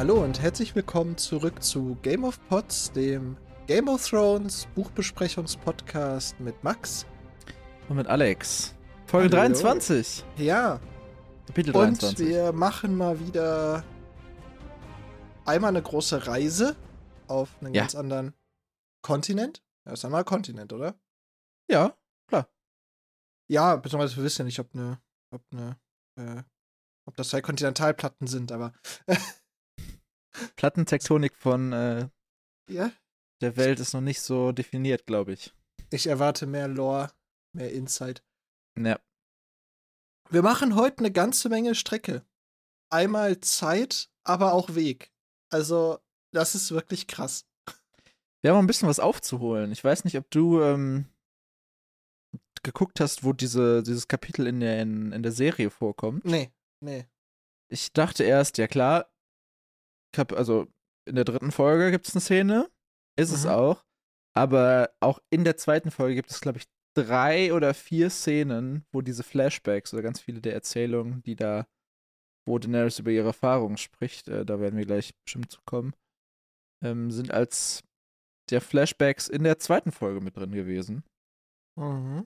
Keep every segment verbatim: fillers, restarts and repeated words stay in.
Hallo und herzlich willkommen zurück zu Game of Pods, dem Game of Thrones Buchbesprechungspodcast mit Max. Und mit Alex. Folge Hallo. dreiundzwanzig. Ja. Kapitel Und dreiundzwanzig. wir machen mal wieder einmal eine große Reise auf einen Ja. ganz anderen Kontinent. Ja, ist einmal ein Kontinent, oder? Ja, klar. Ja, beziehungsweise wir wissen ja nicht, ob eine, ob eine, äh, ob das zwei Kontinentalplatten sind, aber Plattentektonik von äh, ja, der Welt ist noch nicht so definiert, glaube ich. ich erwarte mehr Lore, mehr Insight. Ja. Wir machen heute eine ganze Menge Strecke. Einmal Zeit, aber auch Weg. Also, das ist wirklich krass. Wir haben auch ein bisschen was aufzuholen. Ich weiß nicht, ob du ähm, geguckt hast, wo diese, dieses Kapitel in der, in, in der Serie vorkommt. Nee, nee. Ich dachte erst, ja klar, Kap also in der dritten Folge gibt es eine Szene. Ist es Mhm. auch. Aber auch in der zweiten Folge gibt es, glaube ich, drei oder vier Szenen, wo diese Flashbacks oder ganz viele der Erzählungen, die da, wo Daenerys über ihre Erfahrungen spricht, äh, da werden wir gleich bestimmt zu kommen, ähm, sind als der Flashbacks in der zweiten Folge mit drin gewesen. Mhm.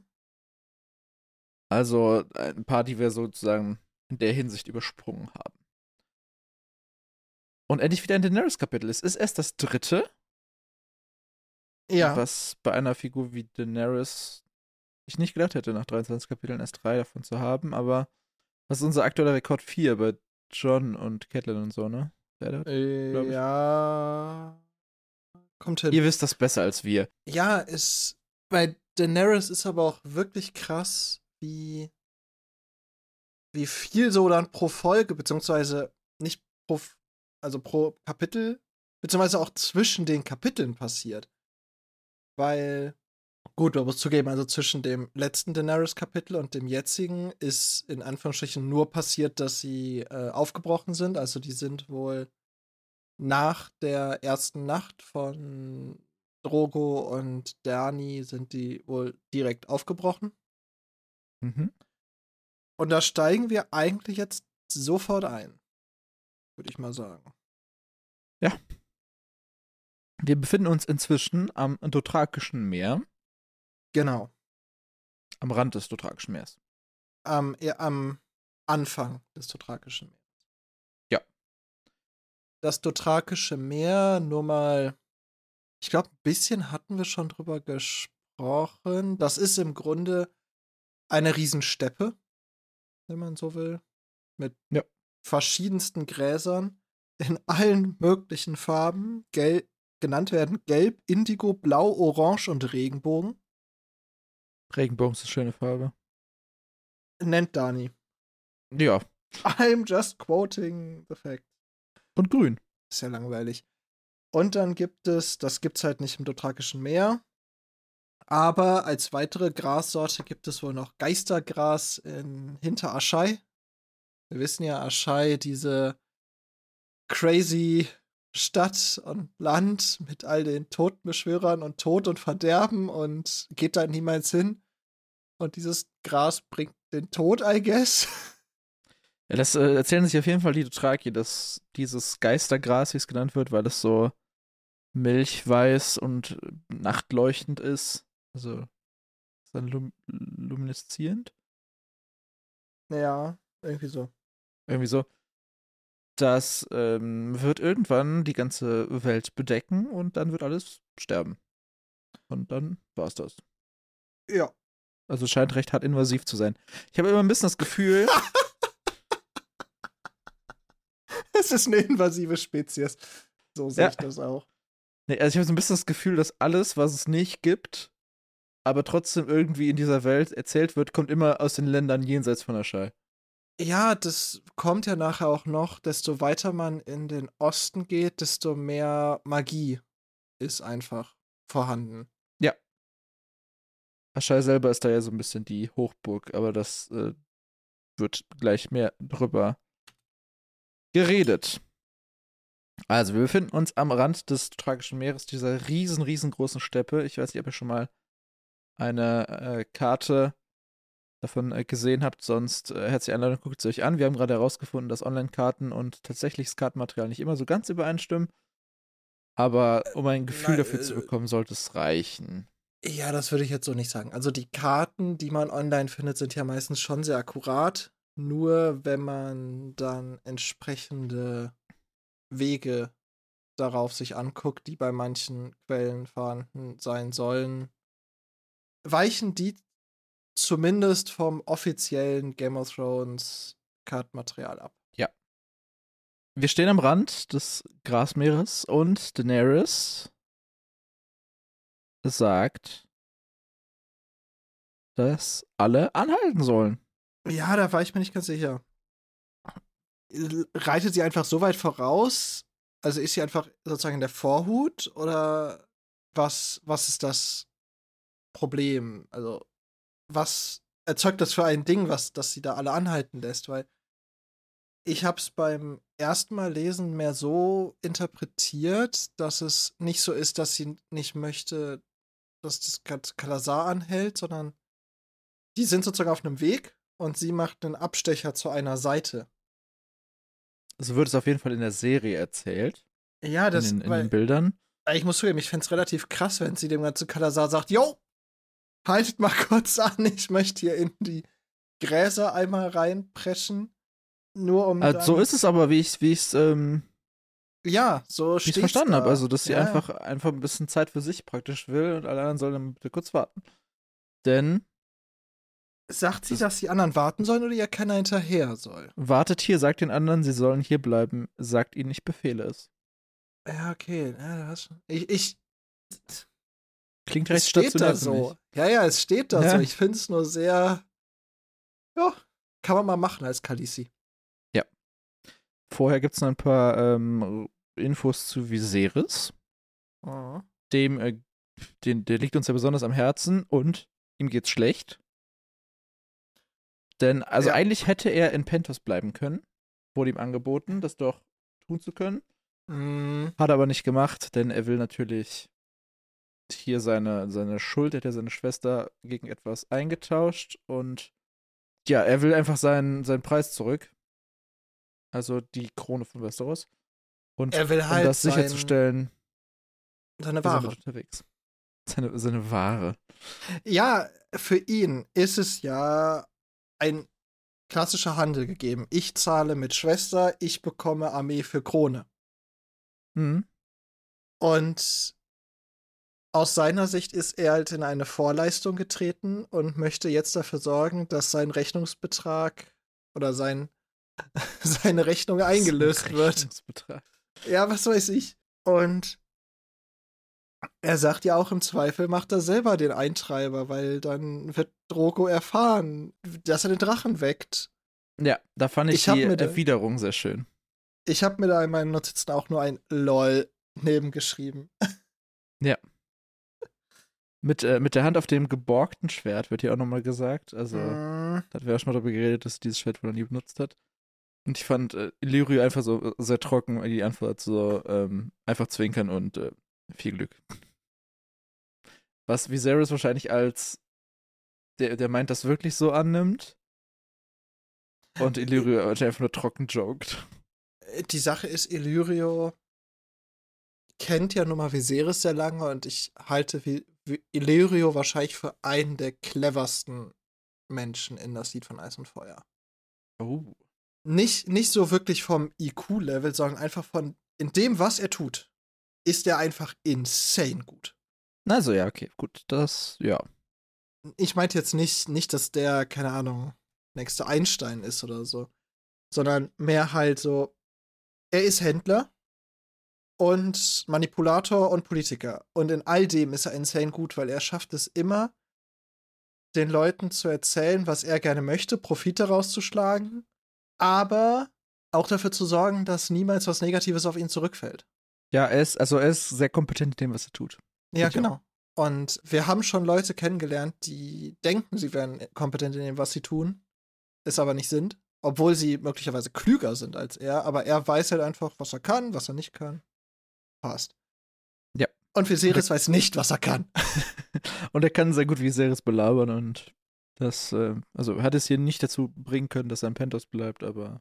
Also ein paar, die wir sozusagen in der Hinsicht übersprungen haben. Und endlich wieder ein Daenerys-Kapitel. Es ist erst das dritte, Ja. was bei einer Figur wie Daenerys ich nicht gedacht hätte, nach dreiundzwanzig Kapiteln erst drei davon zu haben, aber was ist unser aktueller Rekord? Vier bei Jon und Catelyn und so, ne? Wer da- Äh, ich. ja. Kommt hin. Ihr wisst das besser als wir. Ja, es. Bei Daenerys ist aber auch wirklich krass, wie. wie viel so dann pro Folge, beziehungsweise nicht pro. also pro Kapitel, beziehungsweise auch zwischen den Kapiteln passiert. Weil. Gut, man muss zugeben, also zwischen dem letzten Daenerys-Kapitel und dem jetzigen ist in Anführungsstrichen nur passiert, dass sie äh, aufgebrochen sind. Also die sind wohl nach der ersten Nacht von Drogo und Dany sind die wohl direkt aufgebrochen. Mhm. Und da steigen wir eigentlich jetzt sofort ein, würde ich mal sagen. Ja. Wir befinden uns inzwischen am Dothrakischen Meer, Genau. am Rand des Dothrakischen Meers. Am, eher am Anfang des Dothrakischen Meeres. Ja. Das Dothrakische Meer, nur mal. Ich glaube, ein bisschen hatten wir schon drüber gesprochen. Das ist im Grunde eine Riesensteppe, wenn man so will, mit Ja. verschiedensten Gräsern in allen möglichen Farben. Gel genannt werden Gelb, Indigo, Blau, Orange und Regenbogen. Regenbogen ist eine schöne Farbe. Nennt Dani. Ja. I'm just quoting the fact. Und grün. Ist ja langweilig. Und dann gibt es, das gibt's halt nicht im Dothrakischen Meer, aber als weitere Grassorte gibt es wohl noch Geistergras in hinter Aschai. Wir wissen ja, Aschai, diese crazy Stadt und Land mit all den Totenbeschwörern und Tod und Verderben und geht da niemals hin. Und dieses Gras bringt den Tod, I guess. Ja, das äh, erzählen sich auf jeden Fall die Dothraki, dass dieses Geistergras, wie es genannt wird, weil es so milchweiß und nachtleuchtend ist. Also ist dann lum lumineszierend. Ja, irgendwie so. Irgendwie so. Das ähm, wird irgendwann die ganze Welt bedecken und dann wird alles sterben. Und dann war's das. Ja. Also es scheint recht hart invasiv zu sein. Ich habe immer ein bisschen das Gefühl, Es ist eine invasive Spezies. So sehe Ja. ich das auch. nee, also ich habe so ein bisschen das Gefühl, dass alles, was es nicht gibt, aber trotzdem irgendwie in dieser Welt erzählt wird, kommt immer aus den Ländern jenseits von Aschai. Ja, das kommt ja nachher auch noch, desto weiter man in den Osten geht, desto mehr Magie ist einfach vorhanden. Ja. Aschai selber ist da ja so ein bisschen die Hochburg, aber das äh, wird gleich mehr drüber geredet. Also, wir befinden uns am Rand des Tragischen Meeres, dieser riesen, riesengroßen Steppe. Ich weiß nicht, ob ihr schon mal eine äh, Karte davon äh, gesehen habt. Sonst äh, herzliche Einladung, guckt es euch an. Wir haben gerade herausgefunden, dass Online-Karten und tatsächliches Kartenmaterial nicht immer so ganz übereinstimmen. Aber um ein Gefühl Na, dafür zu äh, bekommen, sollte es reichen. ja, das würde ich jetzt so nicht sagen. Also die Karten, die man online findet, sind ja meistens schon sehr akkurat. Nur wenn man dann entsprechende Wege darauf sich anguckt, die bei manchen Quellen vorhanden sein sollen, weichen die zumindest vom offiziellen Game of Thrones Kartenmaterial ab. Ja. Wir stehen am Rand des Grasmeeres und Daenerys sagt, dass alle anhalten sollen. Ja, da war ich mir nicht ganz sicher. Reitet sie einfach so weit voraus? Also ist sie einfach sozusagen in der Vorhut? Oder was, was ist das Problem? Also, was erzeugt das für ein Ding, was, dass sie da alle anhalten lässt? Weil ich hab's beim ersten Mal lesen mehr so interpretiert, dass es nicht so ist, dass sie nicht möchte, dass das Kalasar anhält, sondern die sind sozusagen auf einem Weg und sie macht einen Abstecher zu einer Seite. So wird es auf jeden Fall in der Serie erzählt. Ja, das, in den, in weil, den Bildern. ich muss zugeben, ich fände es relativ krass, wenn sie dem ganzen Kalasar sagt, yo, haltet mal kurz an, ich möchte hier in die Gräser einmal reinpreschen, nur um Also, dann, so ist es aber, wie ich es ähm, ja, so wie ich's steht's verstanden da. habe. Also, dass sie Ja, einfach, einfach ein bisschen Zeit für sich praktisch will und alle anderen sollen dann bitte kurz warten. Denn sagt sie, das dass die anderen warten sollen oder ihr keiner hinterher soll? wartet hier, sagt den anderen, sie sollen hier bleiben, sagt ihnen nicht, befehle es. Ja, okay. Ja, das, ich, ich, Klingt recht es steht stationär da für so. mich. Ja, ja, es steht da Ja. so. Ich finde es nur sehr, ja, kann man mal machen als Khaleesi. Ja. Vorher gibt es noch ein paar ähm, Infos zu Viserys. Oh. Dem, äh, den, der liegt uns ja besonders am Herzen und ihm geht's schlecht. Denn, also Ja. eigentlich hätte er in Pentos bleiben können. Wurde ihm angeboten, das doch tun zu können. Mm. Hat er aber nicht gemacht, denn er will natürlich hier seine, seine Schuld, er hat ja seine Schwester gegen etwas eingetauscht und ja, er will einfach seinen, seinen Preis zurück. Also die Krone von Westeros. Und Er will um halt das sein, sicherzustellen, seine ist er Ware. mit unterwegs. Seine, seine Ware. Ja, für ihn ist es ja ein klassischer Handel gegeben. Ich zahle mit Schwester, ich bekomme Armee für Krone. Mhm. Und aus seiner Sicht ist er halt in eine Vorleistung getreten und möchte jetzt dafür sorgen, dass sein Rechnungsbetrag oder sein, seine Rechnung eingelöst wird. Rechnungsbetrag. Ja, was weiß ich. Und er sagt ja auch, im Zweifel macht er selber den Eintreiber, weil dann wird Drogo erfahren, dass er den Drachen weckt. Ja, da fand ich, Ich hab die mir da- Erwiderung sehr schön. Ich habe mir da in meinen Notizen auch nur ein LOL nebengeschrieben. Ja. Mit, äh, mit der Hand auf dem geborgten Schwert wird hier auch nochmal gesagt. Also, Mm. da hatten wir auch schon mal darüber geredet, dass sie dieses Schwert wohl noch nie benutzt hat. Und ich fand äh, Illyrio einfach so äh, sehr trocken, weil die Antwort so ähm, einfach zwinkern und äh, viel Glück. Was Viserys wahrscheinlich als der, der meint, das wirklich so annimmt. Und Illyrio wahrscheinlich einfach nur trocken joked. Die Sache ist, Illyrio kennt ja nun mal Viserys sehr lange und ich halte Vi- Vi- Illyrio wahrscheinlich für einen der cleversten Menschen in das Lied von Eis und Feuer. Oh. Nicht, nicht so wirklich vom I Q-Level, sondern einfach von, in dem, was er tut, ist er einfach insane gut. Also ja, okay, gut. Das, ja. Ich meinte jetzt nicht, nicht, dass der, keine Ahnung, nächste Einstein ist oder so, sondern mehr halt so, er ist Händler und Manipulator und Politiker. Und in all dem ist er insane gut, weil er schafft es immer, den Leuten zu erzählen, was er gerne möchte, Profit daraus zu schlagen, aber auch dafür zu sorgen, dass niemals was Negatives auf ihn zurückfällt. Ja, er ist, also er ist sehr kompetent in dem, was er tut. Ja, Find ich auch. genau. Und wir haben schon Leute kennengelernt, die denken, sie wären kompetent in dem, was sie tun, es aber nicht sind, obwohl sie möglicherweise klüger sind als er, aber er weiß halt einfach, was er kann, was er nicht kann. Passt. Ja. Und Viserys weiß nicht, was er kann. Und er kann sehr gut Viserys belabern und Das, äh, also hat es hier nicht dazu bringen können, dass er ein Pentos bleibt, aber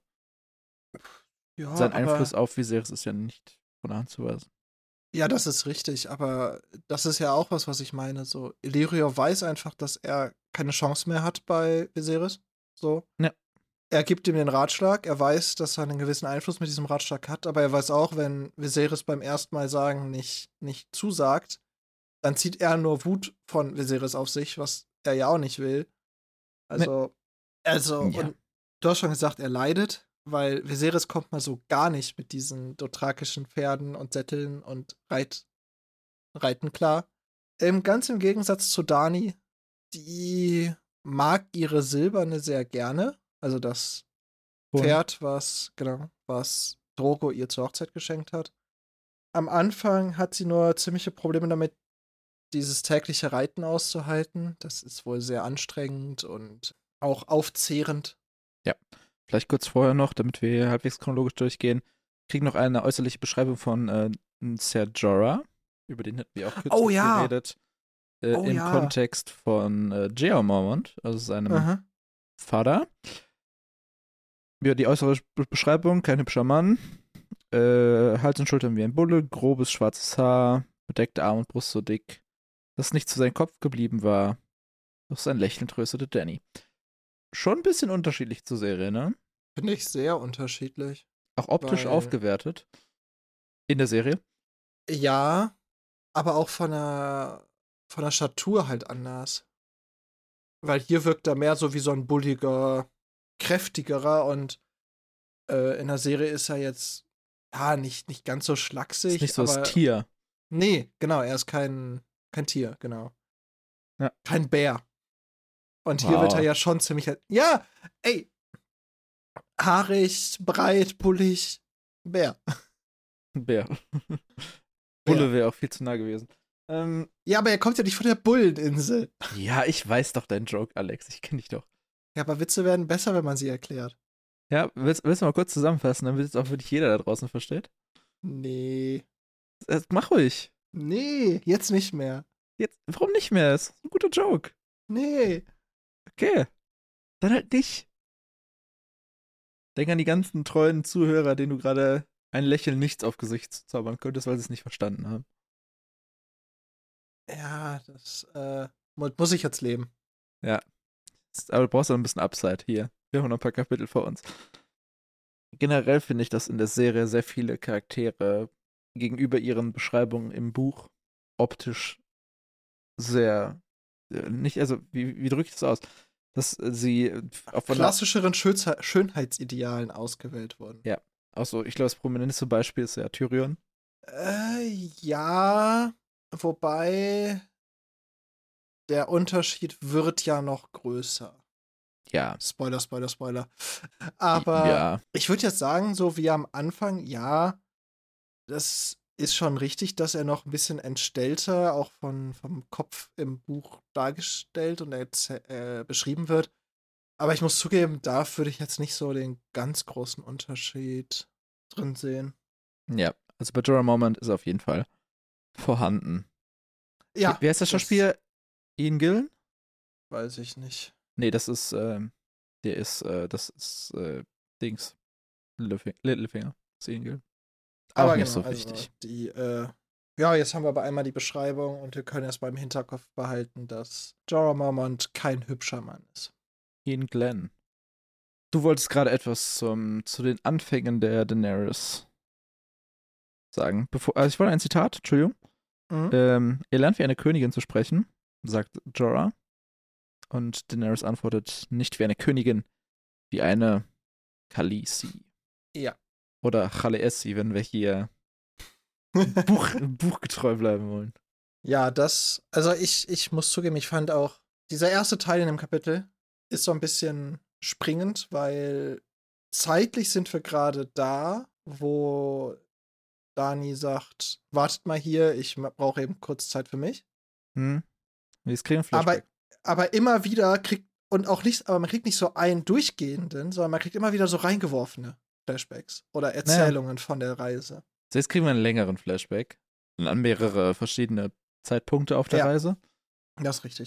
Ja, sein aber Einfluss auf Viserys ist ja nicht von der Hand zu weisen. ja, das ist richtig, aber das ist ja auch was, was ich meine. So, Illyrio weiß einfach, dass er keine Chance mehr hat bei Viserys. So. Ja. Er gibt ihm den Ratschlag, er weiß, dass er einen gewissen Einfluss mit diesem Ratschlag hat, aber er weiß auch, wenn Viserys beim ersten Mal sagen nicht, nicht zusagt, dann zieht er nur Wut von Viserys auf sich, was er ja auch nicht will. Also, also, Ja. und du hast schon gesagt, er leidet, weil Viserys kommt mal so gar nicht mit diesen dothrakischen Pferden und Sätteln und Reit, Reiten klar. Ähm, ganz im Gegensatz zu Dani, die mag ihre Silberne sehr gerne. Also das Und Pferd, was, genau, was Drogo ihr zur Hochzeit geschenkt hat. Am Anfang hat sie nur ziemliche Probleme damit, dieses tägliche Reiten auszuhalten. Das ist wohl sehr anstrengend und auch aufzehrend. ja, vielleicht kurz vorher noch, damit wir hier halbwegs chronologisch durchgehen, kriegen noch eine äußerliche Beschreibung von äh, Ser Jorah, über den hatten wir auch kürzlich Oh ja. geredet, äh, Oh im ja. Kontext von äh, Jeor Mormont, also seinem Aha. Vater. Ja, die äußere Be- Beschreibung, kein hübscher Mann, äh, Hals und Schultern wie ein Bulle, grobes schwarzes Haar, bedeckte Arm und Brust so dick, dass nicht zu seinem Kopf geblieben war. Doch sein Lächeln tröstete Danny. Schon ein bisschen unterschiedlich zur Serie, ne? Finde ich sehr unterschiedlich. Auch optisch Weil- aufgewertet. In der Serie. Ja, aber auch von der, von der Statur halt anders. Weil hier wirkt er mehr so wie so ein bulliger, kräftigerer und äh, in der Serie ist er jetzt, ja, nicht, nicht ganz so schlaksig, Ist nicht so aber. das Tier. Nee, genau, er ist kein, kein Tier, genau. Ja. Kein Bär. Und hier wird er Wow. ja schon ziemlich. Ja, ey. Haarig, breit, bullig. Bär. Ein Bär. Bulle wäre auch viel zu nah gewesen. Ähm, Ja, aber er kommt ja nicht von der Bulleninsel. ja, ich weiß doch deinen Joke, Alex. Ich kenne dich doch. Ja, aber Witze werden besser, wenn man sie erklärt. Ja, willst, willst du mal kurz zusammenfassen, damit es auch wirklich jeder da draußen versteht? Nee. Äh, Mach ruhig. Nee, jetzt nicht mehr. Jetzt, warum nicht mehr? Das ist ein guter Joke. Nee. Okay. Dann halt nicht. Denk an die ganzen treuen Zuhörer, denen du gerade ein Lächeln nichts auf Gesicht zaubern könntest, weil sie es nicht verstanden haben. Ja, das äh, mu- muss ich jetzt leben. Ja. Aber du brauchst auch ein bisschen Upside hier. Wir haben noch ein paar Kapitel vor uns. Generell finde ich, dass in der Serie sehr viele Charaktere gegenüber ihren Beschreibungen im Buch optisch sehr, äh, nicht, also, wie, wie drücke ich das aus? Dass sie äh, auf von der, Klassischeren Schönze- Schönheitsidealen ausgewählt wurden. Ja. auch so, ich glaube, das prominenteste Beispiel ist ja Tyrion. Äh, ja, wobei der Unterschied wird ja noch größer. Ja. Spoiler, Spoiler, Spoiler. Aber Ja. ich würde jetzt sagen, so wie am Anfang, ja, das ist schon richtig, dass er noch ein bisschen entstellter, auch von, vom Kopf im Buch dargestellt und erzäh- äh, beschrieben wird. Aber ich muss zugeben, da würde ich jetzt nicht so den ganz großen Unterschied drin sehen. Ja. Also bei Jorah Mormont ist auf jeden Fall vorhanden. Ja. Wie, wie heißt der Schauspieler? Ian Gillen? Weiß ich nicht. Nee, das ist, ähm, der ist, äh, das ist, äh, Dings. Littlefinger. Littlefinger. Das ist Ian Gillen. Auch Aber nicht genau, so wichtig. also die, äh, ja, jetzt haben wir aber einmal die Beschreibung und wir können erst mal im Hinterkopf behalten, dass Jorah Mormont kein hübscher Mann ist. Ian Glenn. Du wolltest gerade etwas zum, zu den Anfängen der Daenerys sagen. Bevor, also ich wollte ein Zitat, Entschuldigung. Mhm. Ähm, ihr lernt wie eine Königin zu sprechen, sagt Jorah. Und Daenerys antwortet, nicht wie eine Königin, wie eine Khaleesi. Ja. Oder Khaleesi, wenn wir hier Buch, buchgetreu bleiben wollen. Ja, das, also ich, ich muss zugeben, ich fand auch, dieser erste Teil in dem Kapitel ist so ein bisschen springend, weil zeitlich sind wir gerade da, wo Dani sagt, wartet mal hier, ich brauche eben kurz Zeit für mich. Hm? Wir kriegen ein Aber, Flashback. aber immer wieder kriegt, und auch nicht, aber man kriegt nicht so einen durchgehenden, sondern man kriegt immer wieder so reingeworfene Flashbacks oder Erzählungen von der Reise. So, jetzt kriegen wir einen längeren Flashback. An mehrere verschiedene Zeitpunkte auf der Ja. Reise. Das ist richtig.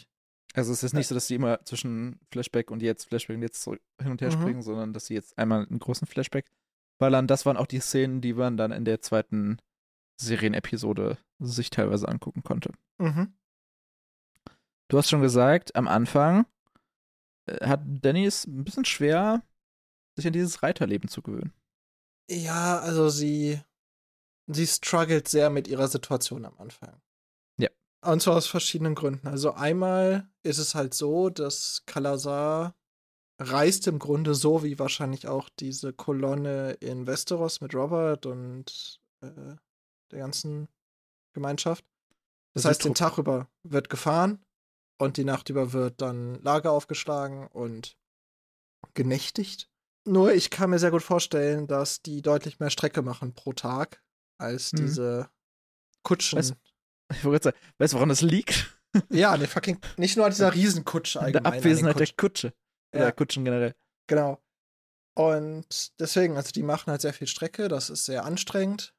Also es ist nicht so, dass sie immer zwischen Flashback und jetzt, Flashback und jetzt zurück, hin und her Mhm. springen, sondern dass sie jetzt einmal einen großen Flashback ballern. Das waren auch die Szenen, die man dann in der zweiten Serienepisode sich teilweise angucken konnte. Mhm. Du hast schon gesagt, am Anfang äh, hat Danny es ein bisschen schwer, sich an dieses Reiterleben zu gewöhnen. Ja, also sie, sie struggelt sehr mit ihrer Situation am Anfang. Ja. Und zwar aus verschiedenen Gründen. Also einmal ist es halt so, dass Kalazar reist im Grunde so wie wahrscheinlich auch diese Kolonne in Westeros mit Robert und äh, der ganzen Gemeinschaft. Das heißt, den Südtrupp. Tag über wird gefahren und die Nacht über wird dann Lager aufgeschlagen und genächtigt. Nur ich kann mir sehr gut vorstellen, dass die deutlich mehr Strecke machen pro Tag als Hm. diese Weißt, Kutschen. ich wollte gerade sagen, weißt du, woran das liegt? Ja, ne, fucking, nicht nur an dieser Riesenkutsche In der allgemein, an den Abwesenheit der Kutschen. Kutsche. Oder Ja, Kutschen generell. genau. Und deswegen, also die machen halt sehr viel Strecke, das ist sehr anstrengend.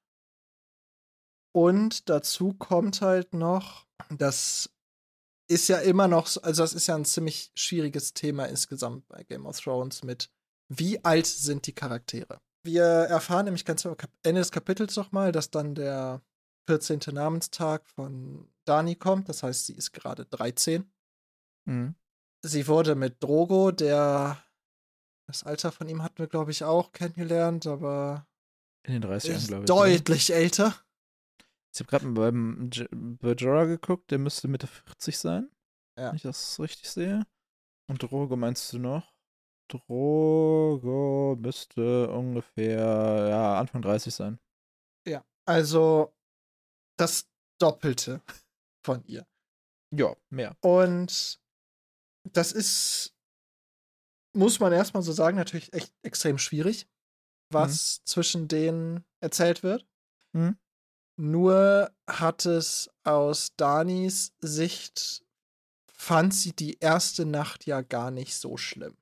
Und dazu kommt halt noch, das ist ja immer noch, so- also das ist ja ein ziemlich schwieriges Thema insgesamt bei Game of Thrones mit, wie alt sind die Charaktere? Wir erfahren nämlich ganz am Kap- Ende des Kapitels noch mal, dass dann der vierzehnte Namenstag von Dani kommt. Das heißt, sie ist gerade dreizehn. Mhm. Sie wurde mit Drogo, der das Alter von ihm hatten wir, glaube ich, auch kennengelernt, aber In den dreißigern, ist glaube ich, oder? deutlich älter. Ich habe gerade mal beim J- bei Jorah geguckt, der müsste Mitte vierzig sein, Ja. wenn ich das richtig sehe. Und Drogo meinst du noch? Drogo müsste ungefähr, ja, Anfang dreißig sein. Ja. Also das Doppelte von ihr. Ja, mehr. Und das ist, muss man erstmal so sagen, natürlich echt extrem schwierig, Mhm. was zwischen denen erzählt wird. Mhm. Nur hat es aus Danis Sicht, fand sie die erste Nacht ja gar nicht so schlimm.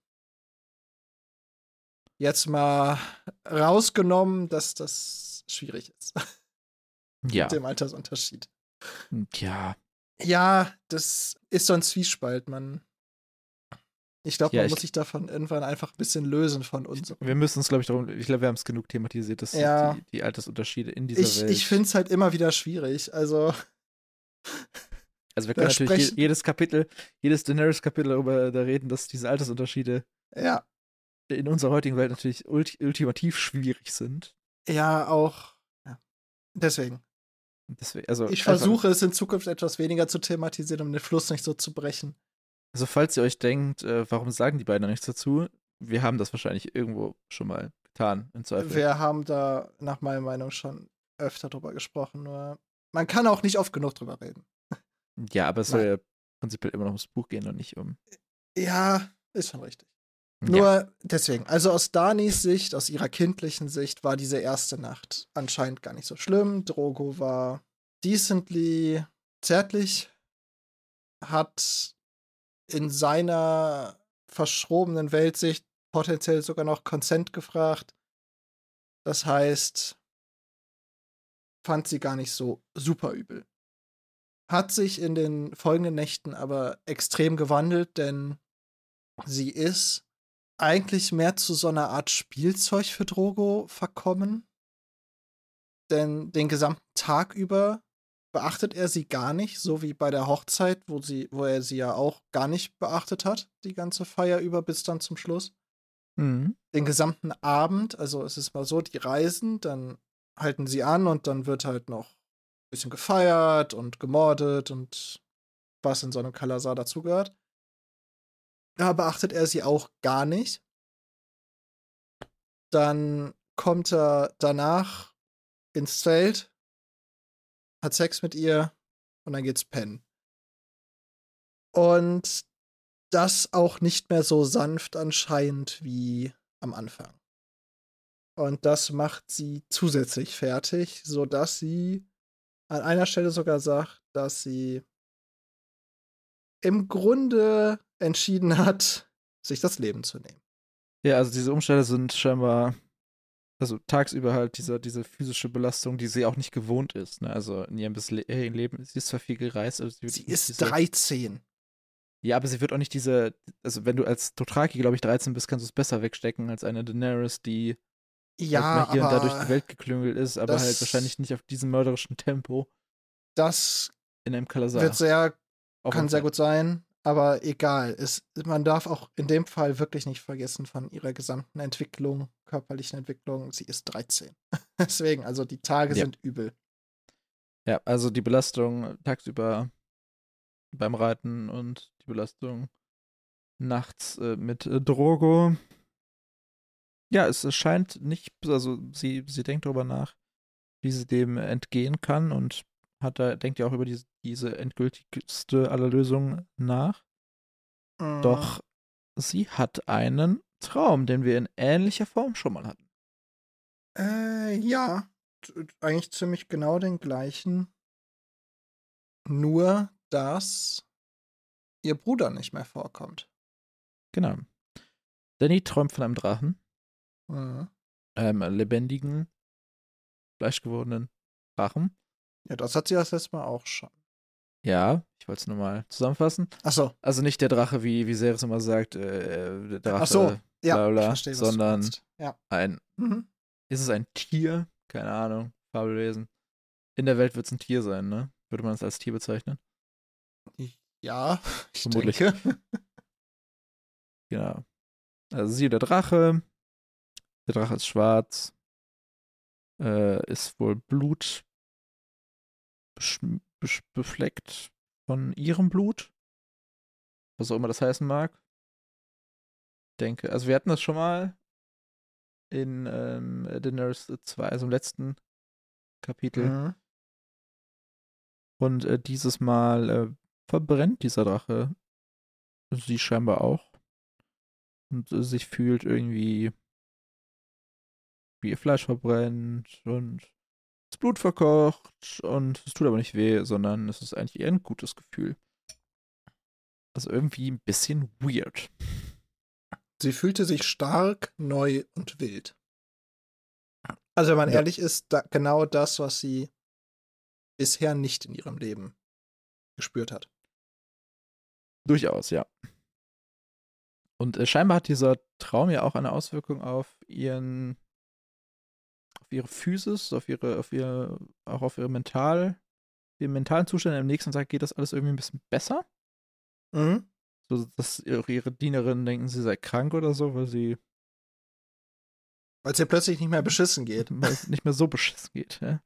Jetzt mal rausgenommen, dass das schwierig ist mit Ja. dem Altersunterschied. Ja. Ja, das ist so ein Zwiespalt. Man, ich glaube, Ja, man ich, muss sich davon irgendwann einfach ein bisschen lösen von wir unserem. müssen uns, glaube ich, darum, ich glaube, wir haben es genug thematisiert, dass Ja, die, die Altersunterschiede in dieser ich, ich Welt. finde es halt immer wieder schwierig. Also, Also wir können da natürlich je, sprechen. jedes Kapitel, jedes Daenerys-Kapitel darüber da reden, dass diese Altersunterschiede Ja, in unserer heutigen Welt natürlich ulti ultimativ schwierig sind. ja, auch. Ja. Deswegen. Und deswegen, also Ich einfach, versuche es in Zukunft etwas weniger zu thematisieren, um den Fluss nicht so zu brechen. also falls ihr euch denkt, äh, warum sagen die beiden da nichts dazu, wir haben das wahrscheinlich irgendwo schon mal getan, im Zweifel. Wir haben da nach meiner Meinung schon öfter drüber gesprochen, nur man kann auch nicht oft genug drüber reden. Ja, aber es soll Nein. ja prinzipiell immer noch ums Buch gehen und nicht um. Ja, ist schon richtig. Ja. Nur deswegen, also aus Danis Sicht, aus ihrer kindlichen Sicht, war diese erste Nacht anscheinend gar nicht so schlimm. Drogo war decently zärtlich, hat in seiner verschrobenen Weltsicht potenziell sogar noch Consent gefragt. Das heißt, fand sie gar nicht so super übel. Hat sich in den folgenden Nächten aber extrem gewandelt, denn sie ist eigentlich mehr zu so einer Art Spielzeug für Drogo verkommen. Denn den gesamten Tag über beachtet er sie gar nicht, so wie bei der Hochzeit, wo, sie, wo er sie ja auch gar nicht beachtet hat, die ganze Feier über bis dann zum Schluss. Mhm. Den gesamten Abend, also es ist mal so, die reisen, dann halten sie an und dann wird halt noch ein bisschen gefeiert und gemordet und was in so einem Kalasar dazugehört. Da beachtet er sie auch gar nicht. Dann kommt er danach ins Zelt, hat Sex mit ihr und dann geht's pennen. Und das auch nicht mehr so sanft anscheinend wie am Anfang. Und das macht sie zusätzlich fertig, sodass sie an einer Stelle sogar sagt, dass sie im Grunde entschieden hat, sich das Leben zu nehmen. Ja, also diese Umstände sind scheinbar, also tagsüber halt diese, diese physische Belastung, die sie auch nicht gewohnt ist. Ne? Also in ihrem bisherigen Leben, sie ist zwar viel gereist, aber sie Sie wird nicht ist diese. dreizehn. Ja, aber sie wird auch nicht diese, also wenn du als Dothraki, glaube ich, dreizehn bist, kannst du es besser wegstecken als eine Daenerys, die halt mal Ja, hier und da durch die aber Welt geklüngelt ist, aber halt wahrscheinlich das, nicht auf diesem mörderischen Tempo das in einem wird Kalasar sehr, kann sehr aufwachsen. gut sein, aber egal. Es, man darf auch in dem Fall wirklich nicht vergessen von ihrer gesamten Entwicklung, körperlichen Entwicklung. Sie ist dreizehn. Deswegen, also die Tage Ja. sind übel. Ja, also die Belastung tagsüber beim Reiten und die Belastung nachts äh, mit äh, Drogo. Ja, es, es scheint nicht, also sie, sie denkt darüber nach, wie sie dem entgehen kann und hat da, denkt ja auch über diese, diese endgültigste aller Lösungen nach. Mm, Doch sie hat einen Traum, den wir in ähnlicher Form schon mal hatten. äh, ja, t- eigentlich ziemlich genau den gleichen. Nur, dass ihr Bruder nicht mehr vorkommt. Genau. Danny träumt von einem Drachen, Mhm. einem lebendigen, fleischgewordenen Drachen. Ja, das hat sie das letzte Mal auch schon. Ja, ich wollte es nur mal zusammenfassen. Ach so. Also nicht der Drache, wie, wie Seres immer sagt, äh, der Ach so. Drache, Ja, bla ich bla, verstehe, was du sondern meinst. Ja. ein, Mhm. ist es ein Tier? Keine Ahnung, Fabelwesen. In der Welt wird es ein Tier sein, ne? Würde man es als Tier bezeichnen? Ja, ich Vermutlich. denke. Genau. Also sie, der Drache. Der Drache ist schwarz. Äh, ist wohl Blut besch- besch- befleckt von ihrem Blut. Was auch immer das heißen mag. Denke. Also wir hatten das schon mal in ähm, Daenerys zwei, also im letzten Kapitel. Mhm. Und äh, dieses Mal äh, verbrennt dieser Drache sie scheinbar auch. Und äh, sich fühlt irgendwie wie ihr Fleisch verbrennt und das Blut verkocht und es tut aber nicht weh, sondern es ist eigentlich eher ein gutes Gefühl. Also irgendwie ein bisschen weird. Sie fühlte sich stark, neu und wild. Also, wenn man Ja, ehrlich ist, da, genau das, was sie bisher nicht in ihrem Leben gespürt hat. durchaus, ja. Und äh, scheinbar hat dieser Traum ja auch eine Auswirkung auf ihren, auf ihre Physis, auf ihre, auf ihre, auch auf ihre mental, ihren mentalen Zustand. Im nächsten Tag geht das alles irgendwie ein bisschen besser. Mhm. So, dass ihre, ihre Dienerinnen denken, sie sei krank oder so, weil sie Weil es ihr plötzlich nicht mehr beschissen geht. weil es nicht mehr so beschissen geht. Ja?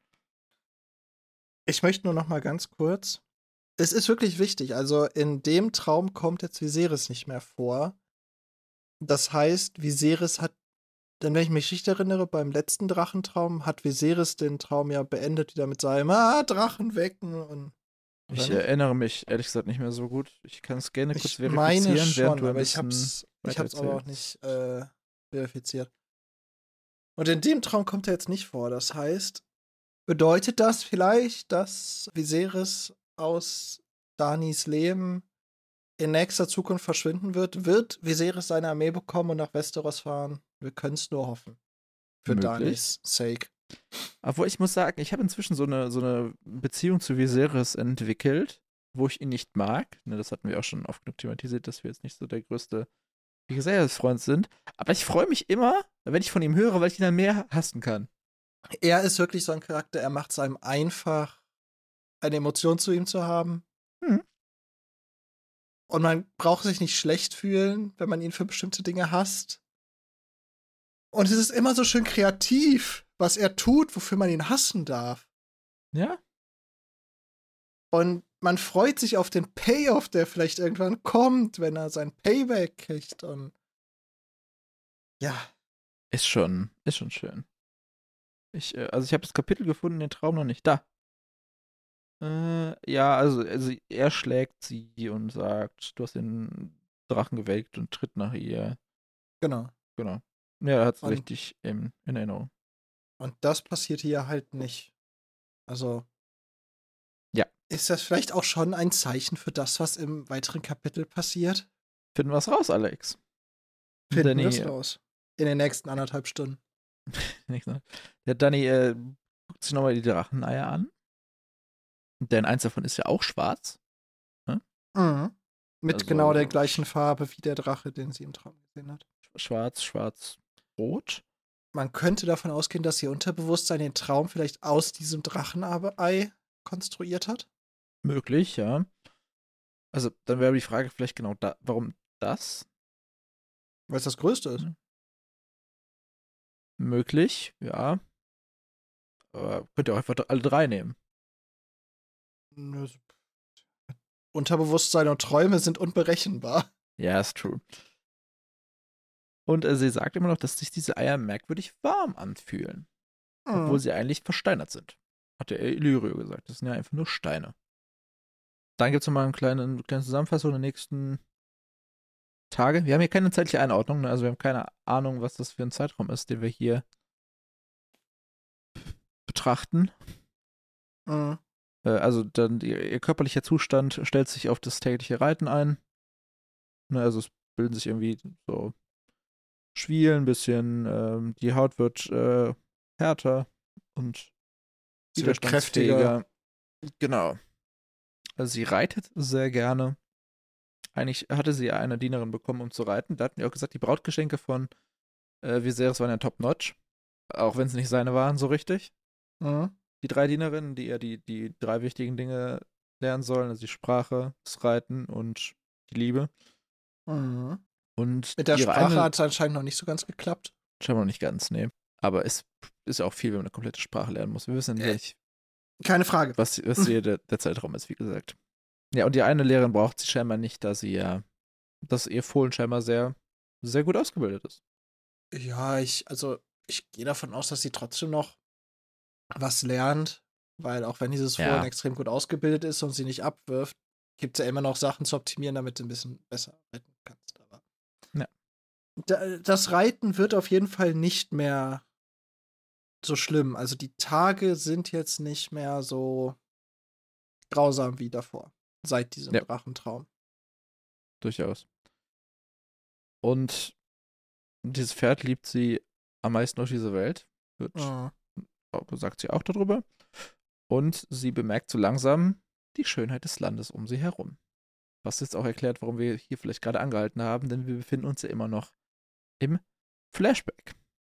Ich möchte nur noch mal ganz kurz. Es ist wirklich wichtig. Also, in dem Traum kommt jetzt Viserys nicht mehr vor. Das heißt, Viserys hat, denn wenn ich mich richtig erinnere, beim letzten Drachentraum hat Viserys den Traum ja beendet, wieder mit seinem Ah, Drachen wecken und. Oder Ich nicht? erinnere mich ehrlich gesagt nicht mehr so gut. Ich kann es gerne kurz Ich meine verifizieren, während schon, du ein aber ich bisschen hab's, ich weiter hab's aber auch erzählst. nicht äh, verifiziert. Und in dem Traum kommt er jetzt nicht vor. Das heißt, bedeutet das vielleicht, dass Viserys aus Danis Leben in nächster Zukunft verschwinden wird? Wird Viserys seine Armee bekommen und nach Westeros fahren? Wir können es nur hoffen. Für Möglich. Danis Sake. Obwohl ich muss sagen, ich habe inzwischen so eine, so eine Beziehung zu Viserys entwickelt, wo ich ihn nicht mag. Ne, das hatten wir auch schon oft genug thematisiert, dass wir jetzt nicht so der größte Viserys-Freund sind. Aber ich freue mich immer, wenn ich von ihm höre, weil ich ihn dann mehr hassen kann. Er ist wirklich so ein Charakter, er macht es einem einfach, eine Emotion zu ihm zu haben. Hm. Und man braucht sich nicht schlecht fühlen, wenn man ihn für bestimmte Dinge hasst. Und es ist immer so schön kreativ, was er tut, wofür man ihn hassen darf. Ja? Und man freut sich auf den Payoff, der vielleicht irgendwann kommt, wenn er sein Payback kriegt. Und ja, Ist schon, ist schon schön. Ich, äh, also ich habe das Kapitel gefunden, den Traum noch nicht da. Äh, ja, also, also er schlägt sie und sagt, du hast den Drachen geweckt und tritt nach ihr. genau. Genau. Ja, er hat es Und, richtig in, in Erinnerung. und das passiert hier halt nicht. Also Ja, ist das vielleicht auch schon ein Zeichen für das, was im weiteren Kapitel passiert? finden wir es raus, Alex. Finden wir es Danny, raus. In den nächsten anderthalb Stunden. nicht, ne? Der Danny äh, guckt sich nochmal die Dracheneier an. Denn eins davon ist ja auch schwarz. Ne? Mhm. Mit genau der Also gleichen Farbe wie der Drache, den sie im Traum gesehen hat. schwarz, schwarz, rot. Man könnte davon ausgehen, dass ihr Unterbewusstsein den Traum vielleicht aus diesem Drachenei konstruiert hat. Möglich, ja. Also dann wäre die Frage vielleicht genau da, warum das? Weil es das Größte ist. Hm. Möglich, ja. Aber könnt ihr auch einfach alle drei nehmen. Unterbewusstsein und Träume sind unberechenbar. Ja, ist true. Und äh, sie sagt immer noch, dass sich diese Eier merkwürdig warm anfühlen. Mhm. Obwohl sie eigentlich versteinert sind. Hat der Illyrio gesagt. Das sind ja einfach nur Steine. Dann gibt es nochmal eine kleine, eine kleine Zusammenfassung der nächsten Tage. Wir haben hier keine zeitliche Einordnung, ne? Also wir haben keine Ahnung, was das für ein Zeitraum ist, den wir hier betrachten. Mhm. Äh, also dann ihr, ihr körperlicher Zustand stellt sich auf das tägliche Reiten ein. Ne? Also es bilden sich irgendwie so Schwielen, ein bisschen, ähm, die Haut wird äh, härter und Sie wird kräftiger. widerstandsfähiger. Genau. Also sie reitet sehr gerne. Eigentlich hatte sie ja eine Dienerin bekommen, um zu reiten. Da hatten wir auch gesagt, die Brautgeschenke von äh, Viserys waren ja top-notch. Auch wenn es nicht seine waren, so richtig. Mhm. Die drei Dienerinnen, die ja die, die drei wichtigen Dinge lernen sollen, also die Sprache, das Reiten und die Liebe. Mhm. Und Mit der ihre Sprache eine hat es anscheinend noch nicht so ganz geklappt. scheinbar noch nicht ganz, nee. Aber es ist ja auch viel, wenn man eine komplette Sprache lernen muss. Wir wissen ja Äh, nicht, Keine Frage. was, was hier der, der Zeitraum ist, wie gesagt. Ja, und die eine Lehrerin braucht sie scheinbar nicht, da sie ja, dass ihr Fohlen scheinbar sehr, sehr gut ausgebildet ist. Ja, ich, also, ich gehe davon aus, dass sie trotzdem noch was lernt, weil auch wenn dieses Fohlen Ja. extrem gut ausgebildet ist und sie nicht abwirft, gibt es ja immer noch Sachen zu optimieren, damit du ein bisschen besser reiten kannst. Aber Ja. da, das Reiten wird auf jeden Fall nicht mehr so schlimm. Also die Tage sind jetzt nicht mehr so grausam wie davor, seit diesem Ja. Drachentraum. Durchaus. Und dieses Pferd liebt sie am meisten auf dieser Welt. Wird, Mhm. sagt sie auch darüber. Und sie bemerkt so langsam die Schönheit des Landes um sie herum. Was jetzt auch erklärt, warum wir hier vielleicht gerade angehalten haben, denn wir befinden uns ja immer noch im Flashback.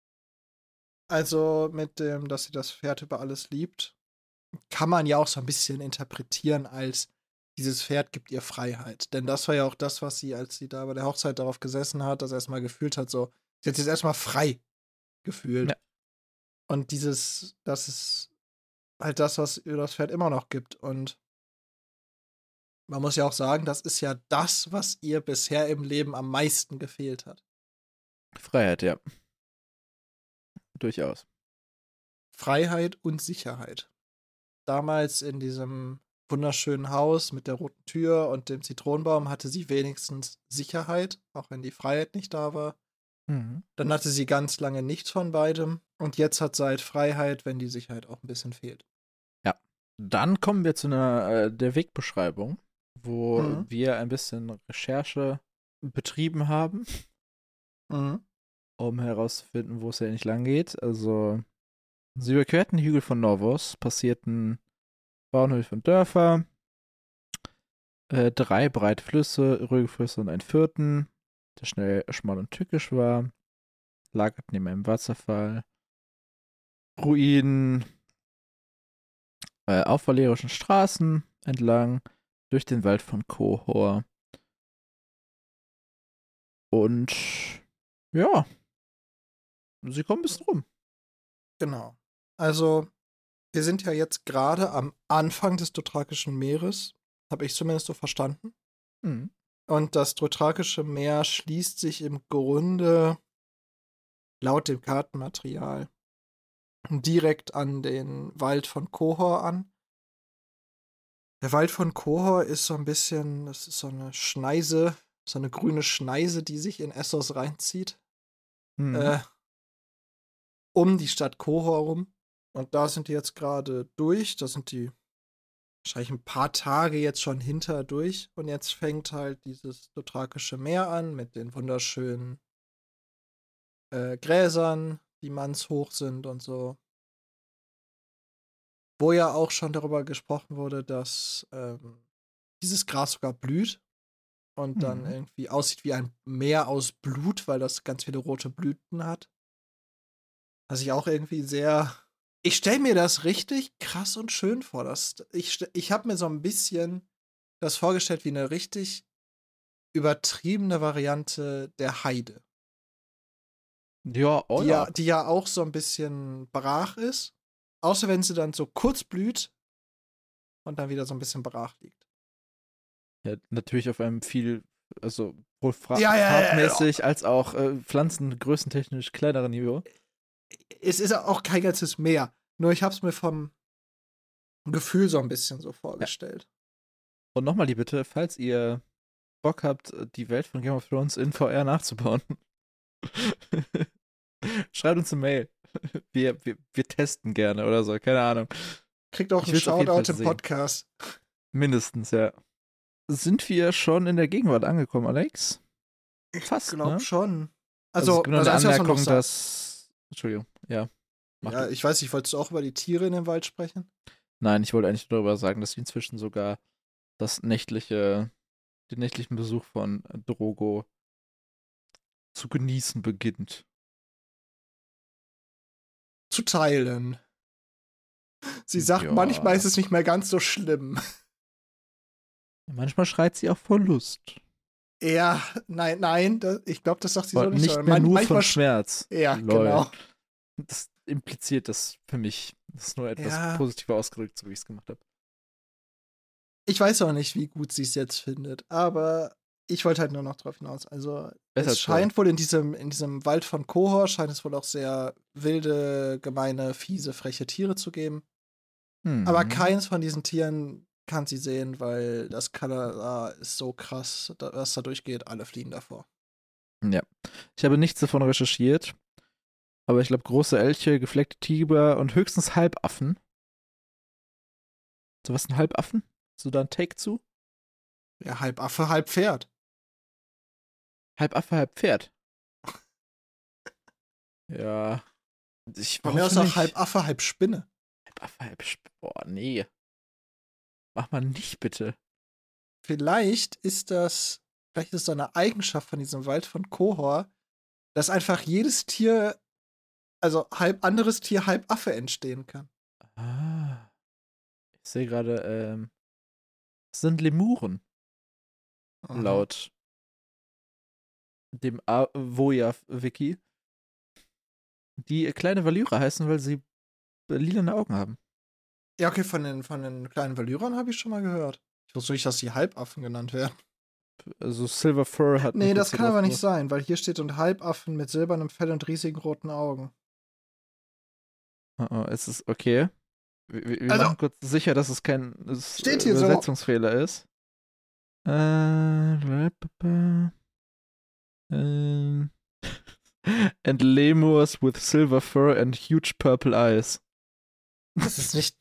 Also mit dem, dass sie das Pferd über alles liebt, kann man ja auch so ein bisschen interpretieren als dieses Pferd gibt ihr Freiheit. Denn das war ja auch das, was sie, als sie da bei der Hochzeit darauf gesessen hat, das erstmal gefühlt hat, so, sie hat sich erstmal frei gefühlt. Ja. Und dieses, das ist halt das, was ihr das Pferd immer noch gibt. Und man muss ja auch sagen, das ist ja das, was ihr bisher im Leben am meisten gefehlt hat. Freiheit, ja. Durchaus. Freiheit und Sicherheit. Damals in diesem wunderschönen Haus mit der roten Tür und dem Zitronenbaum hatte sie wenigstens Sicherheit, auch wenn die Freiheit nicht da war. Mhm. Dann hatte sie ganz lange nichts von beidem. Und jetzt hat sie halt Freiheit, wenn die Sicherheit auch ein bisschen fehlt. Ja. Dann kommen wir zu einer äh, der Wegbeschreibung, wo Mhm. wir ein bisschen Recherche betrieben haben, Mhm. um herauszufinden, wo es ja nicht lang geht. Also, sie überquerten die Hügel von Norvos, passierten Bauernhöfe und Dörfer, äh, drei breite Flüsse, ruhige Flüsse und einen vierten, der schnell schmal und tückisch war, lagerten neben einem Wasserfall, Ruinen, äh, auf valerischen Straßen entlang, durch den Wald von Kohor. Und ja, sie kommen ein bisschen rum. Genau. Also, wir sind ja jetzt gerade am Anfang des Dothrakischen Meeres. Habe ich zumindest so verstanden. Mhm. Und das Dothrakische Meer schließt sich im Grunde laut dem Kartenmaterial direkt an den Wald von Kohor an. Der Wald von Kohor ist so ein bisschen, das ist so eine Schneise, so eine grüne Schneise, die sich in Essos reinzieht. Mhm. Äh, um die Stadt Kohor rum. Und da sind die jetzt gerade durch. Da sind die wahrscheinlich ein paar Tage jetzt schon hinter durch. Und jetzt fängt halt dieses Dothrakische Meer an mit den wunderschönen äh, Gräsern, die mannshoch sind und so. Wo ja auch schon darüber gesprochen wurde, dass ähm, dieses Gras sogar blüht. und dann Mhm. irgendwie aussieht wie ein Meer aus Blut, weil das ganz viele rote Blüten hat. Was ich auch irgendwie sehr ich stelle mir das richtig krass und schön vor. Das ich st ich habe mir so ein bisschen das vorgestellt wie eine richtig übertriebene Variante der Heide, Ja, oh die ja ja. die ja auch so ein bisschen brach ist, außer wenn sie dann so kurz blüht und dann wieder so ein bisschen brach liegt. Ja, natürlich auf einem viel, also sowohl fra Ja, ja, ja, ja. farbmäßig als auch äh, pflanzengrößentechnisch kleineren Niveau. Es ist auch kein ganzes Meer, nur ich habe es mir vom Gefühl so ein bisschen so Ja. vorgestellt. Und nochmal die Bitte, falls ihr Bock habt, die Welt von Game of Thrones in V R nachzubauen, schreibt uns eine Mail. Wir, wir, wir testen gerne oder so, keine Ahnung. Kriegt auch Ich ein will es auf jeden Fall Shoutout im sehen. Podcast. Mindestens, ja. Sind wir schon in der Gegenwart angekommen, Alex? Ich Fast, glaube ne? schon. Also es Also, gibt noch das eine Einzige, was man noch Anmerkung, sagt. dass. Entschuldigung, ja, mach Ja, du. ich weiß nicht, wolltest du auch über die Tiere in dem Wald sprechen? Nein, ich wollte eigentlich nur darüber sagen, dass sie inzwischen sogar das nächtliche, den nächtlichen Besuch von Drogo zu genießen beginnt. Zu teilen. Sie sagt, manchmal ist Ja. es nicht mehr ganz so schlimm. Manchmal schreit sie auch vor Lust. Ja, nein, nein, das, ich glaube, das sagt sie so Und nicht, nicht sondern mehr man, nur manchmal. von sch- Schmerz. Ja, Lol. genau. Das impliziert das für mich. Das ist nur etwas Ja, positiver ausgedrückt, so wie ich es gemacht habe. ich weiß auch nicht, wie gut sie es jetzt findet, aber ich wollte halt nur noch drauf hinaus. Also, Besser es als vorher. scheint wohl in diesem, in diesem Wald von Kohor, scheint es wohl auch sehr wilde, gemeine, fiese, freche Tiere zu geben. Aber Hm. keins von diesen Tieren kann sie sehen, weil das Kanada ist so krass, da- was da durchgeht. Alle fliehen davor. Ja. Ich habe nichts davon recherchiert, aber ich glaube, große Elche, gefleckte Tiger und höchstens Halbaffen. So, was sind Halbaffen? So da ein Take zu? Ja, halb Affe, halb Pferd. Halbaffe, halb Pferd. Ja. Ich Von mir hoffe aus auch nicht. halb Affe, halb Spinne. Halbaffe, halb Sp Boah, nee. Mach mal nicht, bitte. Vielleicht ist das, vielleicht ist so eine Eigenschaft von diesem Wald von Kohor, dass einfach jedes Tier, also halb anderes Tier, halb Affe entstehen kann. Ah. Ich sehe gerade, ähm, es sind Lemuren, Aha. laut dem Avoya-Wiki, die kleine Valyra heißen, weil sie lilane Augen haben. Ja, okay, von den, von den kleinen Valyrern habe ich schon mal gehört. Ich wusste nicht, dass die Halbaffen genannt werden. Also Silver Fur hat mich Nee, jetzt das hier kann drauf aber nicht gebracht. sein, weil hier steht und Halbaffen mit silbernem Fell und riesigen roten Augen. Oh, oh, es ist okay. Wir, wir wir Also, machen kurz sicher, dass es kein es, steht äh, hier so. Übersetzungsfehler ist. Äh, ähm, and lemurs with silver fur and huge purple eyes. Das ist nicht.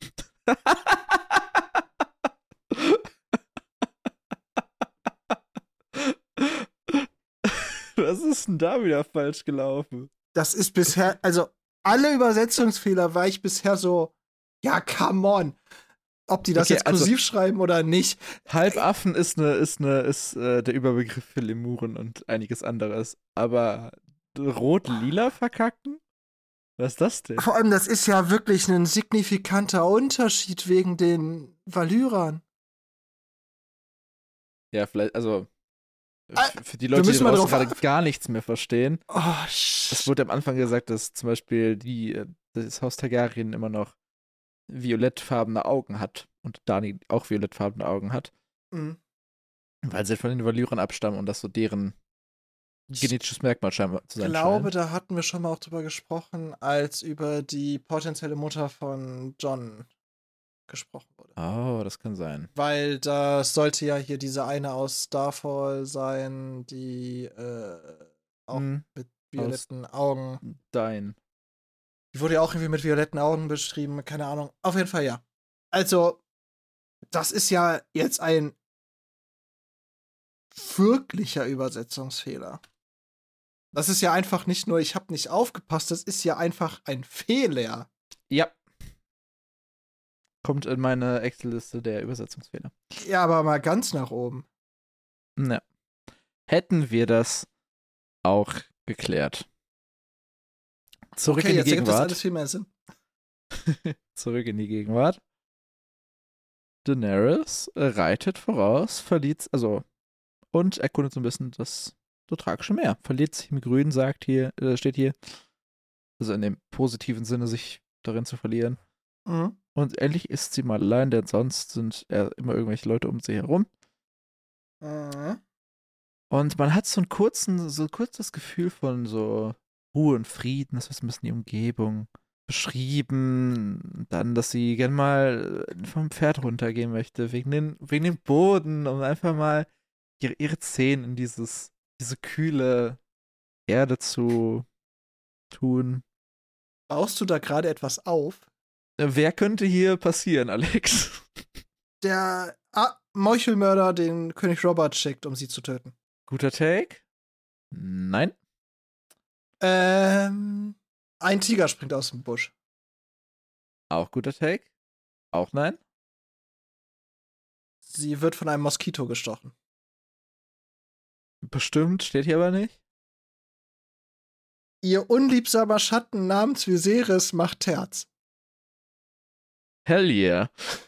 Was ist denn da wieder falsch gelaufen? Das ist bisher. Also, alle Übersetzungsfehler war ich bisher so. Ja, come on. Ob die das Okay, jetzt also kursiv schreiben oder nicht. Halbaffen ist ne, ist ne, ist äh, der Überbegriff für Lemuren und einiges anderes. Aber rot-lila verkacken? Was ist das denn? Vor allem, das ist ja wirklich ein signifikanter Unterschied wegen den Valyrern. Ja, vielleicht, also Ah, f- für die wir Leute, die müssen mal draußen drauf. gerade gar nichts mehr verstehen. Oh, Es sh- wurde am Anfang gesagt, dass zum Beispiel die, äh, das Haus Targaryen immer noch violettfarbene Augen hat und Dani auch violettfarbene Augen hat, mm. weil sie von den Valyrern abstammen und das so deren Ich genetisches Merkmal scheinbar zu sein glaube, scheint. da hatten wir schon mal auch drüber gesprochen, als über die potenzielle Mutter von John gesprochen wurde. Oh, das kann sein. Weil das sollte ja hier diese eine aus Starfall sein, die äh, auch Hm, mit aus violetten Augen. dein. Die wurde ja auch irgendwie mit violetten Augen beschrieben, keine Ahnung. Auf jeden Fall ja. Also, das ist ja jetzt ein wirklicher Übersetzungsfehler. Das ist ja einfach nicht nur, ich habe nicht aufgepasst, das ist ja einfach ein Fehler. Ja. Kommt in meine Excel-Liste der Übersetzungsfehler. Ja, aber mal ganz nach oben. Ja. hätten wir das auch geklärt. Zurück okay, in die jetzt ergibt das Gegenwart. alles viel mehr Sinn. Zurück in die Gegenwart. Daenerys reitet voraus, verliert, also, und erkundet so ein bisschen das Dothrakische Meer. Verliert sich im Grün, sagt hier, äh, steht hier, also in dem positiven Sinne, sich darin zu verlieren. Mhm. Und endlich ist sie mal allein, denn sonst sind äh, immer irgendwelche Leute um sie herum. Mhm. Und man hat so einen kurzen, so kurz das Gefühl von so Ruhe und Frieden, das ist ein bisschen die Umgebung beschrieben. Dann, dass sie gern mal vom Pferd runtergehen möchte, wegen, den, wegen dem Boden, um einfach mal ihre, ihre Zehen in dieses, diese kühle Erde zu tun. Baust du da gerade etwas auf? Äh, Wer könnte hier passieren, Alex? Der ah, Meuchelmörder, den König Robert schickt, um sie zu töten. Guter Take? Nein. Ähm, ein Tiger springt aus dem Busch. Auch guter Take? Auch nein. Sie wird von einem Moskito gestochen. Bestimmt, steht hier aber nicht. Ihr unliebsamer Schatten namens Viserys macht Terz. Hell yeah.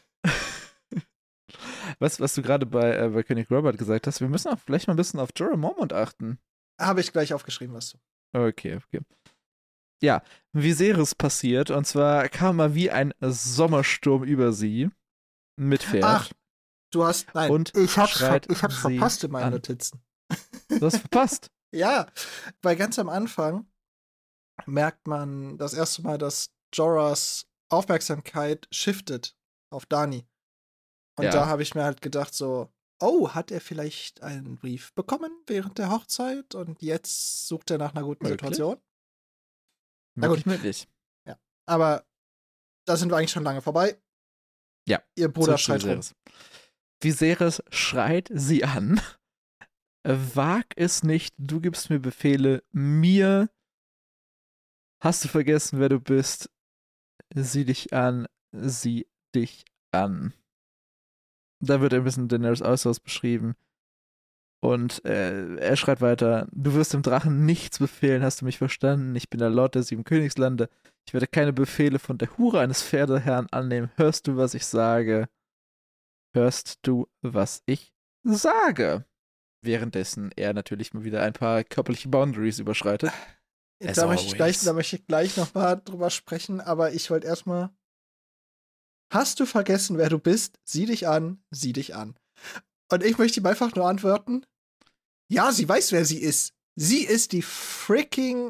was, was du gerade bei, äh, bei König Robert gesagt hast, wir müssen auch vielleicht mal ein bisschen auf Jorah Mormont achten. Habe ich gleich aufgeschrieben, was du. Okay, okay. Ja, Viserys passiert, und zwar kam er wie ein Sommersturm über sie mit Pferd. Ach, du hast, nein, und ich hab's, ver schreit ich hab's sie verpasst in meinen an. Notizen. Du hast verpasst. Ja, weil ganz am Anfang merkt man das erste Mal, dass Jorahs Aufmerksamkeit shiftet auf Dany. Und Ja. da habe ich mir halt gedacht so, oh, hat er vielleicht einen Brief bekommen während der Hochzeit und jetzt sucht er nach einer guten Möglich. Situation? Na Möglich, gut. möglich. Ja, aber da sind wir eigentlich schon lange vorbei. Ja. Ihr Bruder Zurück zu schreit rum. Viserys. Viserys schreit sie an. Wag es nicht, du gibst mir Befehle, mir. Hast du vergessen, wer du bist? Sieh dich an, sieh dich an. Da wird ein bisschen Daenerys Äußeres beschrieben. Und äh, er schreit weiter, du wirst dem Drachen nichts befehlen, hast du mich verstanden? Ich bin der Lord der sieben Königslande. Ich werde keine Befehle von der Hure eines Pferdeherrn annehmen. Hörst du, was ich sage? Hörst du, was ich sage? Währenddessen er natürlich mal wieder ein paar körperliche Boundaries überschreitet. As Da möchte, ich gleich, always. da möchte ich gleich noch mal drüber sprechen, aber ich wollte erstmal. Hast du vergessen, wer du bist? Sieh dich an, sieh dich an. Und ich möchte ihm einfach nur antworten: Ja, sie weiß, wer sie ist. Sie ist die freaking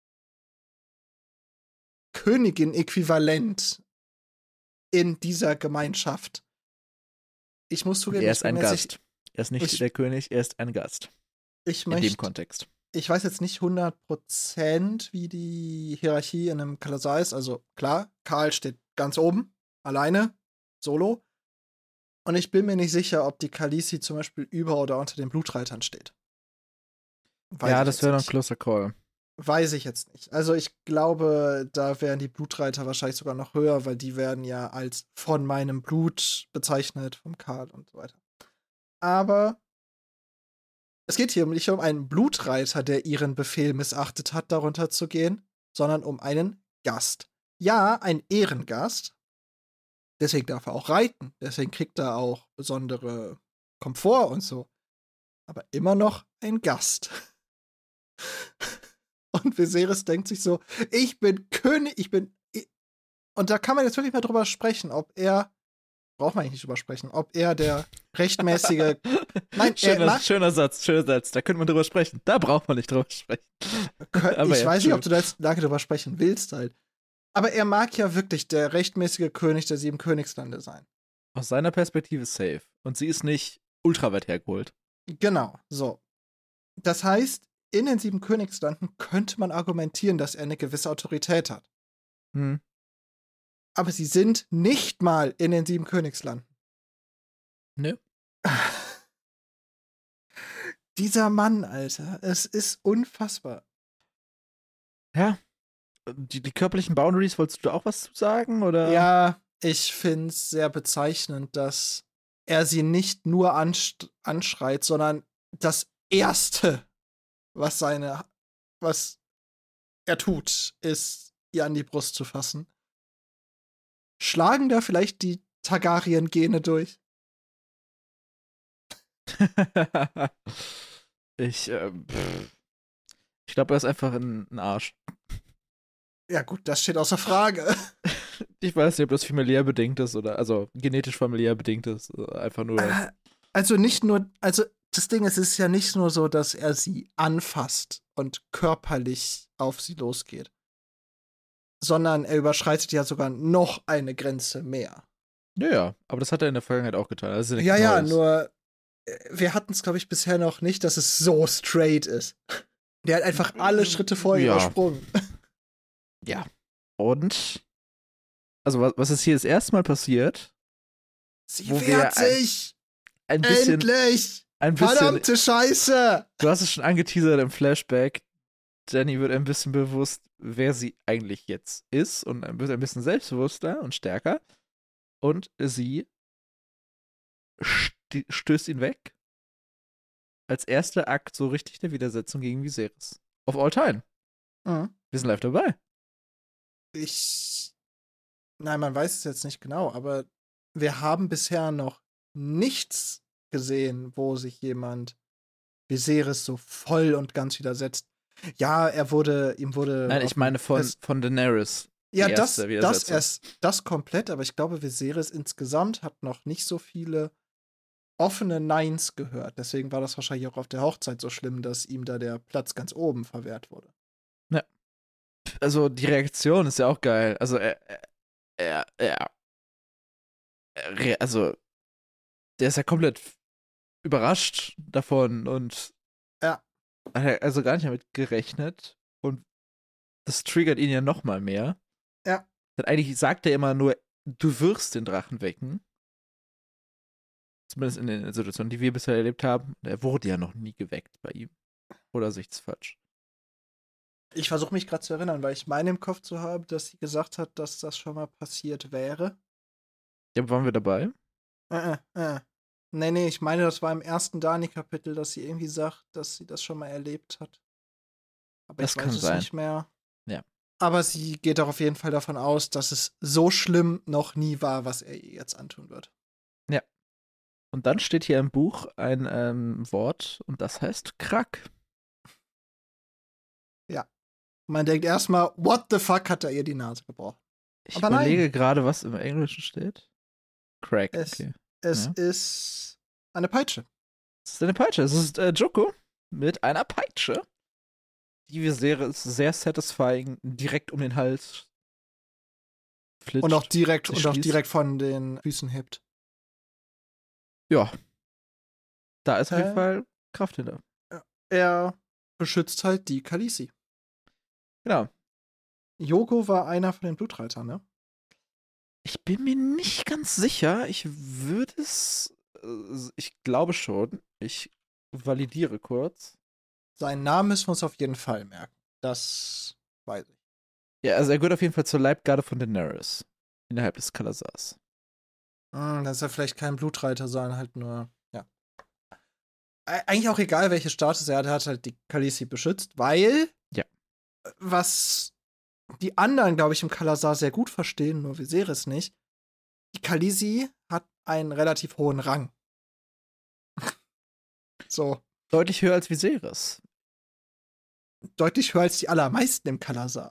Königin-Äquivalent in dieser Gemeinschaft. Ich muss zugeben, Er ich ist bin ein mir Gast. sich- Er ist nicht ich- der König, er ist ein Gast. Ich In dem möchte, Kontext. ich weiß jetzt nicht hundert Prozent, wie die Hierarchie in einem Kalasar ist. Also klar, Karl steht ganz oben, alleine, solo. Und ich bin mir nicht sicher, ob die Khaleesi zum Beispiel über oder unter den Blutreitern steht. Weiß ja, ich das jetzt wäre noch ein nicht. closer Call. Weiß ich jetzt nicht. Also ich glaube, da wären die Blutreiter wahrscheinlich sogar noch höher, weil die werden ja als von meinem Blut bezeichnet, vom Karl und so weiter. Aber es geht hier nicht um einen Blutreiter, der ihren Befehl missachtet hat, darunter zu gehen, sondern um einen Gast. Ja, ein Ehrengast. Deswegen darf er auch reiten. Deswegen kriegt er auch besondere Komfort und so. Aber immer noch ein Gast. Und Viserys denkt sich so, ich bin König, ich bin. Und da kann man jetzt wirklich mal drüber sprechen, ob er. Braucht man eigentlich nicht drüber sprechen, ob er der rechtmäßige. Nein, schöner, er schöner Satz, schöner Satz. Da könnte man drüber sprechen. Da braucht man nicht drüber sprechen. Kön Aber ich ja, weiß nicht, ob du true. da jetzt lange drüber sprechen willst halt. Aber er mag ja wirklich der rechtmäßige König der sieben Königslande sein. Aus seiner Perspektive safe. Und sie ist nicht ultra weit hergeholt. Genau, so. Das heißt, in den sieben Königslanden könnte man argumentieren, dass er eine gewisse Autorität hat. Hm. Aber sie sind nicht mal in den sieben Königslanden. Nö. Dieser Mann, Alter, es ist unfassbar. Ja. Die, die körperlichen Boundaries, wolltest du auch was zu sagen? Oder? Ja, ich finde es sehr bezeichnend, dass er sie nicht nur ansch anschreit, sondern dass Erste, was seine, was er tut, ist, ihr an die Brust zu fassen. Schlagen da vielleicht die Targaryen-Gene durch? ich, ähm, pff. ich glaube, er ist einfach ein, ein Arsch. Ja, gut, das steht außer Frage. Ich weiß nicht, ob das familiär bedingt ist oder, also genetisch familiär bedingt ist. Einfach nur. Äh, also nicht nur, also das Ding ist, es ist ja nicht nur so, dass er sie anfasst und körperlich auf sie losgeht, sondern er überschreitet ja sogar noch eine Grenze mehr. Ja, ja, aber das hat er in der Vergangenheit auch getan. Das ist Ja, ja, Neues. nur äh, wir hatten es, glaube ich, bisher noch nicht, dass es so straight ist. Der hat einfach alle Schritte vorher Ja. übersprungen. Ja. Und, also was, was ist hier das erste Mal passiert? Sie Wo wir wehrt ein- sich! Ein bisschen, Endlich! ein bisschen, Verdammte Scheiße! du hast es schon angeteasert im Flashback. Danny wird ein bisschen bewusst, wer sie eigentlich jetzt ist und wird ein bisschen selbstbewusster und stärker. Und sie st- stößt ihn weg. Als erster Akt so richtig der Widersetzung gegen Viserys. Of all time. Mhm. Wir sind live dabei. Ich. Nein, man weiß es jetzt nicht genau, aber wir haben bisher noch nichts gesehen, wo sich jemand Viserys so voll und ganz widersetzt. Ja, er wurde, ihm wurde. Nein, ich meine von, es, von Daenerys. ja, die das, erste das Widersetzung. erst, das komplett, aber ich glaube, Viserys insgesamt hat noch nicht so viele offene Neins gehört. Deswegen war das wahrscheinlich auch auf der Hochzeit so schlimm, dass ihm da der Platz ganz oben verwehrt wurde. Also die Reaktion ist ja auch geil. Also er, er, er, er, also der ist ja komplett überrascht davon und Ja. hat er also gar nicht damit gerechnet und das triggert ihn ja noch mal mehr. Ja. Denn eigentlich sagt er immer nur, du wirst den Drachen wecken. Zumindest in den Situationen, die wir bisher erlebt haben. Er wurde ja noch nie geweckt bei ihm. Oder sehe ich das falsch? Ich versuche mich gerade zu erinnern, weil ich meine im Kopf zu haben, dass sie gesagt hat, dass das schon mal passiert wäre. Ja, waren wir dabei? Äh, äh, äh. Nee, nee, ich meine, das war im ersten Dani-Kapitel, dass sie irgendwie sagt, dass sie das schon mal erlebt hat. Aber Das ich weiß kann es sein. nicht mehr. Ja. Aber sie geht auch auf jeden Fall davon aus, dass es so schlimm noch nie war, was er ihr jetzt antun wird. Ja. Und dann steht hier im Buch ein ähm, Wort und das heißt Krack. Man denkt erstmal, what the fuck hat er ihr die Nase gebrochen? Ich Aber überlege nein. gerade, was im Englischen steht. Crack, Es, okay. es Ja. ist eine Peitsche. Es ist eine Peitsche. Es ist äh, Joko mit einer Peitsche. Die Viserys sehr satisfying direkt um den Hals flitscht. Und auch direkt, sich und auch schließt. direkt von den Füßen hebt. Ja. Da ist auf jeden Äh. Fall Kraft hinter. Er beschützt halt die Khaleesi. Genau. Joko war einer von den Blutreitern, ne? Ich bin mir nicht ganz sicher. Ich würde es. äh, Ich glaube schon. Ich validiere kurz. Seinen Namen müssen wir uns auf jeden Fall merken. Das weiß ich. Ja, also er gehört auf jeden Fall zur Leibgarde von Daenerys. Innerhalb des Kalasars. Hm, das ist ja vielleicht kein Blutreiter, sondern halt nur, ja. E- Eigentlich auch egal, welche Status er hat, er hat halt die Khaleesi beschützt, weil Ja. was die anderen, glaube ich, im Kalasar sehr gut verstehen, nur Viserys nicht, die Khaleesi hat einen relativ hohen Rang. So, Deutlich höher als Viserys. deutlich höher als die allermeisten im Kalasar.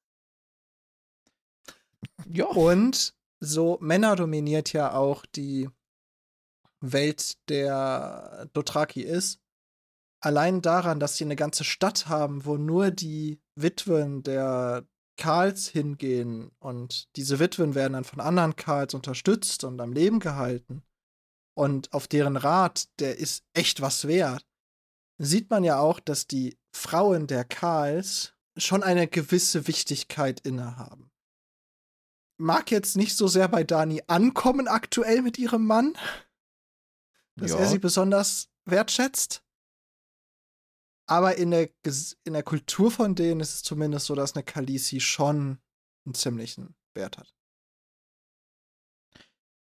Ja. Und so Männer dominiert ja auch die Welt der Dothraki ist. Allein daran, dass sie eine ganze Stadt haben, wo nur die Witwen der Karls hingehen und diese Witwen werden dann von anderen Karls unterstützt und am Leben gehalten. Und auf deren Rat, der ist echt was wert. Sieht man ja auch, dass die Frauen der Karls schon eine gewisse Wichtigkeit innehaben. Mag jetzt nicht so sehr bei Dani ankommen aktuell mit ihrem Mann, dass Ja. er sie besonders wertschätzt. Aber in der, Ges- in der Kultur von denen ist es zumindest so, dass eine Khaleesi schon einen ziemlichen Wert hat.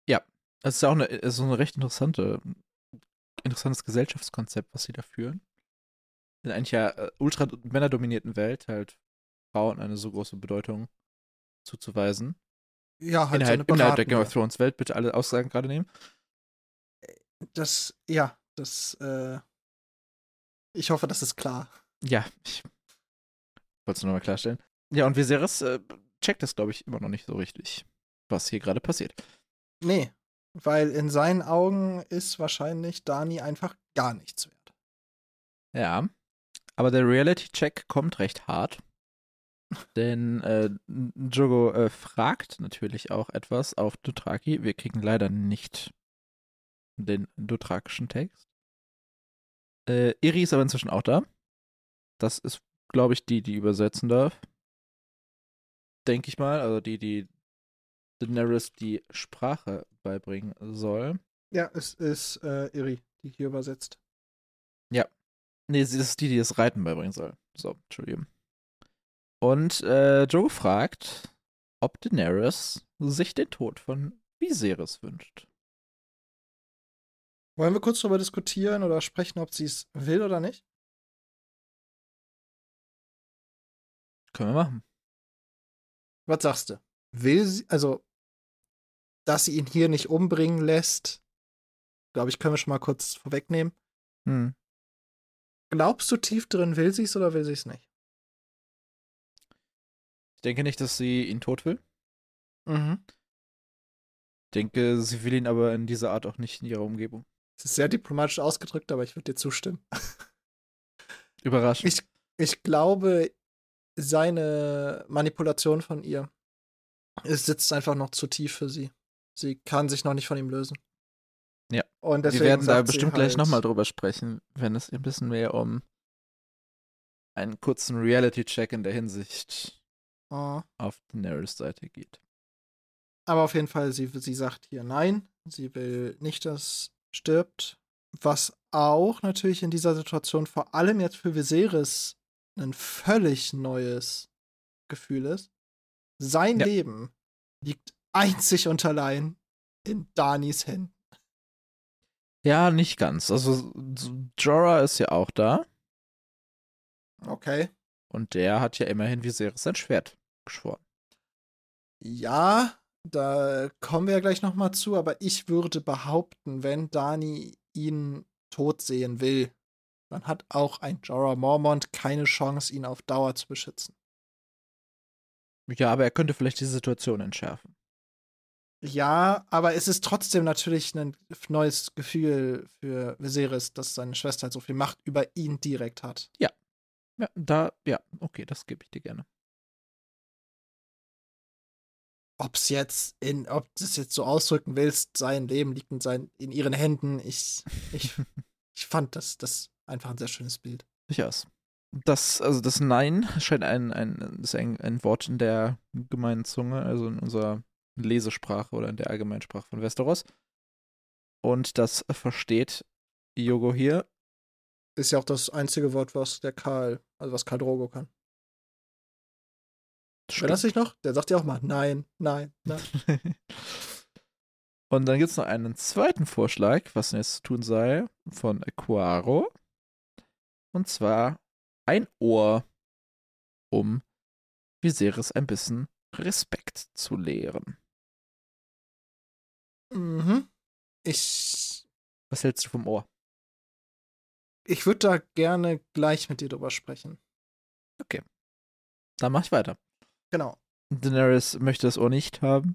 Das ist ja auch eine, ist so ein recht interessante, interessantes Gesellschaftskonzept, was sie da führen. in eigentlich ja äh, ultra männerdominierten Welt halt Frauen eine so große Bedeutung zuzuweisen. Ja, halt Innerhalb, so eine innerhalb der Game beratende. of Thrones Welt bitte alle Aussagen gerade nehmen. Das, ja, das, äh, ich hoffe, das ist klar. Ja, ich wollte es nur mal klarstellen. Ja, und Viserys äh, checkt das, glaube ich, immer noch nicht so richtig, was hier gerade passiert. Nee, weil in seinen Augen ist wahrscheinlich Dani einfach gar nichts wert. Ja, aber der Reality-Check kommt recht hart. Denn äh, Jogo äh, fragt natürlich auch etwas auf Dothraki. Wir kriegen leider nicht den dothrakischen Text. Äh, Iri ist aber inzwischen auch da. Das ist, glaube ich, die, die übersetzen darf. Denke ich mal. Also die, die Daenerys die Sprache beibringen soll. Ja, es ist äh, Iri, die hier übersetzt. Ja. Nee, sie ist die, die das Reiten beibringen soll. So, Entschuldigung. Und äh, Joe fragt, ob Daenerys sich den Tod von Viserys wünscht. Wollen wir kurz darüber diskutieren oder sprechen, ob sie es will oder nicht? Können wir machen. Was sagst du? Will sie, also, dass sie ihn hier nicht umbringen lässt, glaube ich, können wir schon mal kurz vorwegnehmen. Hm. Glaubst du tief drin, will sie es oder will sie es nicht? Ich denke nicht, dass sie ihn tot will. Mhm. Ich denke, sie will ihn aber in dieser Art auch nicht in ihrer Umgebung. Das ist sehr diplomatisch ausgedrückt, aber ich würde dir zustimmen. Überraschend. Ich, ich glaube, seine Manipulation von ihr, es sitzt einfach noch zu tief für sie. Sie kann sich noch nicht von ihm lösen. Ja. Und Wir deswegen werden da sagt sie bestimmt gleich halt, nochmal drüber sprechen, wenn es ein bisschen mehr um einen kurzen Reality-Check in der Hinsicht oh. auf Daenerys Seite geht. Aber auf jeden Fall, sie, sie sagt hier nein. Sie will nicht, dass stirbt. Was auch natürlich in dieser Situation vor allem jetzt für Viserys ein völlig neues Gefühl ist. Sein Ja. Leben liegt einzig und allein in Danis Händen. Ja, nicht ganz. Also Jorah ist ja auch da. Okay. Und der hat ja immerhin Viserys sein Schwert geschworen. Ja, da kommen wir ja gleich noch mal zu, aber ich würde behaupten, wenn Dani ihn tot sehen will, dann hat auch ein Jorah Mormont keine Chance, ihn auf Dauer zu beschützen. Ja, aber er könnte vielleicht die Situation entschärfen. Ja, aber es ist trotzdem natürlich ein neues Gefühl für Viserys, dass seine Schwester halt so viel Macht über ihn direkt hat. Ja. Ja, da, ja, okay, das gebe ich dir gerne. Ob's jetzt in, ob du es jetzt so ausdrücken willst, sein Leben liegt in, sein, in ihren Händen. Ich, ich, ich fand das, das einfach ein sehr schönes Bild. Durchaus. Das, also das Nein scheint ein, ein, ist ein, ein Wort in der gemeinen Zunge, also in unserer Lesesprache oder in der Allgemeinsprache von Westeros. Und das versteht Yogo hier. Ist ja auch das einzige Wort, was der Karl, also was Karl Drogo kann. Erinnerst du dich noch? Der sagt ja auch mal nein, nein, nein. Und dann gibt es noch einen zweiten Vorschlag, was denn jetzt zu tun sei, von Quaro. Und zwar ein Ohr, um Viserys ein bisschen Respekt zu lehren. Mhm. Ich. Was hältst du vom Ohr? Ich würde da gerne gleich mit dir drüber sprechen. Okay. Dann mach ich weiter. Genau. Daenerys möchte das Ohr nicht haben.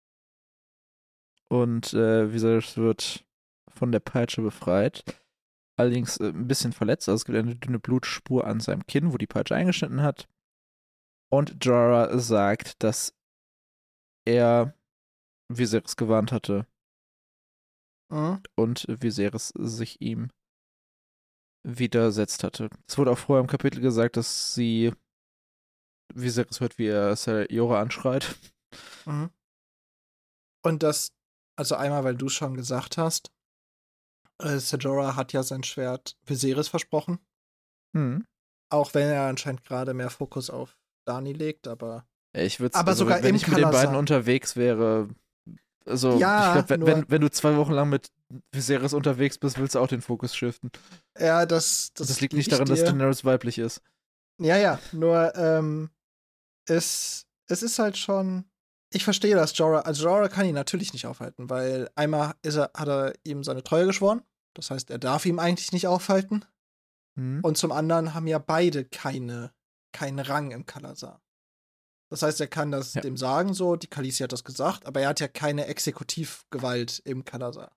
Und äh, Viserys wird von der Peitsche befreit. Allerdings äh, ein bisschen verletzt. Also es gibt eine dünne Blutspur an seinem Kinn, wo die Peitsche eingeschnitten hat. Und Jorah sagt, dass er Viserys gewarnt hatte. Mhm. Und Viserys sich ihm widersetzt hatte. Es wurde auch vorher im Kapitel gesagt, dass sie Viserys hört, wie er Ser Jorah anschreit. Mhm. Und das, also einmal, weil du schon gesagt hast, äh, Ser Jorah hat ja sein Schwert Viserys versprochen. Hm. Auch wenn er anscheinend gerade mehr Fokus auf Dani legt, aber. Ich würde Aber also, sogar wenn im ich mit den beiden Kalasar. unterwegs wäre, also Ja, ich glaube, wenn, nur- wenn, wenn du zwei Wochen lang mit Viserys unterwegs bist, willst du auch den Fokus shiften. Ja, das Das, das, das liegt geb nicht ich daran, dass dir. Daenerys weiblich ist. Ja, ja, nur ähm, es, es ist halt schon. Ich verstehe das, Jorah. Also Jorah kann ihn natürlich nicht aufhalten, weil einmal ist er, hat er ihm seine Treue geschworen. Das heißt, er darf ihm eigentlich nicht aufhalten. Hm? Und zum anderen haben ja beide keine, keinen Rang im Kalasar. Das heißt, er kann das Ja. dem sagen, so, die Khaleesi hat das gesagt, aber er hat ja keine Exekutivgewalt im Kalasar.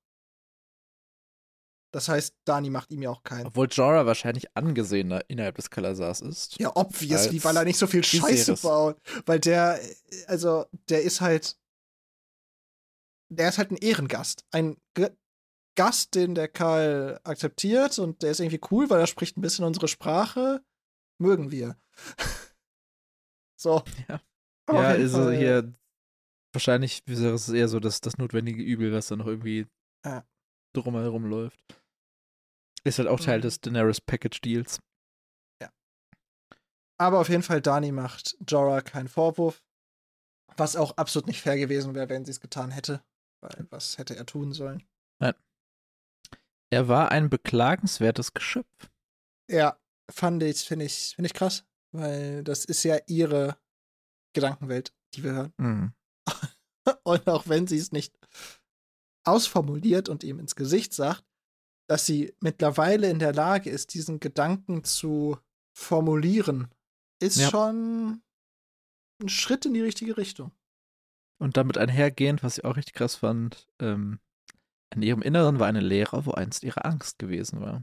Das heißt, Dani macht ihm ja auch keinen. Obwohl Jorah wahrscheinlich angesehener innerhalb des Kalasars ist. Ja, obviously, als weil er nicht so viel Scheiße Viserys. baut. Weil der, also, der ist halt, der ist halt ein Ehrengast. Ein G Gast, den der Karl akzeptiert und der ist irgendwie cool, weil er spricht ein bisschen unsere Sprache. Mögen wir. So. Ja, Auf ja jeden ist Fall. er hier wahrscheinlich Viserys ist eher so das, das notwendige Übel, was da noch irgendwie Ja. drumherum läuft. Ist halt auch Teil Mhm. des Daenerys Package Deals. Aber auf jeden Fall, Dani macht Jorah keinen Vorwurf. Was auch absolut nicht fair gewesen wäre, wenn sie es getan hätte. Weil was hätte er tun sollen? Er war ein beklagenswertes Geschöpf. Ja, fand ich, finde ich, finde ich krass. Weil das ist ja ihre Gedankenwelt, die wir hören. Mhm. Und auch wenn sie es nicht ausformuliert und ihm ins Gesicht sagt, dass sie mittlerweile in der Lage ist, diesen Gedanken zu formulieren, ist Ja. schon ein Schritt in die richtige Richtung. Und damit einhergehend, was ich auch richtig krass fand, ähm, in ihrem Inneren war eine Leere, wo einst ihre Angst gewesen war.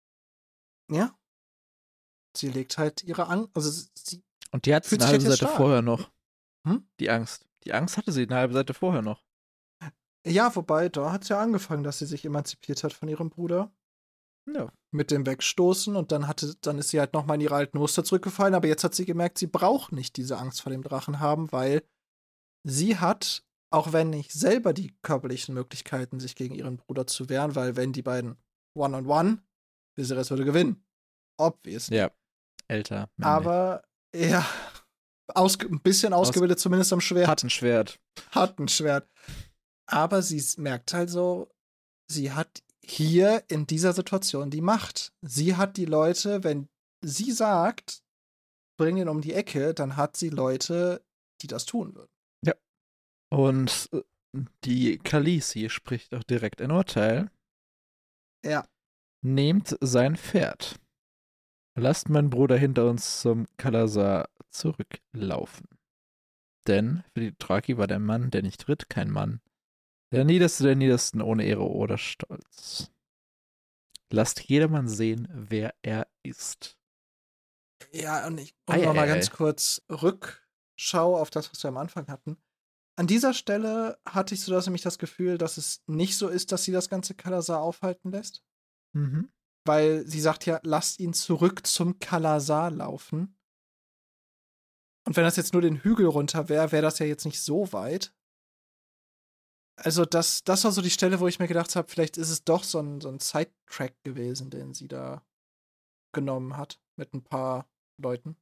Ja. Sie legt halt ihre Angst, also sie, Und die hat sie Fühlt eine sich halbe halt jetzt Seite stark. vorher noch. Hm? Die Angst. Die Angst hatte sie eine halbe Seite vorher noch. ja, wobei, da hat es ja angefangen, dass sie sich emanzipiert hat von ihrem Bruder. Ja. Mit dem Wegstoßen und dann hatte, dann ist sie halt nochmal in ihre alten Muster zurückgefallen, aber jetzt hat sie gemerkt, sie braucht nicht diese Angst vor dem Drachen haben, weil sie hat, auch wenn nicht selber die körperlichen Möglichkeiten, sich gegen ihren Bruder zu wehren, weil wenn die beiden One-on-One, Viserys würde gewinnen. Obviously. Ja. Älter. männlich. Aber, ja, ausge ein bisschen ausgebildet zumindest am Schwert. Hat ein Schwert. Hat ein Schwert. Aber sie s- merkt halt so, sie hat hier in dieser Situation die Macht. Sie hat die Leute, wenn sie sagt, bring ihn um die Ecke, dann hat sie Leute, die das tun würden. Und äh, die Khaleesi spricht auch direkt ein Urteil. Ja. Nehmt sein Pferd. Lasst meinen Bruder hinter uns zum Kalasar zurücklaufen. Denn für die Dothraki war der Mann, der nicht ritt, kein Mann. Der Niederste der Niedersten ohne Ehre oder Stolz. Lasst jedermann sehen, wer er ist. Ja, und ich und Ei, noch mal ei, ganz ei. kurz Rückschau auf das, was wir am Anfang hatten. An dieser Stelle hatte ich so dass nämlich das Gefühl, dass es nicht so ist, dass sie das ganze Kalasar aufhalten lässt. Mhm. Weil sie sagt ja, lasst ihn zurück zum Kalasar laufen. Und wenn das jetzt nur den Hügel runter wäre, wäre das ja jetzt nicht so weit. Also, das, das war so die Stelle, wo ich mir gedacht habe, vielleicht ist es doch so ein, so ein Sidetrack gewesen, den sie da genommen hat mit ein paar Leuten.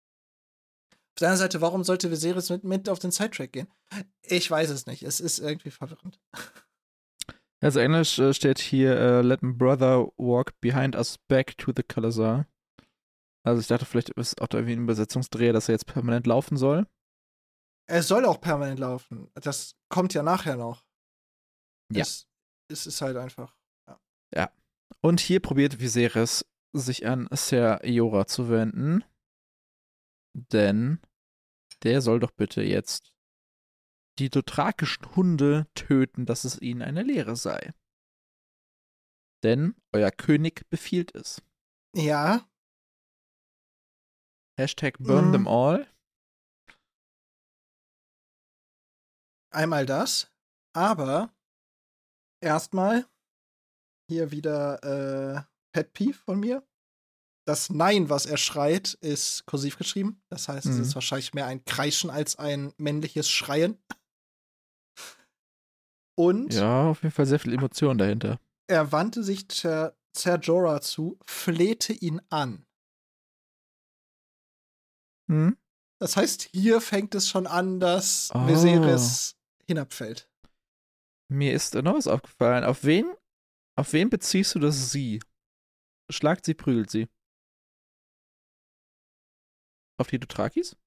Auf der anderen Seite, warum sollte Viserys mit, mit auf den Sidetrack gehen? Ich weiß es nicht. Es ist irgendwie verwirrend. Also Englisch äh, steht hier, äh, let my brother walk behind us back to the Kalasar. Also ich dachte, vielleicht ist auch da irgendwie ein Übersetzungsdreher, dass er jetzt permanent laufen soll. Er soll auch permanent laufen. Das kommt ja nachher noch. Ja. Es, es ist halt einfach. Und hier probiert Viserys, sich an Ser Jorah zu wenden. Denn der soll doch bitte jetzt die dothrakischen Hunde töten, dass es ihnen eine Lehre sei. Denn euer König befiehlt es. Ja, Hashtag burn Mhm. them all. einmal das. Aber erstmal hier wieder äh, Pet Peeve von mir. Das Nein, was er schreit, ist kursiv geschrieben. Das heißt, es Mhm. ist wahrscheinlich mehr ein Kreischen als ein männliches Schreien. Und Ja, auf jeden Fall sehr viel Emotion dahinter. er wandte sich Ser Ser Jorah zu, flehte ihn an. Hm? Das heißt, hier fängt es schon an, dass Oh. Viserys hinabfällt. Mir ist noch was aufgefallen. Auf wen Auf wen beziehst du das sie? Schlagt sie, prügelt sie. Auf die Dothrakis?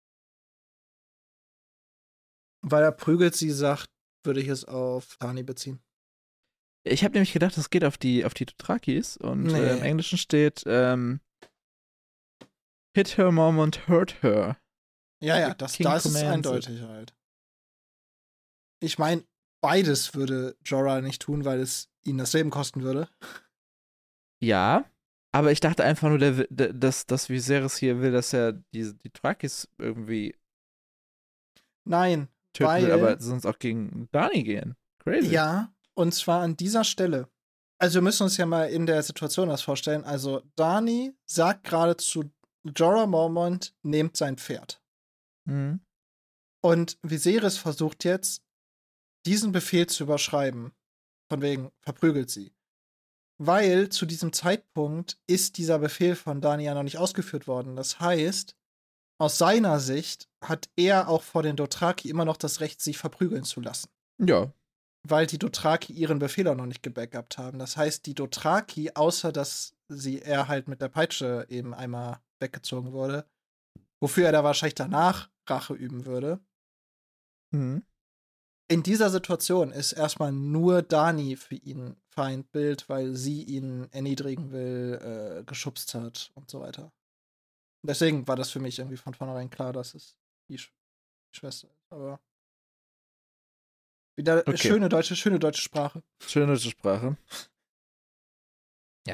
Weil er prügelt sie sagt, würde ich es auf Dani beziehen. Ich habe nämlich gedacht, es geht auf die, auf die Dothrakis und Nee. äh, im Englischen steht ähm, Hit her mom and hurt her. Ja, ja, das, King das ist commands it. eindeutig halt. Ich meine, beides würde Jorah nicht tun, weil es ihn das Leben kosten würde. Ja, aber ich dachte einfach nur, der, der, dass, dass Viserys hier will, dass er die, die Dothrakis irgendwie Nein, töten weil, will, aber sonst auch gegen Dani gehen. Crazy. ja, und zwar an dieser Stelle. Also wir müssen uns ja mal in der Situation das vorstellen. Also Dani sagt gerade zu Jorah Mormont, nehmt sein Pferd. Mhm. Und Viserys versucht jetzt, diesen Befehl zu überschreiben. Von wegen, verprügelt sie. Weil zu diesem Zeitpunkt ist dieser Befehl von Dani ja noch nicht ausgeführt worden. Das heißt, aus seiner Sicht hat er auch vor den Dothraki immer noch das Recht, sich verprügeln zu lassen. Ja. Weil die Dothraki ihren Befehl auch noch nicht gebackupt haben. Das heißt, die Dothraki, außer dass sie er halt mit der Peitsche eben einmal weggezogen wurde, wofür er da wahrscheinlich danach Rache üben würde. Mhm. In dieser Situation ist erstmal nur Dani für ihn Feindbild, weil sie ihn erniedrigen will, äh, geschubst hat und so weiter. Deswegen war das für mich irgendwie von vornherein klar, dass es die, Sch die Schwester ist. Aber wieder Okay. schöne deutsche, schöne deutsche Sprache. Schöne deutsche Sprache. Ja.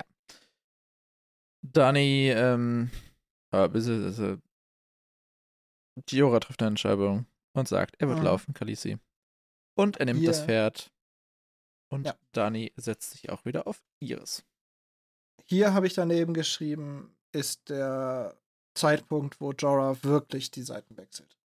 Dani, ähm, ah, bis also, Jorah trifft eine Entscheidung und sagt, er wird Mhm. laufen, Khaleesi. Und er nimmt Hier. das Pferd. Und Ja. Dani setzt sich auch wieder auf ihres. Hier habe ich daneben geschrieben, ist der Zeitpunkt, wo Jorah wirklich die Seiten wechselt.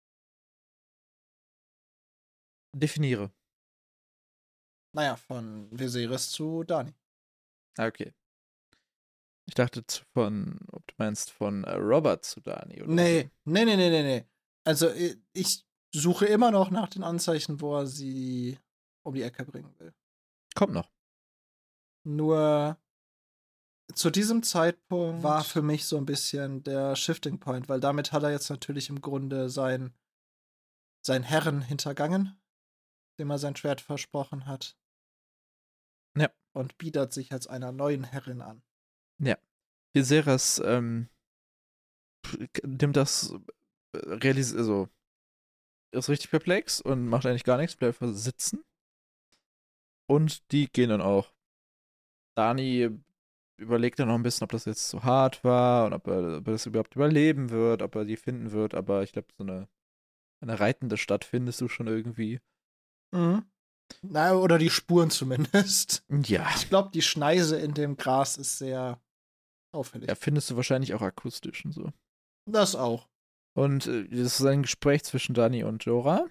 Definiere. Naja, von Viserys zu Dani. Ah, okay. Ich dachte zu- von, ob du meinst von äh, Robert zu Dani oder Nee, so. nee, nee, nee, nee, nee. Also i- ich suche immer noch nach den Anzeichen, wo er sie um die Ecke bringen will. Kommt noch. Nur zu diesem Zeitpunkt war für mich so ein bisschen der Shifting Point, weil damit hat er jetzt natürlich im Grunde sein, sein Herren hintergangen, dem er sein Schwert versprochen hat. Ja. Und bietet sich als einer neuen Herrin an. Ja. Viserys ähm, nimmt das, äh, realis also ist richtig perplex und macht eigentlich gar nichts, bleibt einfach sitzen. Und die gehen dann auch. Dani überlegt dann noch ein bisschen, ob das jetzt zu hart war und ob er, ob er das überhaupt überleben wird, ob er die finden wird, aber ich glaube, so eine, eine reitende Stadt findest du schon irgendwie. Mhm. Na, oder die Spuren zumindest. Ja. Ich glaube, die Schneise in dem Gras ist sehr auffällig. Ja, findest du wahrscheinlich auch akustisch und so. Das auch. Und äh, das ist ein Gespräch zwischen Dani und Jorah.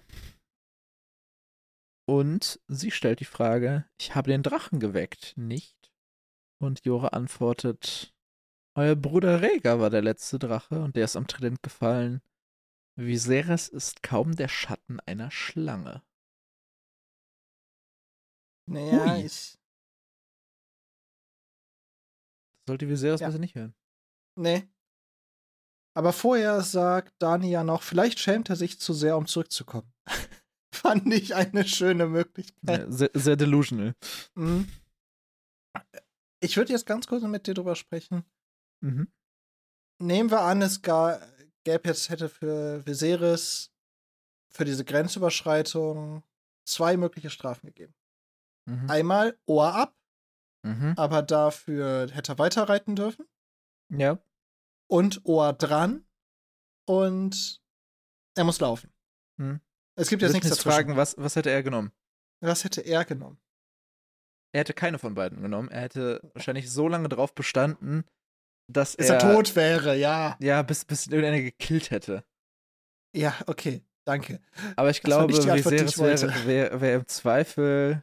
Und sie stellt die Frage, ich habe den Drachen geweckt, nicht? Und Jorah antwortet, euer Bruder Rhaegar war der letzte Drache und der ist am Trident gefallen. Viserys ist kaum der Schatten einer Schlange. Naja, Hui. ich. Sollte Viserys Ja. besser nicht hören. Nee. Aber vorher sagt Dani ja noch, vielleicht schämt er sich zu sehr, um zurückzukommen. Fand ich eine schöne Möglichkeit. Ja, sehr, sehr delusional. Mhm. Ich würde jetzt ganz kurz mit dir drüber sprechen. Mhm. Nehmen wir an, es ga, gäbe jetzt, hätte für Viserys für diese Grenzüberschreitung zwei mögliche Strafen gegeben. Mhm. Einmal Ohr ab, Mhm. aber dafür hätte er weiterreiten dürfen. Ja. Und Ohr dran und er muss laufen. Mhm. Es gibt Du jetzt wirst nichts mich jetzt dazwischen. fragen, was, was hätte er genommen? Was hätte er genommen? Er hätte keine von beiden genommen. Er hätte wahrscheinlich so lange drauf bestanden, dass Bis er, er tot wäre, ja. Ja, bis, bis ihn irgendeiner gekillt hätte. Ja, okay, danke. Aber ich Das war glaube, nicht die Antwort, die ich Viserys wollte. wäre wär, wär im Zweifel.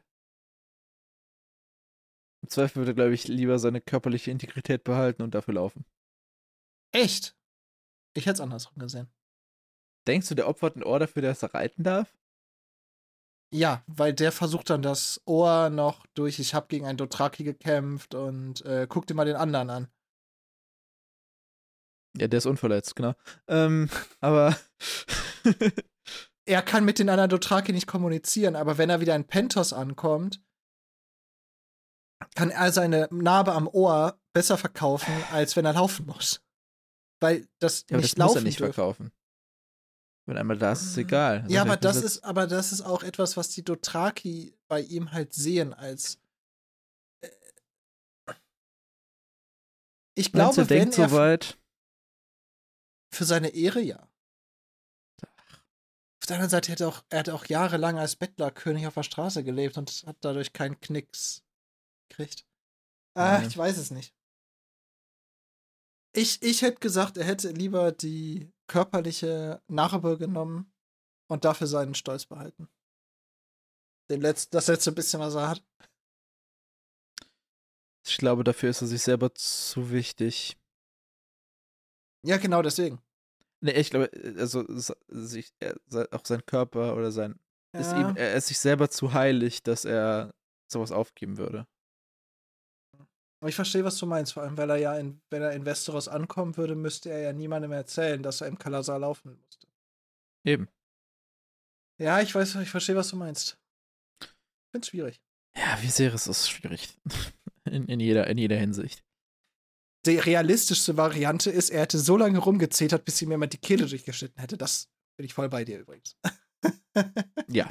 Im Zweifel würde, glaube ich, lieber seine körperliche Integrität behalten und dafür laufen. Echt? Ich hätte es andersrum gesehen. Denkst du, der opfert ein Ohr dafür, dass er reiten darf? Ja, weil der versucht dann das Ohr noch durch, ich habe gegen einen Dothraki gekämpft und äh, guck dir mal den anderen an. Ja, der ist unverletzt, genau. Ähm, aber Er kann mit den anderen Dothraki nicht kommunizieren, aber wenn er wieder in Pentos ankommt, kann er seine Narbe am Ohr besser verkaufen, als wenn er laufen muss. Weil das ja, aber nicht das muss er laufen nicht dürfte. verkaufen. Wenn einmal da ist, ist es egal. Ja, Sagt er, aber ich muss das jetzt- ist, aber das ist auch etwas, was die Dothraki bei ihm halt sehen als. äh, Ich Meinst du, er glaube, wenn denkt er so f- weit? für seine Ehre, ja. Auf der anderen Seite hätte auch, er hat auch jahrelang als Bettlerkönig auf der Straße gelebt und hat dadurch keinen Knicks gekriegt. Ah, Ja. ich weiß es nicht. Ich, ich hätte gesagt, er hätte lieber die körperliche Narbe genommen und dafür seinen Stolz behalten. Den letzten, das letzte bisschen, was er hat. Ich glaube, dafür ist er sich selber zu wichtig. Ja, genau deswegen. Nee, ich glaube, also s- sich, er, se- auch sein Körper oder sein. Ist ihm, Ja. er ist sich selber zu heilig, dass er sowas aufgeben würde. Aber ich verstehe, was du meinst, vor allem, weil er ja, in, wenn er in Westeros ankommen würde, müsste er ja niemandem erzählen, dass er im Kalasar laufen musste. Eben. Ja, ich weiß, ich verstehe, was du meinst. Ich find's schwierig. Ja, Viserys ist schwierig. In, in, jeder, in jeder Hinsicht. Die realistischste Variante ist, er hätte so lange rumgezetert, bis ihm jemand die Kehle durchgeschnitten hätte. Das bin ich voll bei dir übrigens. Ja.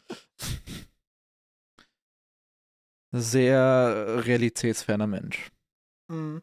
Sehr realitätsferner Mensch. Mhm.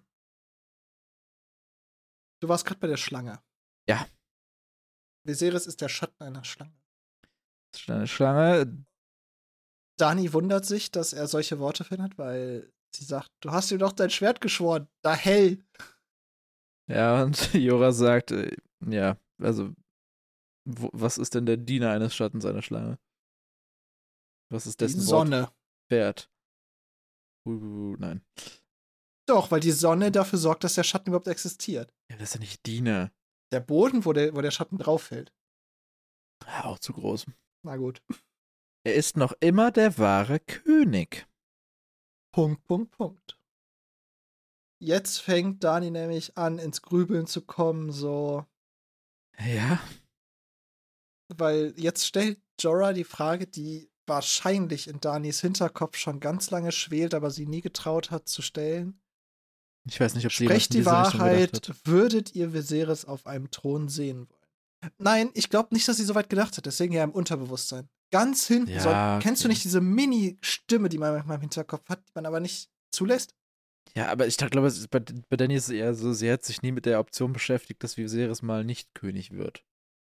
Du warst gerade bei der Schlange. Ja. Viserys ist der Schatten einer Schlange. Das ist eine Schlange. Dani wundert sich, dass er solche Worte findet, weil sie sagt, du hast ihm doch dein Schwert geschworen. Da hell. Ja, und Jorah sagt, äh, ja, also, wo, was ist denn der Diener eines Schattens einer Schlange? Was ist Die dessen Wort Sonne. wert? Uh, nein. Doch, weil die Sonne dafür sorgt, dass der Schatten überhaupt existiert. Ja, das ist ja nicht Diener. Der Boden, wo der, wo der Schatten drauf fällt. Ja, auch zu groß. Na gut. Er ist noch immer der wahre König. Punkt, Punkt, Punkt. Jetzt fängt Dani nämlich an, ins Grübeln zu kommen, so. Ja. Weil jetzt stellt Jorah die Frage, die wahrscheinlich in Danis Hinterkopf schon ganz lange schwelt, aber sie nie getraut hat zu stellen. Ich weiß nicht, ob sie Sprecht in die diese Richtung gedacht Wahrheit, hat. würdet ihr Viserys auf einem Thron sehen wollen? Nein, ich glaube nicht, dass sie so weit gedacht hat, deswegen ja im Unterbewusstsein. Ganz hinten, Ja, so, okay. kennst du nicht diese Mini-Stimme, die man manchmal im Hinterkopf hat, die man aber nicht zulässt? Ja, aber ich glaube, es ist bei, bei Dany ist es eher so, sie hat sich nie mit der Option beschäftigt, dass Viserys mal nicht König wird.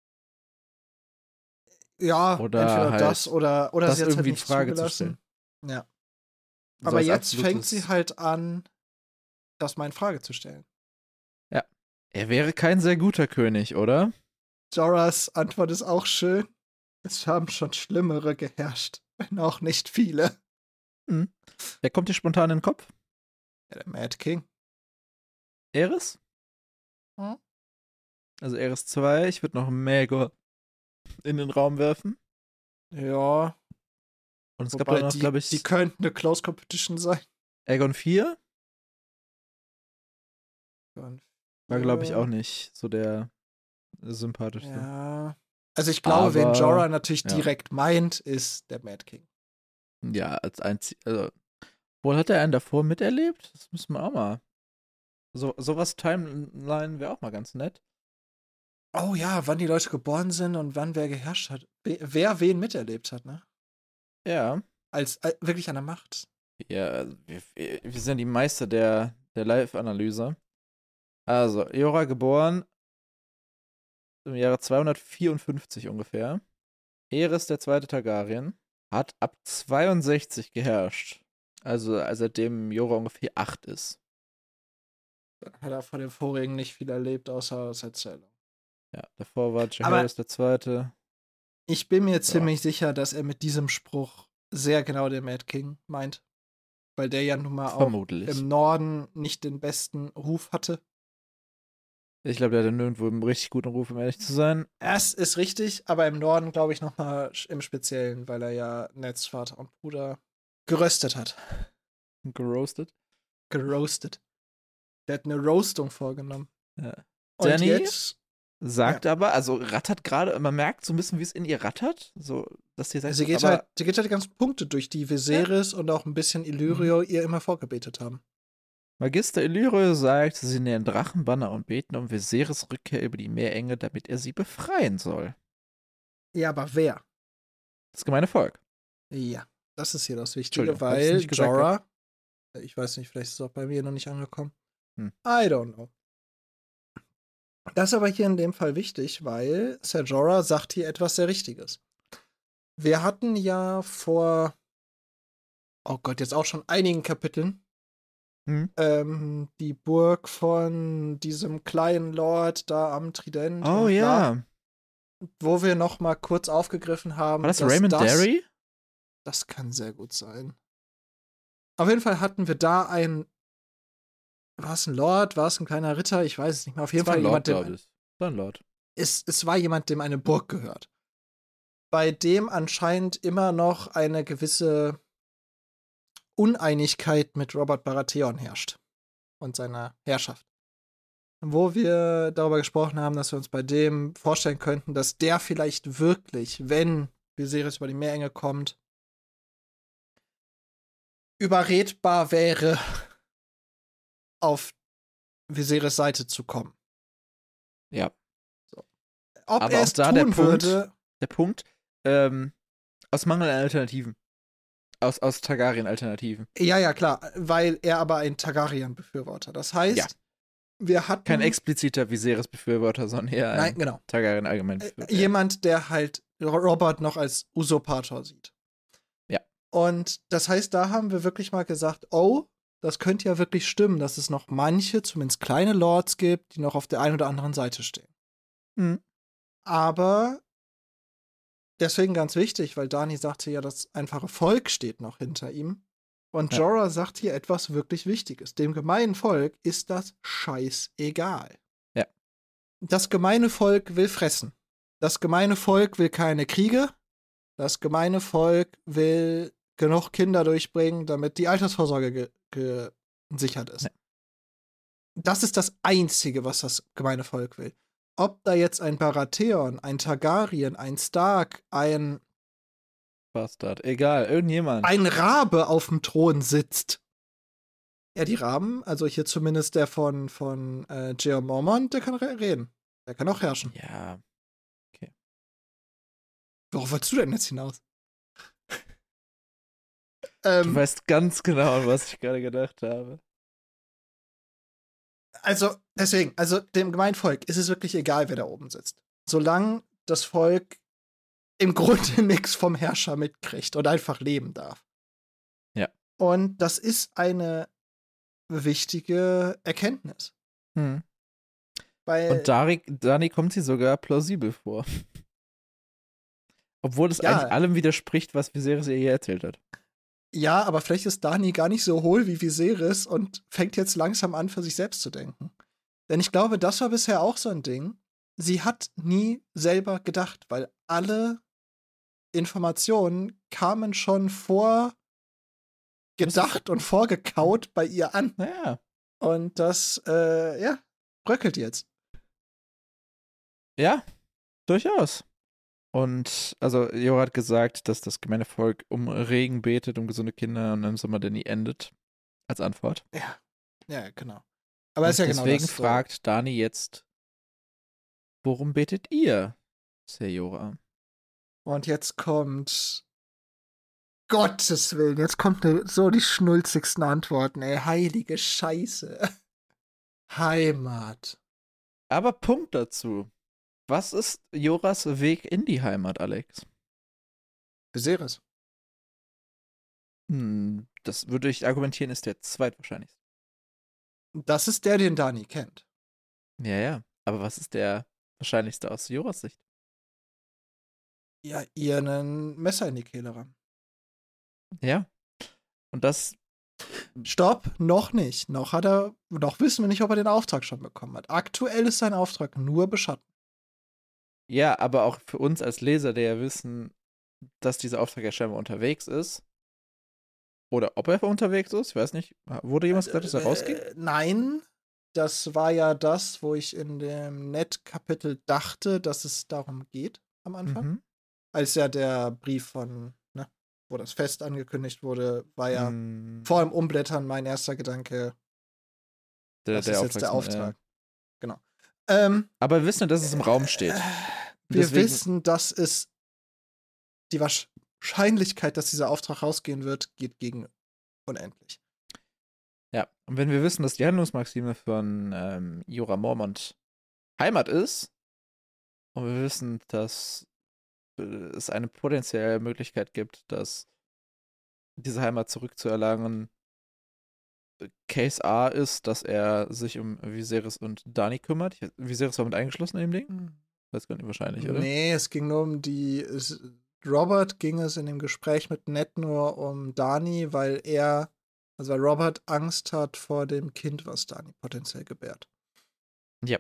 Ja, Oder entweder halt das oder, oder das sie hat halt irgendwie in nicht Frage zu zugelassen. stellen. Ja. So Aber als jetzt fängt absolutes- sie halt an, das mal in Frage zu stellen. Ja. Er wäre kein sehr guter König, oder? Jorahs Antwort ist auch schön. Es haben schon Schlimmere geherrscht, wenn auch nicht viele. Hm. Wer kommt dir spontan in den Kopf? Ja, der Mad King. Eris? Hm? Also Eris zwei, ich würde noch Maegor in den Raum werfen. Ja, Und es gab wobei dann noch, die, glaube ich, die könnten eine Close Competition sein. Aegon vier. War, glaube ich, Ja. auch nicht so der sympathischste. Ja. Also ich glaube, wen Aber- Jorah natürlich ja. direkt meint, ist der Mad King. Ja, als einzig. Also, wohl hat er einen davor miterlebt? Das müssen wir auch mal. So, sowas Timeline wäre auch mal ganz nett. Oh ja, wann die Leute geboren sind und wann wer geherrscht hat. We- Wer wen miterlebt hat, ne? Ja. Als äh, wirklich an der Macht. Ja, also wir, wir wir sind die Meister der, der Live-Analyse. Also, Jorah geboren im Jahre zweihundertvierundfünfzig ungefähr. Eris der zweite Targaryen hat ab zweiundsechzig geherrscht. Also seitdem Jorah ungefähr acht ist. Dann hat er von dem vorigen nicht viel erlebt, außer aus Erzählung. Ja, davor war Jaehaerys der zweite. Ich bin mir Ja. ziemlich sicher, dass er mit diesem Spruch sehr genau den Mad King meint. Weil der ja nun mal auch Vermutlich. im Norden nicht den besten Ruf hatte. Ich glaube, der hat nirgendwo einen richtig guten Ruf, um ehrlich zu sein. Es ist richtig, aber im Norden glaube ich nochmal im Speziellen, weil er ja Neds Vater und Bruder geröstet hat. Geroastet. Geroastet. Der hat eine Roastung vorgenommen. Ja. Und Danny jetzt sagt aber, also rattert gerade, man merkt so ein bisschen, wie es in ihr rattert. So, dass sie sagt, sie geht aber, halt, sie geht halt die ganzen Punkte durch, die Viserys und auch ein bisschen Illyrio ihr immer vorgebetet haben. Magister Illyrio sagt, sie nähern Drachenbanner und beten um Viserys Rückkehr über die Meerenge, damit er sie befreien soll. Ja, aber wer? Das gemeine Volk. Ja, das ist hier das Wichtige, Entschuldigung, hab ich's weil nicht gesagt Jorah, ich weiß nicht, vielleicht ist es auch bei mir noch nicht angekommen. Hm. I don't know. Das ist aber hier in dem Fall wichtig, weil Ser Jorah sagt hier etwas sehr Richtiges. Wir hatten ja vor, oh Gott, jetzt auch schon einigen Kapiteln, Hm? ähm, die Burg von diesem kleinen Lord da am Trident. Oh und ja. bla, wo wir noch mal kurz aufgegriffen haben, War das dass Raymond das, Derry? das kann sehr gut sein. Auf jeden Fall hatten wir da ein, war es ein Lord, war es ein kleiner Ritter, ich weiß es nicht mehr. Auf jeden Das war Fall ein Lord, jemand, dem glaube ich. Das war ein Lord. es, es war jemand, dem eine Burg gehört. Bei dem anscheinend immer noch eine gewisse Uneinigkeit mit Robert Baratheon herrscht und seiner Herrschaft. Wo wir darüber gesprochen haben, dass wir uns bei dem vorstellen könnten, dass der vielleicht wirklich, wenn Viserys über die Meerenge kommt, überredbar wäre, auf Viserys Seite zu kommen. Ja. So. Ob Aber er auch es da tun der Punkt, würde, der Punkt, ähm, aus Mangel an Alternativen. Aus, aus Targaryen-Alternativen. ja, ja, klar, weil er aber ein Targaryen-Befürworter. Das heißt, Ja. wir hatten. Kein expliziter Viserys-Befürworter, sondern eher Nein, ein genau. Targaryen allgemein Äh, Befürworter. Jemand, der halt Robert noch als Usurpator sieht. Ja. Und das heißt, da haben wir wirklich mal gesagt, oh, das könnte ja wirklich stimmen, dass es noch manche, zumindest kleine Lords gibt, die noch auf der einen oder anderen Seite stehen. Mhm. Aber deswegen ganz wichtig, weil Dani sagte ja, das einfache Volk steht noch hinter ihm. Und Ja. Jorah sagt hier etwas wirklich Wichtiges. Dem gemeinen Volk ist das scheißegal. Ja. Das gemeine Volk will fressen. Das gemeine Volk will keine Kriege. Das gemeine Volk will genug Kinder durchbringen, damit die Altersvorsorge ge gesichert ist. Ja. Das ist das Einzige, was das gemeine Volk will. Ob da jetzt ein Baratheon, ein Targaryen, ein Stark, ein Bastard. Egal, irgendjemand. ein Rabe auf dem Thron sitzt. Ja, die Raben, also hier zumindest der von, von äh, Jeor Mormont, der kann re reden. Der kann auch herrschen. Ja. Worauf wolltest du denn jetzt hinaus? Du ähm, weißt ganz genau, an was ich gerade gedacht habe. Also, deswegen, also dem Gemeinvolk ist es wirklich egal, wer da oben sitzt. Solange das Volk im Grunde nichts vom Herrscher mitkriegt und einfach leben darf. Ja. Und das ist eine wichtige Erkenntnis. Hm. Weil, Und Dari, Dani kommt sie sogar plausibel vor. Obwohl es Ja. eigentlich allem widerspricht, was Viserys ihr hier erzählt hat. ja, aber vielleicht ist Dani gar nicht so hohl wie Viserys und fängt jetzt langsam an, für sich selbst zu denken. Denn ich glaube, das war bisher auch so ein Ding. Sie hat nie selber gedacht, weil alle Informationen kamen schon vor gedacht und vorgekaut bei ihr an. Naja. Und das, äh, ja, bröckelt jetzt. Ja, durchaus. Und also Jorah hat gesagt, dass das gemeine Volk um Regen betet, um gesunde Kinder und im Sommer der nie endet. Als Antwort. Ja, ja, genau. Aber Und ist ja genau deswegen das. fragt Dani jetzt, worum betet ihr, Ser Jorah? Und jetzt kommt Gottes Willen, jetzt kommt ne, so die schnulzigsten Antworten, ey, heilige Scheiße. Heimat. Aber Punkt dazu. Was ist Jorahs Weg in die Heimat, Alex? Viserys. Hm, das würde ich argumentieren, ist der zweitwahrscheinlichste. Das ist der, den Dani kennt. Ja, ja. Aber was ist der wahrscheinlichste aus Jorahs Sicht? Ja, ihr einen Messer in die Kehle rammen. Ja. Und das stopp, noch nicht. Noch hat er, noch wissen wir nicht, ob er den Auftrag schon bekommen hat. Aktuell ist sein Auftrag nur beschatten. Ja, aber auch für uns als Leser, der ja wissen, dass dieser Auftrag ja scheinbar unterwegs ist. Oder ob er unterwegs ist, ich weiß nicht. Wurde jemals gesagt, dass er rausgeht? Äh, nein, das war ja das, wo ich in dem Net-Kapitel dachte, dass es darum geht am Anfang. Mhm. Als ja der Brief von, ne, wo das Fest angekündigt wurde, war ja Mm, vor dem Umblättern mein erster Gedanke, der, das der ist jetzt der Auftragsmann, Auftrag. Genau. Ähm, Aber wir wissen, dass es im Raum steht. äh, Und wir deswegen- wissen, dass es die Wahrscheinlichkeit, dass dieser Auftrag rausgehen wird, geht gegen unendlich. Ja, und wenn wir wissen, dass die Handlungsmaxime von ähm, Jorah Mormont Heimat ist, und wir wissen, dass äh, es eine potenzielle Möglichkeit gibt, dass diese Heimat zurückzuerlangen äh, Case A ist, dass er sich um Viserys und Dany kümmert. Ich, Viserys war mit eingeschlossen in dem Ding? Weiß gar nicht, wahrscheinlich, oder? Nee, es ging nur um die. Es, Robert ging es in dem Gespräch mit Ned nur um Dany, weil er, also weil Robert Angst hat vor dem Kind, was Dany potenziell gebärt. Ja.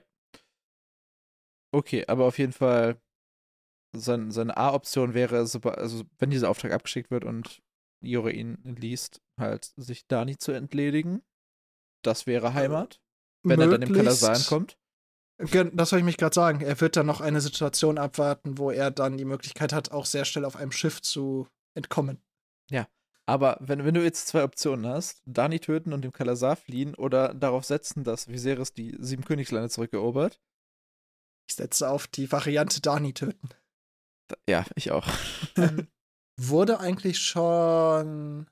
Okay, aber auf jeden Fall, sein, seine A-Option wäre, soba- also wenn dieser Auftrag abgeschickt wird und Jorah ihn liest, halt sich Dany zu entledigen. Das wäre Heimat. Wenn er dann im Kalasar ankommt. Gen- Das soll ich mich gerade sagen. Er wird dann noch eine Situation abwarten, wo er dann die Möglichkeit hat, auch sehr schnell auf einem Schiff zu entkommen. Aber wenn, wenn du jetzt zwei Optionen hast, Dany töten und im Kalasar fliehen oder darauf setzen, dass Viserys die sieben Königslande zurückerobert. Ich setze auf die Variante Dany töten. Da, ja, ich auch. ähm, wurde eigentlich schon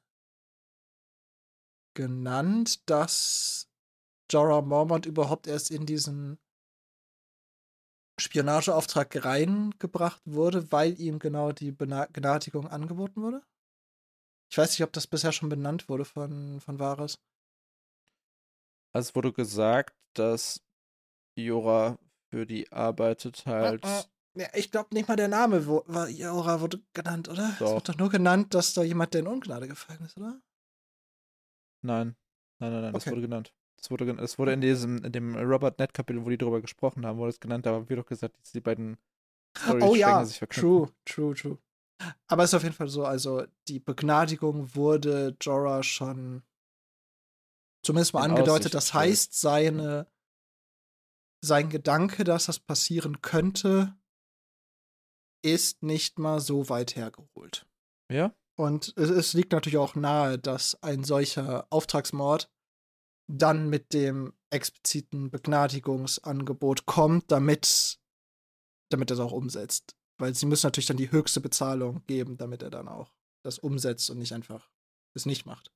genannt, dass Jorah Mormont überhaupt erst in diesen Spionageauftrag reingebracht wurde, weil ihm genau die Bena- Benachrichtigung angeboten wurde? Ich weiß nicht, ob das bisher schon benannt wurde von, von Varys. Also es wurde gesagt, dass Jorah für die arbeitet halt. Äh, äh, Ja, ich glaube nicht mal der Name wo, war Jorah wurde genannt, oder? Es Doch. wird doch nur genannt, dass da jemand, der in Ungnade gefallen ist, oder? Nein. Nein, nein, nein, das Okay. wurde genannt. Das wurde, gen- das wurde in diesem, in dem Robert Net-Kapitel, wo die darüber gesprochen haben, wurde es genannt, da haben wir doch gesagt, dass die beiden Story Oh ja, sich verknüpfen. true, true, true. Aber es ist auf jeden Fall so, also die Begnadigung wurde Jorah schon zumindest mal In angedeutet. Aussicht Das gestellt. heißt, seine, sein Gedanke, dass das passieren könnte, ist nicht mal so weit hergeholt. Ja? Und es, es liegt natürlich auch nahe, dass ein solcher Auftragsmord dann mit dem expliziten Begnadigungsangebot kommt, damit, damit er es auch umsetzt. Weil sie müssen natürlich dann die höchste Bezahlung geben, damit er dann auch das umsetzt und nicht einfach es nicht macht.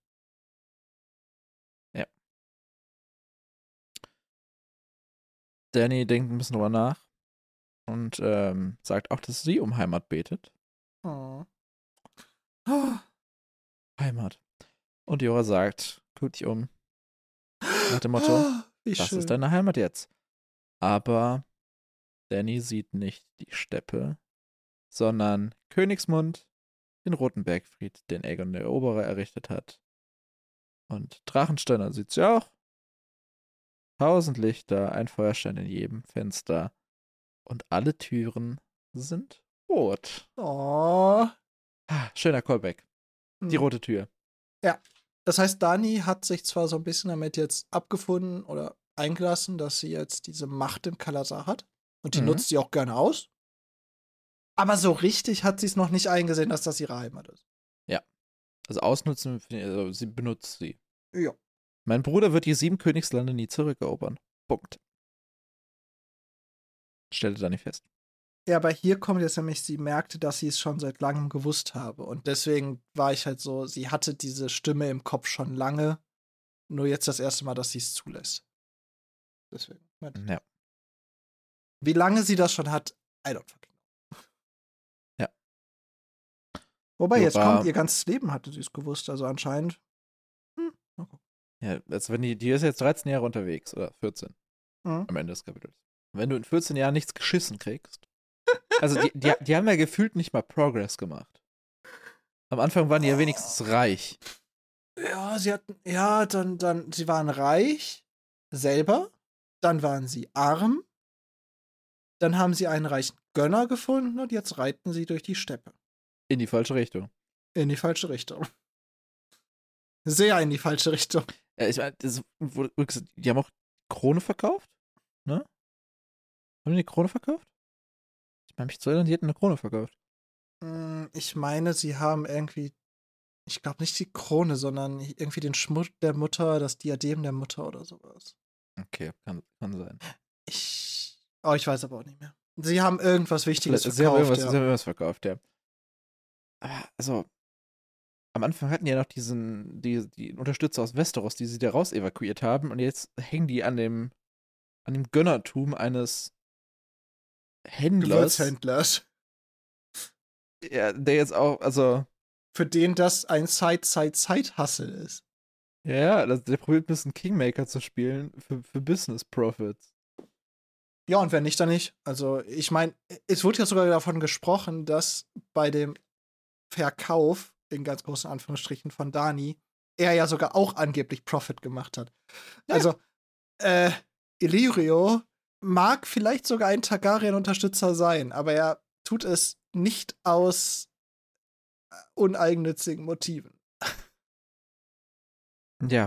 Dany denkt ein bisschen drüber nach und ähm, sagt auch, dass sie um Heimat betet. Oh. Heimat. Und Jorah sagt, guck dich um. Nach dem Motto, Wie das schön. ist deine Heimat jetzt. Aber Dany sieht nicht die Steppe, sondern Königsmund, den roten Bergfried, den Aegon der Eroberer errichtet hat. Und Drachensteiner sieht sie auch. Tausend Lichter, ein Feuerstein in jedem Fenster. Und alle Türen sind rot. Oh. Ah, schöner Callback. Die Hm. rote Tür. Das heißt, Dani hat sich zwar so ein bisschen damit jetzt abgefunden oder eingelassen, dass sie jetzt diese Macht im Kalasar hat. Und die Mhm. nutzt sie auch gerne aus. Aber so richtig hat sie es noch nicht eingesehen, dass das ihre Heimat ist. Also ausnutzen, also sie benutzt sie. Ja. Mein Bruder wird die sieben Königslande nie zurückerobern. Punkt. Stellte Dani fest. Ja, aber hier kommt jetzt nämlich, sie merkte, dass sie es schon seit langem gewusst habe. Und deswegen war ich halt so, sie hatte diese Stimme im Kopf schon lange. Nur jetzt das erste Mal, dass sie es zulässt. Deswegen. Ja. Wie lange sie das schon hat, I don't fucking know. Ja. Wobei, jetzt Jura- kommt, ihr ganzes Leben hatte sie es gewusst. Also anscheinend. Hm, mal gucken. Ja, also wenn die, die ist jetzt dreizehn Jahre unterwegs oder vierzehn Mhm. am Ende des Kapitels. Wenn du in vierzehn Jahren nichts geschissen kriegst. Also die, die, die haben ja gefühlt nicht mal Progress gemacht. Am Anfang waren die ja wenigstens reich. Ja, sie hatten, ja, dann, dann, sie waren reich, selber, dann waren sie arm, dann haben sie einen reichen Gönner gefunden und jetzt reiten sie durch die Steppe. In die falsche Richtung. In die falsche Richtung. Sehr in die falsche Richtung. Ja, ich meine, das wurde- die haben auch Krone verkauft, ne? Haben die eine Krone verkauft? Ich meine, mich zu erinnern, die hätten eine Krone verkauft. Hm, Ich meine, sie haben irgendwie, ich glaube nicht die Krone, sondern irgendwie den Schmuck der Mutter, das Diadem der Mutter oder sowas. Okay, kann, kann sein. Ich, oh, ich weiß aber auch nicht mehr. Sie haben irgendwas Wichtiges Vielleicht- Sie haben verkauft, irgendwas, ja. sie haben irgendwas verkauft, ja. Aber, also, am Anfang hatten die ja noch diesen, die, die Unterstützer aus Westeros, die sie da raus evakuiert haben, und jetzt hängen die an dem, an dem Gönnertum eines Händlers, Gewürzhändlers. ja, der jetzt auch, also, Für den das ein Side-Side-Side-Hustle ist. ja, das, der probiert ein bisschen Kingmaker zu spielen für, für Business Profits. Ja, und wenn nicht, dann nicht. Also, ich meine, es wurde ja sogar davon gesprochen, dass bei dem Verkauf, in ganz großen Anführungsstrichen, von Dani, er ja sogar auch angeblich Profit gemacht hat. Ja. Also, äh, Illyrio mag vielleicht sogar ein Targaryen-Unterstützer sein, aber er tut es nicht aus äh, uneigennützigen Motiven. Ja.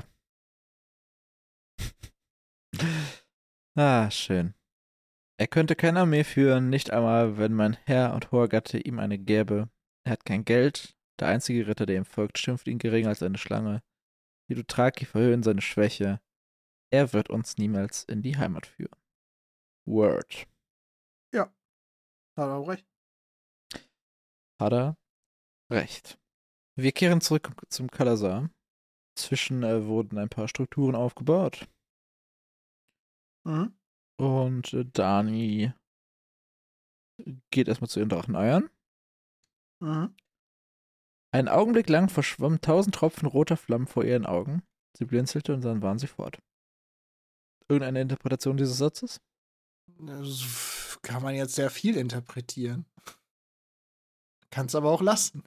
Ah, schön. Er könnte keine Armee führen, nicht einmal, wenn mein Herr und hoher Gatte ihm eine gäbe. Er hat kein Geld. Der einzige Ritter, der ihm folgt, schimpft ihn geringer als eine Schlange. Die Dothraki verhöhnen seine Schwäche. Er wird uns niemals in die Heimat führen. Word. Ja, hat er auch recht. Hat er recht. Wir kehren zurück zum Kalasar. Zwischen äh, wurden ein paar Strukturen aufgebaut. Mhm. Und äh, Dani geht erstmal zu ihren Dracheneiern. Mhm. Einen Augenblick lang verschwammen tausend Tropfen roter Flammen vor ihren Augen. Sie blinzelte und dann waren sie fort. Irgendeine Interpretation dieses Satzes? Das kann man jetzt sehr viel interpretieren. Kannst aber auch lassen.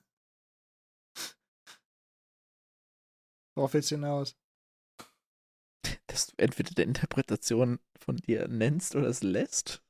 Worauf willst du hinaus? Dass du entweder der Interpretation von dir nennst oder es lässt?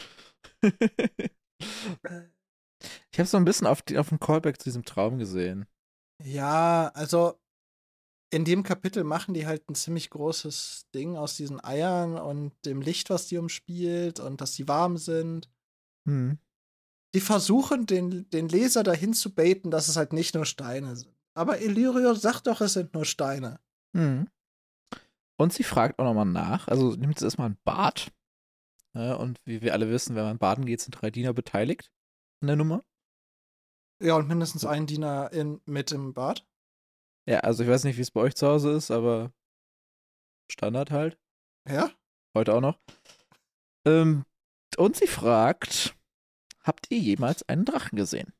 Ich habe so ein bisschen auf, die, auf den Callback zu diesem Traum gesehen. Ja, also in dem Kapitel machen die halt ein ziemlich großes Ding aus diesen Eiern und dem Licht, was die umspielt und dass sie warm sind. Hm. Die versuchen, den, den Leser dahin zu baiten, dass es halt nicht nur Steine sind. Aber Illyrio sagt doch, es sind nur Steine. Hm. Und sie fragt auch nochmal nach. Also nimmt sie erstmal ein Bad. Ja, und wie wir alle wissen, wenn man baden geht, sind drei Diener beteiligt an der Nummer. Ja, und mindestens ein Diener in, mit im Bad. Ja, also ich weiß nicht, wie es bei euch zu Hause ist, aber Standard halt. Ja? Heute auch noch. Ähm, und sie fragt, habt ihr jemals einen Drachen gesehen?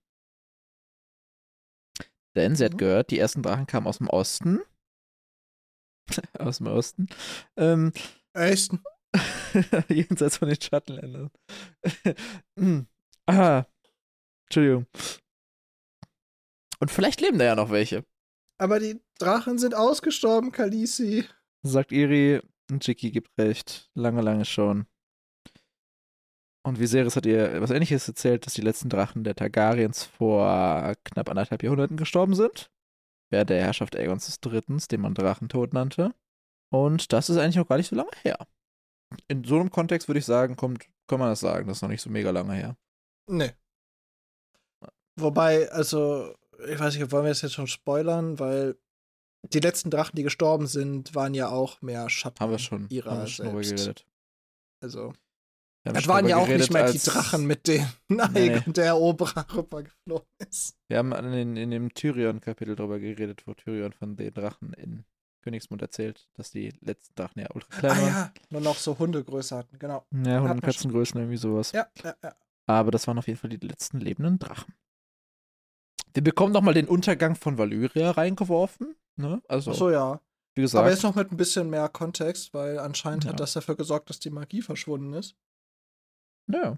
Denn sie hat Mhm. gehört, die ersten Drachen kamen aus dem Osten. aus dem Osten. Ähm, Echt? jenseits von den Schattenländern. Hm. ah, Entschuldigung. Und vielleicht leben da ja noch welche, Aber die Drachen sind ausgestorben, Khaleesi. sagt Iri. Und Jiki gibt recht. Lange, lange schon. Und Viserys hat ihr was Ähnliches erzählt, dass die letzten Drachen der Targaryens vor knapp anderthalb Jahrhunderten gestorben sind. Während der Herrschaft Aegons des Dritten, den man Drachentod nannte. Und das ist eigentlich noch gar nicht so lange her. In so einem Kontext würde ich sagen, kommt, kann man das sagen, das ist noch nicht so mega lange her. Nee. Wobei, also, ich weiß nicht, wollen wir das jetzt schon spoilern, weil die letzten Drachen, die gestorben sind, waren ja auch mehr Schatten Haben wir schon, ihrer haben wir schon drüber selbst. geredet. Also, Wir haben das schon waren drüber ja auch geredet, nicht mehr die als- Drachen, mit denen Nee, Aegon nee. der Eroberer rübergeflogen ist. Wir haben in, in dem Tyrion-Kapitel drüber geredet, wo Tyrion von den Drachen in Königsmund erzählt, dass die letzten Drachen ja ultra klein Ah waren. ja, nur noch so Hundegröße hatten, genau. Ja, Hatten wir Hund- und schon. Katzengrößen, irgendwie sowas. Ja, ja, ja. Aber das waren auf jeden Fall die letzten lebenden Drachen. Wir bekommen nochmal den Untergang von Valyria reingeworfen. Ne? Also, Ach so, ja. wie Aber gesagt, jetzt noch mit ein bisschen mehr Kontext, weil anscheinend Ja. hat das dafür gesorgt, dass die Magie verschwunden ist. ja.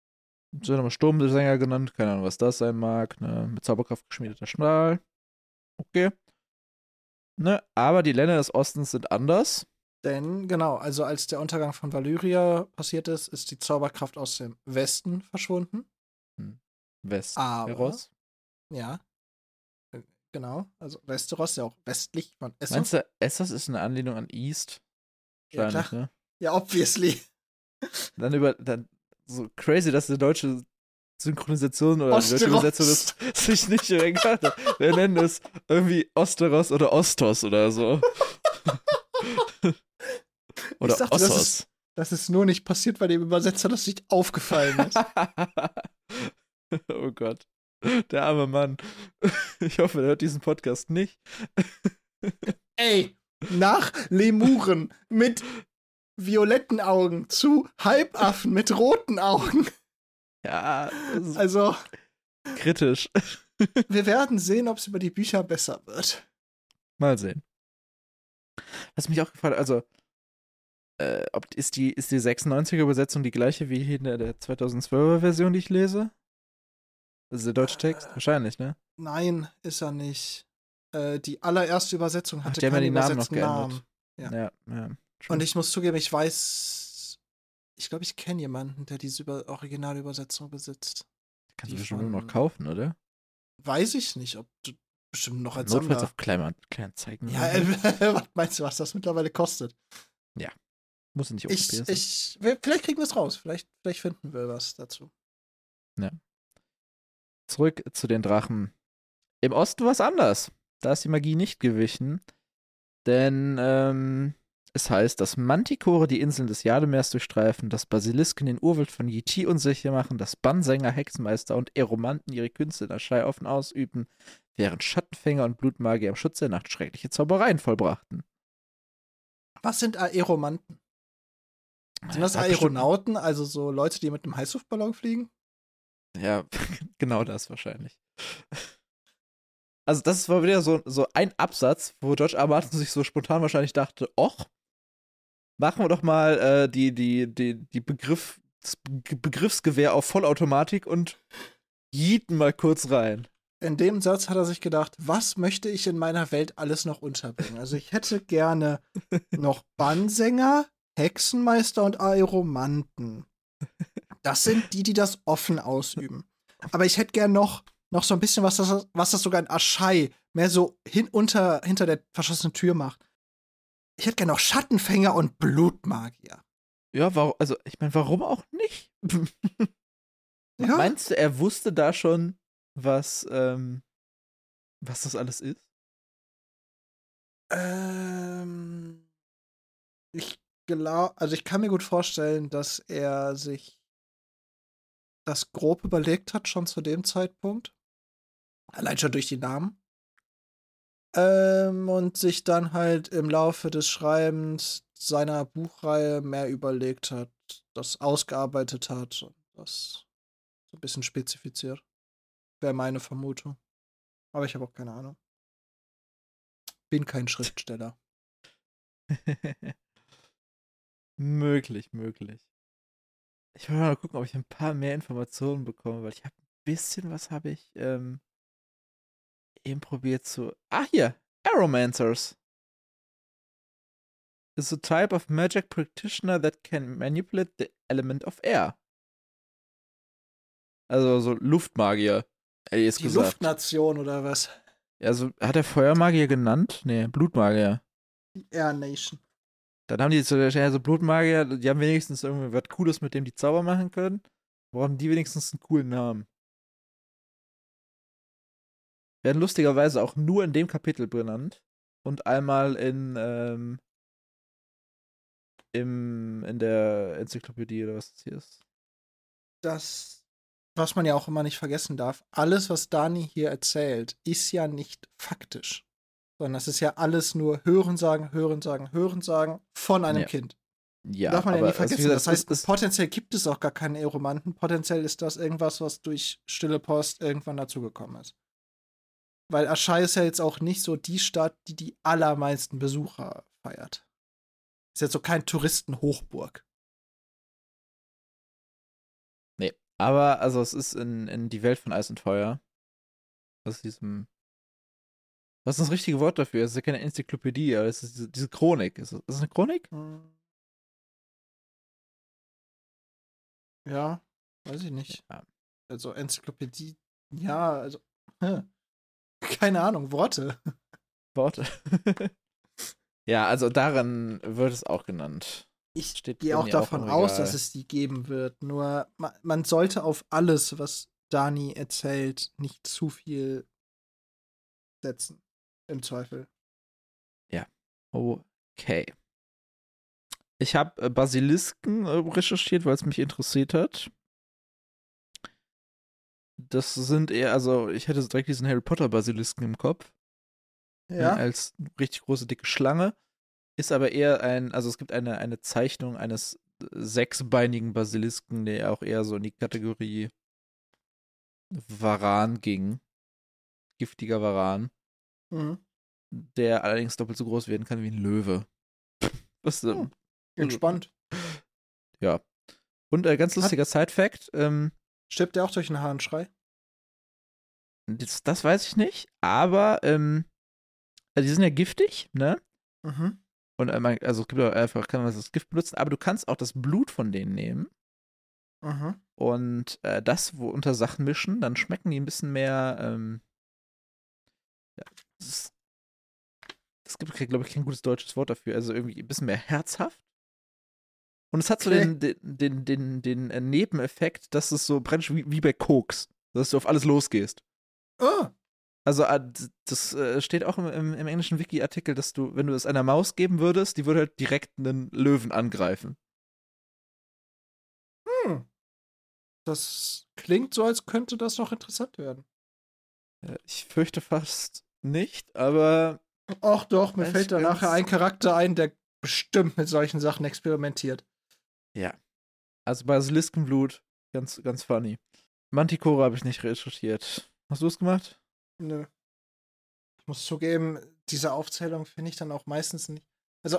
Sie haben nochmal Sturmsänger genannt, keine Ahnung, was das sein mag. Ne? Mit Zauberkraft geschmiedeter Stahl. Okay. Ne, aber die Länder des Ostens sind anders. Denn, genau, also als der Untergang von Valyria passiert ist, ist die Zauberkraft aus dem Westen verschwunden. Hm. Aber, Westeros. ja, äh, genau, also Westeros, ja auch westlich von Meinst Essos. du, Essos ist eine Anlehnung an East? Ja, klar. Wahrscheinlich, ne? Ja, obviously. Dann über, dann so crazy, dass die deutsche Synchronisation oder die deutsche Übersetzung das Osteros. sich nicht gemerkt hat. Wir nennen es irgendwie Osteros oder Ostos oder so. Ich Oder dachte, das ist, Ossos. das ist nur nicht passiert, weil dem Übersetzer das nicht aufgefallen ist. Oh Gott. Der arme Mann. Ich hoffe, er hört diesen Podcast nicht. Ey, nach Lemuren mit violetten Augen zu Halbaffen mit roten Augen. Ja, das ist Also, kritisch. wir werden sehen, ob es über die Bücher besser wird. Mal sehen. Was mich auch gefallen hat, also, äh, ob, ist die, ist die sechsundneunziger-Übersetzung die gleiche wie in der, der zweitausendzwölfer-Version, die ich lese? Das ist der deutsche Text? Äh, Wahrscheinlich, ne? nein, ist er nicht. Äh, die allererste Übersetzung Ach, hatte die haben ja keine die Namen noch übersetzten geändert. Namen. Ja. Ja, ja, Und true. ich muss zugeben, ich weiß. Ich glaube, ich kenne jemanden, der diese über originale Übersetzung besitzt. Kannst Die du bestimmt nur noch von. kaufen, oder? Weiß ich nicht, ob du bestimmt noch als Notfalls Sammler. auf Kleinman- Kleinanzeigen Ja, oder äh, so. was meinst du, was das mittlerweile kostet? Ja, muss nicht O T P Ich, sein. ich, wir- vielleicht kriegen wir es raus. Vielleicht, vielleicht finden wir was dazu. Ja. Zurück zu den Drachen. Im Osten war es anders. Da ist die Magie nicht gewichen, denn ähm, es heißt, dass Mantikore die Inseln des Jademeers durchstreifen, dass Basilisken den Urwald von Yiti unsicher machen, dass Bannsänger, Hexenmeister und Eromanten ihre Künste in Aschai offen ausübten, während Schattenfänger und Blutmagier im Schutz der Nacht schreckliche Zaubereien vollbrachten. Was sind Aeromanten? Sind das Hat bestimmt. Aeronauten, also so Leute, die mit einem Heißluftballon fliegen? Ja, genau das wahrscheinlich. Also, das war wieder so, so ein Absatz, wo George R. R. Martin sich so spontan wahrscheinlich dachte: Och, machen wir doch mal äh, die, die, die, die Begriff, das Be- Begriffsgewehr auf Vollautomatik und jieten mal kurz rein. In dem Satz hat er sich gedacht, was möchte ich in meiner Welt alles noch unterbringen? Also ich hätte gerne noch Bannsänger, Hexenmeister und Aeromanten. Das sind die, die das offen ausüben. Aber ich hätte gern noch, noch so ein bisschen, was das, was das sogar in Aschai mehr so hin unter, hinter der verschlossenen Tür macht. Ich hätte gern noch Schattenfänger und Blutmagier. Ja, warum, also ich meine, warum auch nicht? Ja? Meinst du, er wusste da schon, was, ähm, was das alles ist? Ähm, ich glaube, also ich kann mir gut vorstellen, dass er sich das grob überlegt hat, schon zu dem Zeitpunkt. Allein schon durch die Namen. Ähm, und sich dann halt im Laufe des Schreibens seiner Buchreihe mehr überlegt hat, das ausgearbeitet hat und das so ein bisschen spezifiziert. Wäre meine Vermutung. Aber ich habe auch keine Ahnung. Bin kein Schriftsteller. Möglich, möglich. Ich will mal gucken, ob ich ein paar mehr Informationen bekomme, weil ich habe ein bisschen was habe ich ähm, eben probiert zu. Ah, hier, Aeromancers. Is a type of magic practitioner that can manipulate the element of air. Also so Luftmagier, hätte ich jetzt Die gesagt. Luftnation oder was? Also hat er Feuermagier genannt? Nee, Blutmagier. Die Air Nation. Dann haben die so, ja, so Blutmagier, die haben wenigstens irgendwie was Cooles, mit dem die Zauber machen können. Brauchen die wenigstens einen coolen Namen. Werden lustigerweise auch nur in dem Kapitel benannt. Und einmal in, ähm, im, in der Enzyklopädie oder was das hier ist. Das, was man ja auch immer nicht vergessen darf, alles, was Dani hier erzählt, ist ja nicht faktisch. Sondern das ist ja alles nur Hörensagen, Hörensagen, Hörensagen von einem Ja, Kind. ja Darf man ja nie aber also, wie vergessen. gesagt, Das es ist, heißt, ist potenziell gibt es auch gar keinen Aeromanten. Potenziell ist das irgendwas, was durch stille Post irgendwann dazugekommen ist. Weil Aschai ist ja jetzt auch nicht so die Stadt, die die allermeisten Besucher feiert. Ist jetzt so kein Touristenhochburg. nee. Aber also es ist in, in die Welt von Eis und Feuer. Aus diesem Was ist das richtige Wort dafür? Es ist ja keine Enzyklopädie, aber es ist diese, diese Chronik. Ist das, ist das eine Chronik? Hm, ja, weiß ich nicht. Ja. Also Enzyklopädie, ja, also, hm, keine Ahnung, Worte. Worte. Ja, also darin wird es auch genannt. Ich Steht gehe bei auch mir davon im aus, Regal. dass es die geben wird. Nur ma man sollte auf alles, was Dani erzählt, nicht zu viel setzen. Im Zweifel. Okay. Ich habe äh, Basilisken äh, recherchiert, weil es mich interessiert hat. Das sind eher, also ich hätte so direkt diesen Harry Potter Basilisken im Kopf. Ne, Ja. als richtig große, dicke Schlange. Ist aber eher ein, also es gibt eine, eine Zeichnung eines sechsbeinigen Basilisken, der auch eher so in die Kategorie Varan ging. Giftiger Varan. Mhm. Der allerdings doppelt so groß werden kann wie ein Löwe. Was, Hm. ähm, Entspannt. ja. Und äh, ganz Hat, lustiger Side-Fact, ähm, stirbt der auch durch einen Haarenschrei? das, das weiß ich nicht, aber ähm, also die sind ja giftig, ne? Mhm. Und äh, man, also es gibt auch einfach, kann man das Gift benutzen, aber du kannst auch das Blut von denen nehmen Mhm. und äh, das wo unter Sachen mischen, dann schmecken die ein bisschen mehr, ähm, ja, es, es gibt, glaube ich, kein gutes deutsches Wort dafür, also irgendwie ein bisschen mehr herzhaft. Und es hat so Okay. den, den, den, den, den äh, Nebeneffekt, dass es so brennt wie, wie bei Koks, dass du auf alles losgehst. Oh. Also äh, d- das äh, steht auch im, im, im englischen Wiki-Artikel, dass du, wenn du es einer Maus geben würdest, die würde halt direkt einen Löwen angreifen. Hm. Das klingt so, als könnte das noch interessant werden. Äh, ich fürchte fast nicht, aber Ach doch, mir fällt vielleicht da nachher ganz. ein Charakter ein, der bestimmt mit solchen Sachen experimentiert. Ja. Also Basiliskenblut, ganz, ganz funny. Manticore habe ich nicht recherchiert. Hast du es gemacht? Nö. Ich muss zugeben, diese Aufzählung finde ich dann auch meistens nicht. Also,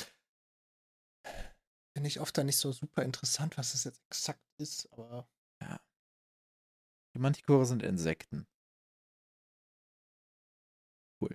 finde ich oft dann nicht so super interessant, was es jetzt exakt ist, aber. Ja. Die Manticore sind Insekten. Cool.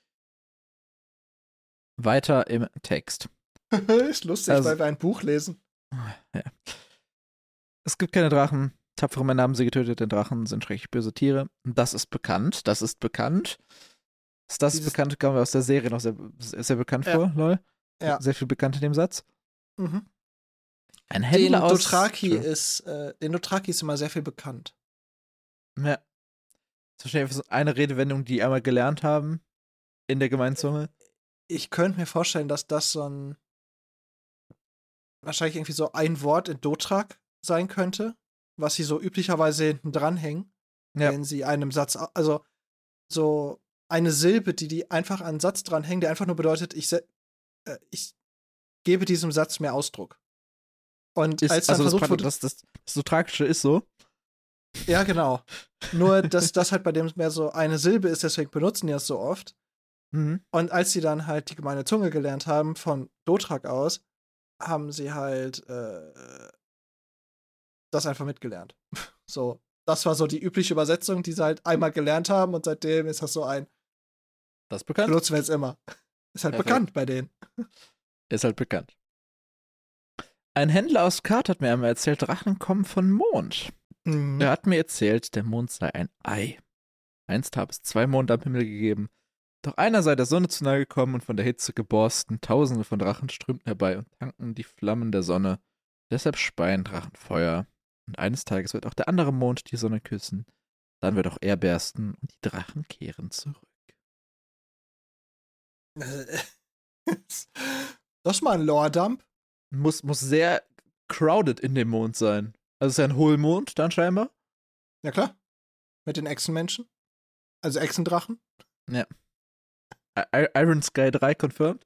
Weiter im Text. Ist lustig, Also, weil wir ein Buch lesen. ja. Es gibt keine Drachen. Tapfere Männer haben sie getötet, denn Drachen sind schrecklich böse Tiere. Das ist bekannt. Das ist bekannt. Ist das Dieses. bekannt? Kam mir aus der Serie noch sehr, sehr bekannt Ja, vor, lol. ja. Sehr viel bekannt in dem Satz. Mhm. Ein Händler Den aus. Dothraki ist, äh, den Dothraki ist immer sehr viel bekannt. Ja. Das ist wahrscheinlich so eine Redewendung, die die einmal gelernt haben in der Gemeinzunge. Ich könnte mir vorstellen, dass das so ein. Wahrscheinlich irgendwie so ein Wort in Dothrak sein könnte, was sie so üblicherweise hinten dranhängen, Ja. wenn sie einem Satz. Also, so eine Silbe, die die einfach an einen Satz dranhängen, der einfach nur bedeutet, ich, se- äh, ich gebe diesem Satz mehr Ausdruck. Und als Ist, dann also das, versucht wurde, das, das, das so Tragische ist so. ja, genau. Nur, dass das halt bei dem mehr so eine Silbe ist, deswegen benutzen die das so oft. Mhm. Und als sie dann halt die gemeine Zunge gelernt haben, von Dothrak aus, haben sie halt äh, das einfach mitgelernt. So, das war so die übliche Übersetzung, die sie halt einmal gelernt haben und seitdem ist das so ein, Das ist bekannt. benutzen wir jetzt immer. Ist halt Perfekt. bekannt bei denen. Ist halt bekannt. Ein Händler aus Kart hat mir einmal erzählt, Drachen kommen von Mond. Mhm. Er hat mir erzählt, der Mond sei ein Ei. Einst habe es zwei Monde am Himmel gegeben. Doch einer sei der Sonne zu nahe gekommen und von der Hitze geborsten. Tausende von Drachen strömten herbei und tankten die Flammen der Sonne. Deshalb speien Drachen Feuer. Und eines Tages wird auch der andere Mond die Sonne küssen. Dann wird auch er bersten und die Drachen kehren zurück. Das ist mal ein Lore-Dump. Muss, muss sehr crowded in dem Mond sein. Also es ist ja ein Hohlmond dann scheinbar. Ja klar. Mit den Echsenmenschen. Also Echsendrachen. Ja. I Iron Sky drei confirmed.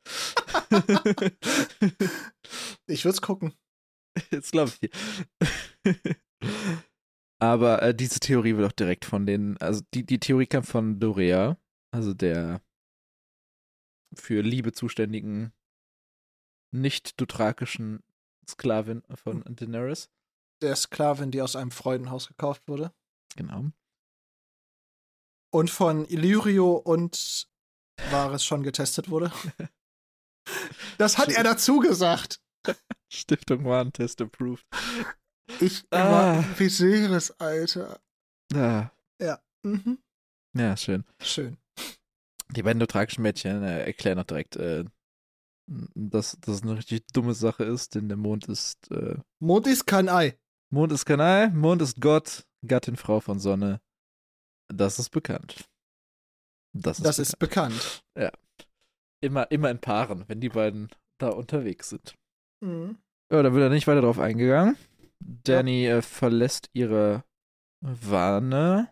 Ich würde es gucken. Jetzt glaube ich dir. Aber äh, diese Theorie wird auch direkt von den, also die, die Theorie kam von Dorea, also der für Liebe zuständigen, nicht dothrakischen Sklavin von Daenerys. Der Sklavin, die aus einem Freudenhaus gekauft wurde. Genau. Und von Illyrio und Wahres schon getestet wurde. Das hat er dazu gesagt. Stiftung Warentest approved. Ich Ah. war Viserys, Alter. Ah. Ja. Mhm. Ja, schön. Schön. Die beiden dotragischen Mädchen äh, erklären auch direkt, äh, dass das eine richtig dumme Sache ist, denn der Mond ist äh, Mond ist kein Ei. Mond ist kein Ei, Mond ist Gott, Gattin, Frau von Sonne. Das ist bekannt. Das ist Das bekannt. ist bekannt. Ja. Immer, immer in Paaren, wenn die beiden da unterwegs sind. Mhm. Ja, da wird er nicht weiter drauf eingegangen. Dany äh, verlässt ihre Wanne.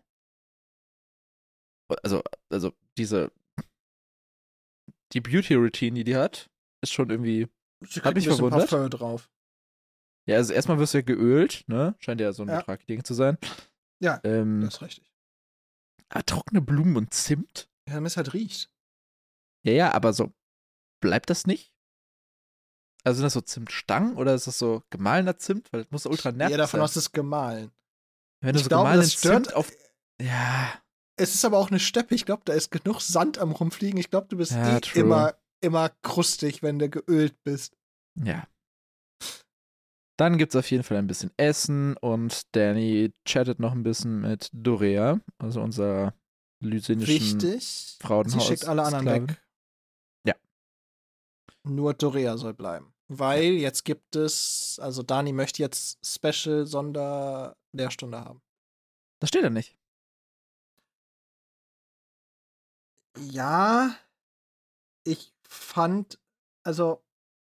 Also, also diese die Beauty-Routine, die die hat, ist schon irgendwie. Sie Hat mich kriegt ein bisschen verwundert. Parfum drauf. Ja, also erstmal wirst du ja geölt, ne? Scheint ja so ein Ja. Betrag-Ding zu sein. Ja, Ähm, das ist richtig. ah, trockene Blumen und Zimt. Ja, damit es halt riecht. Ja, ja, aber so bleibt das nicht? Also sind das so Zimtstangen oder ist das so gemahlener Zimt? Weil das muss so ultra Ich nervig gehe davon sein. aus, es ist gemahlen. Wenn du Ich so glaube, gemahlenen das stört. Zimt auf. Ja, Es ist aber auch eine Steppe. Ich glaube, da ist genug Sand am Rumfliegen. Ich glaube, du bist Ja, eh true. immer, immer krustig, wenn du geölt bist. ja. Dann gibt's auf jeden Fall ein bisschen Essen und Dany chattet noch ein bisschen mit Dorea, also unserer lysinischen Wichtig. Frauenhaus. Sie schickt alle anderen Sklavin. weg. Ja. Nur Dorea soll bleiben. Weil jetzt gibt es, also Dani möchte jetzt Special Sonderlehrstunde haben. Das steht da nicht. Ja, ich fand, also,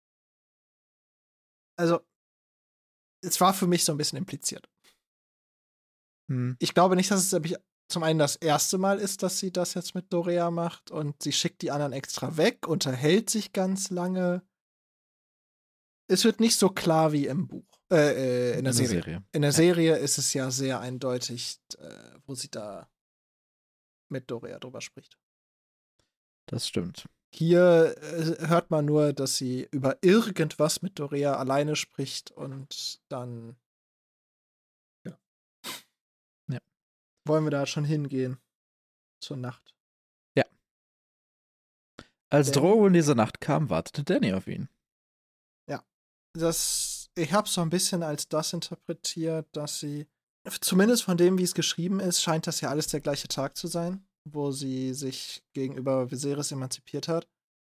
also, es war für mich so ein bisschen impliziert. Hm. Ich glaube nicht, dass es nämlich zum einen das erste Mal ist, dass sie das jetzt mit Dorea macht und sie schickt die anderen extra weg, unterhält sich ganz lange. Es wird nicht so klar wie im Buch, äh, äh in der Serie. In der Ja. Serie ist es ja sehr eindeutig, äh, wo sie da mit Dorea drüber spricht. Das stimmt. Hier äh, hört man nur, dass sie über irgendwas mit Dorea alleine spricht und dann ja. Ja. Wollen wir da schon hingehen zur Nacht? Als Denn- Drogo in diese Nacht kam, wartete Dany auf ihn. Das, ich habe so ein bisschen als das interpretiert, dass sie, zumindest von dem, wie es geschrieben ist, scheint das ja alles der gleiche Tag zu sein, wo sie sich gegenüber Viserys emanzipiert hat.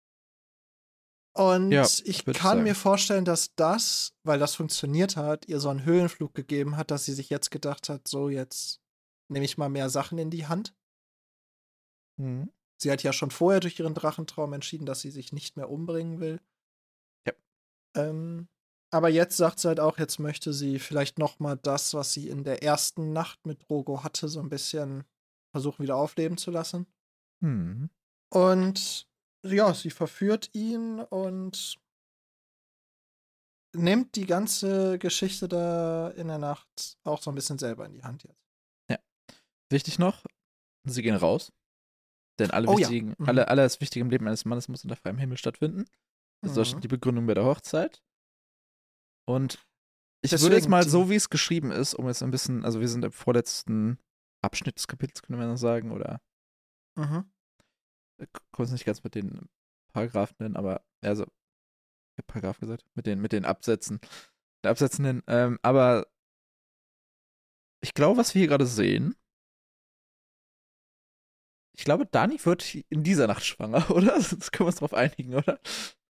Und Ja, ich würd ich kann sagen. mir vorstellen, dass das, weil das funktioniert hat, ihr so einen Höhenflug gegeben hat, dass sie sich jetzt gedacht hat, so jetzt nehme ich mal mehr Sachen in die Hand. Mhm. Sie hat ja schon vorher durch ihren Drachentraum entschieden, dass sie sich nicht mehr umbringen will. Ja. Ähm, aber jetzt sagt sie halt auch, jetzt möchte sie vielleicht noch mal das, was sie in der ersten Nacht mit Drogo hatte, so ein bisschen versuchen wieder aufleben zu lassen. Mhm. Und ja, sie verführt ihn und nimmt die ganze Geschichte da in der Nacht auch so ein bisschen selber in die Hand jetzt. Wichtig noch, sie gehen raus. Denn alle Oh ja. wichtigen, Mhm. alle, alles Wichtige im Leben eines Mannes muss unter freiem Himmel stattfinden. Das ist Mhm. die Begründung bei der Hochzeit. Und ich würde Deswegen jetzt mal die- so, wie es geschrieben ist, um jetzt ein bisschen, also wir sind im vorletzten Abschnitt des Kapitels, können wir noch sagen, oder Mhm. ich komme es nicht ganz mit den Paragraphen nennen, aber, also, ich habe Paragraph gesagt, mit den, mit den Absätzen, den Absätzen nennen, ähm, aber ich glaube, was wir hier gerade sehen, ich glaube, Dani wird in dieser Nacht schwanger, oder? Das können wir uns drauf einigen, oder?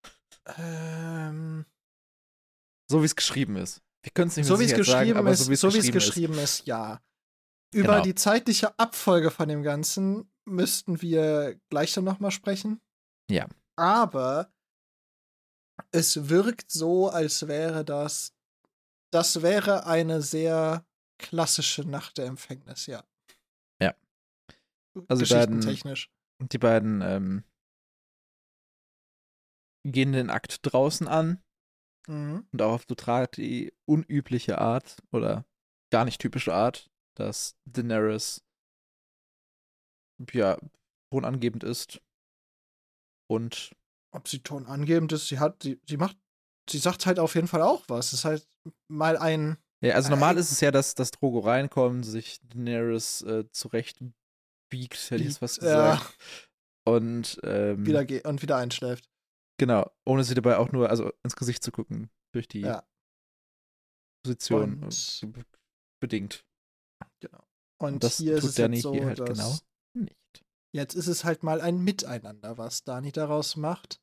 Ähm, So wie es geschrieben ist. Wir können es nicht so mit wie es Sicherheit sagen, geschrieben aber ist, so wie es so wie es geschrieben ist. geschrieben ist, ja. Über Genau. die zeitliche Abfolge von dem Ganzen müssten wir gleich dann noch mal sprechen. Ja. Aber es wirkt so, als wäre das, das wäre eine sehr klassische Nacht der Empfängnis, ja. Ja. Also die beiden- geschichtentechnisch. Und die beiden ähm, gehen den Akt draußen an Mhm. und auch auf die unübliche Art oder gar nicht typische Art, dass Daenerys ja tonangebend ist und Ob sie tonangebend ist, sie hat, sie, sie macht, sie sagt halt auf jeden Fall auch was. Es ist halt mal ein, ja, also normal Äh, ist es ja, dass, dass Drogo reinkommt, sich Daenerys äh, zurecht biegt, hätte ich jetzt fast Biegt, ja. gesagt. und ähm, wieder ge- und wieder einschläft. genau, ohne sie dabei auch nur also ins Gesicht zu gucken durch die Ja. Position Und, äh, bedingt. genau. Und Und das hier ist tut es Danny jetzt so, hier halt dass genau nicht. jetzt ist es halt mal ein Miteinander, was Dani daraus macht.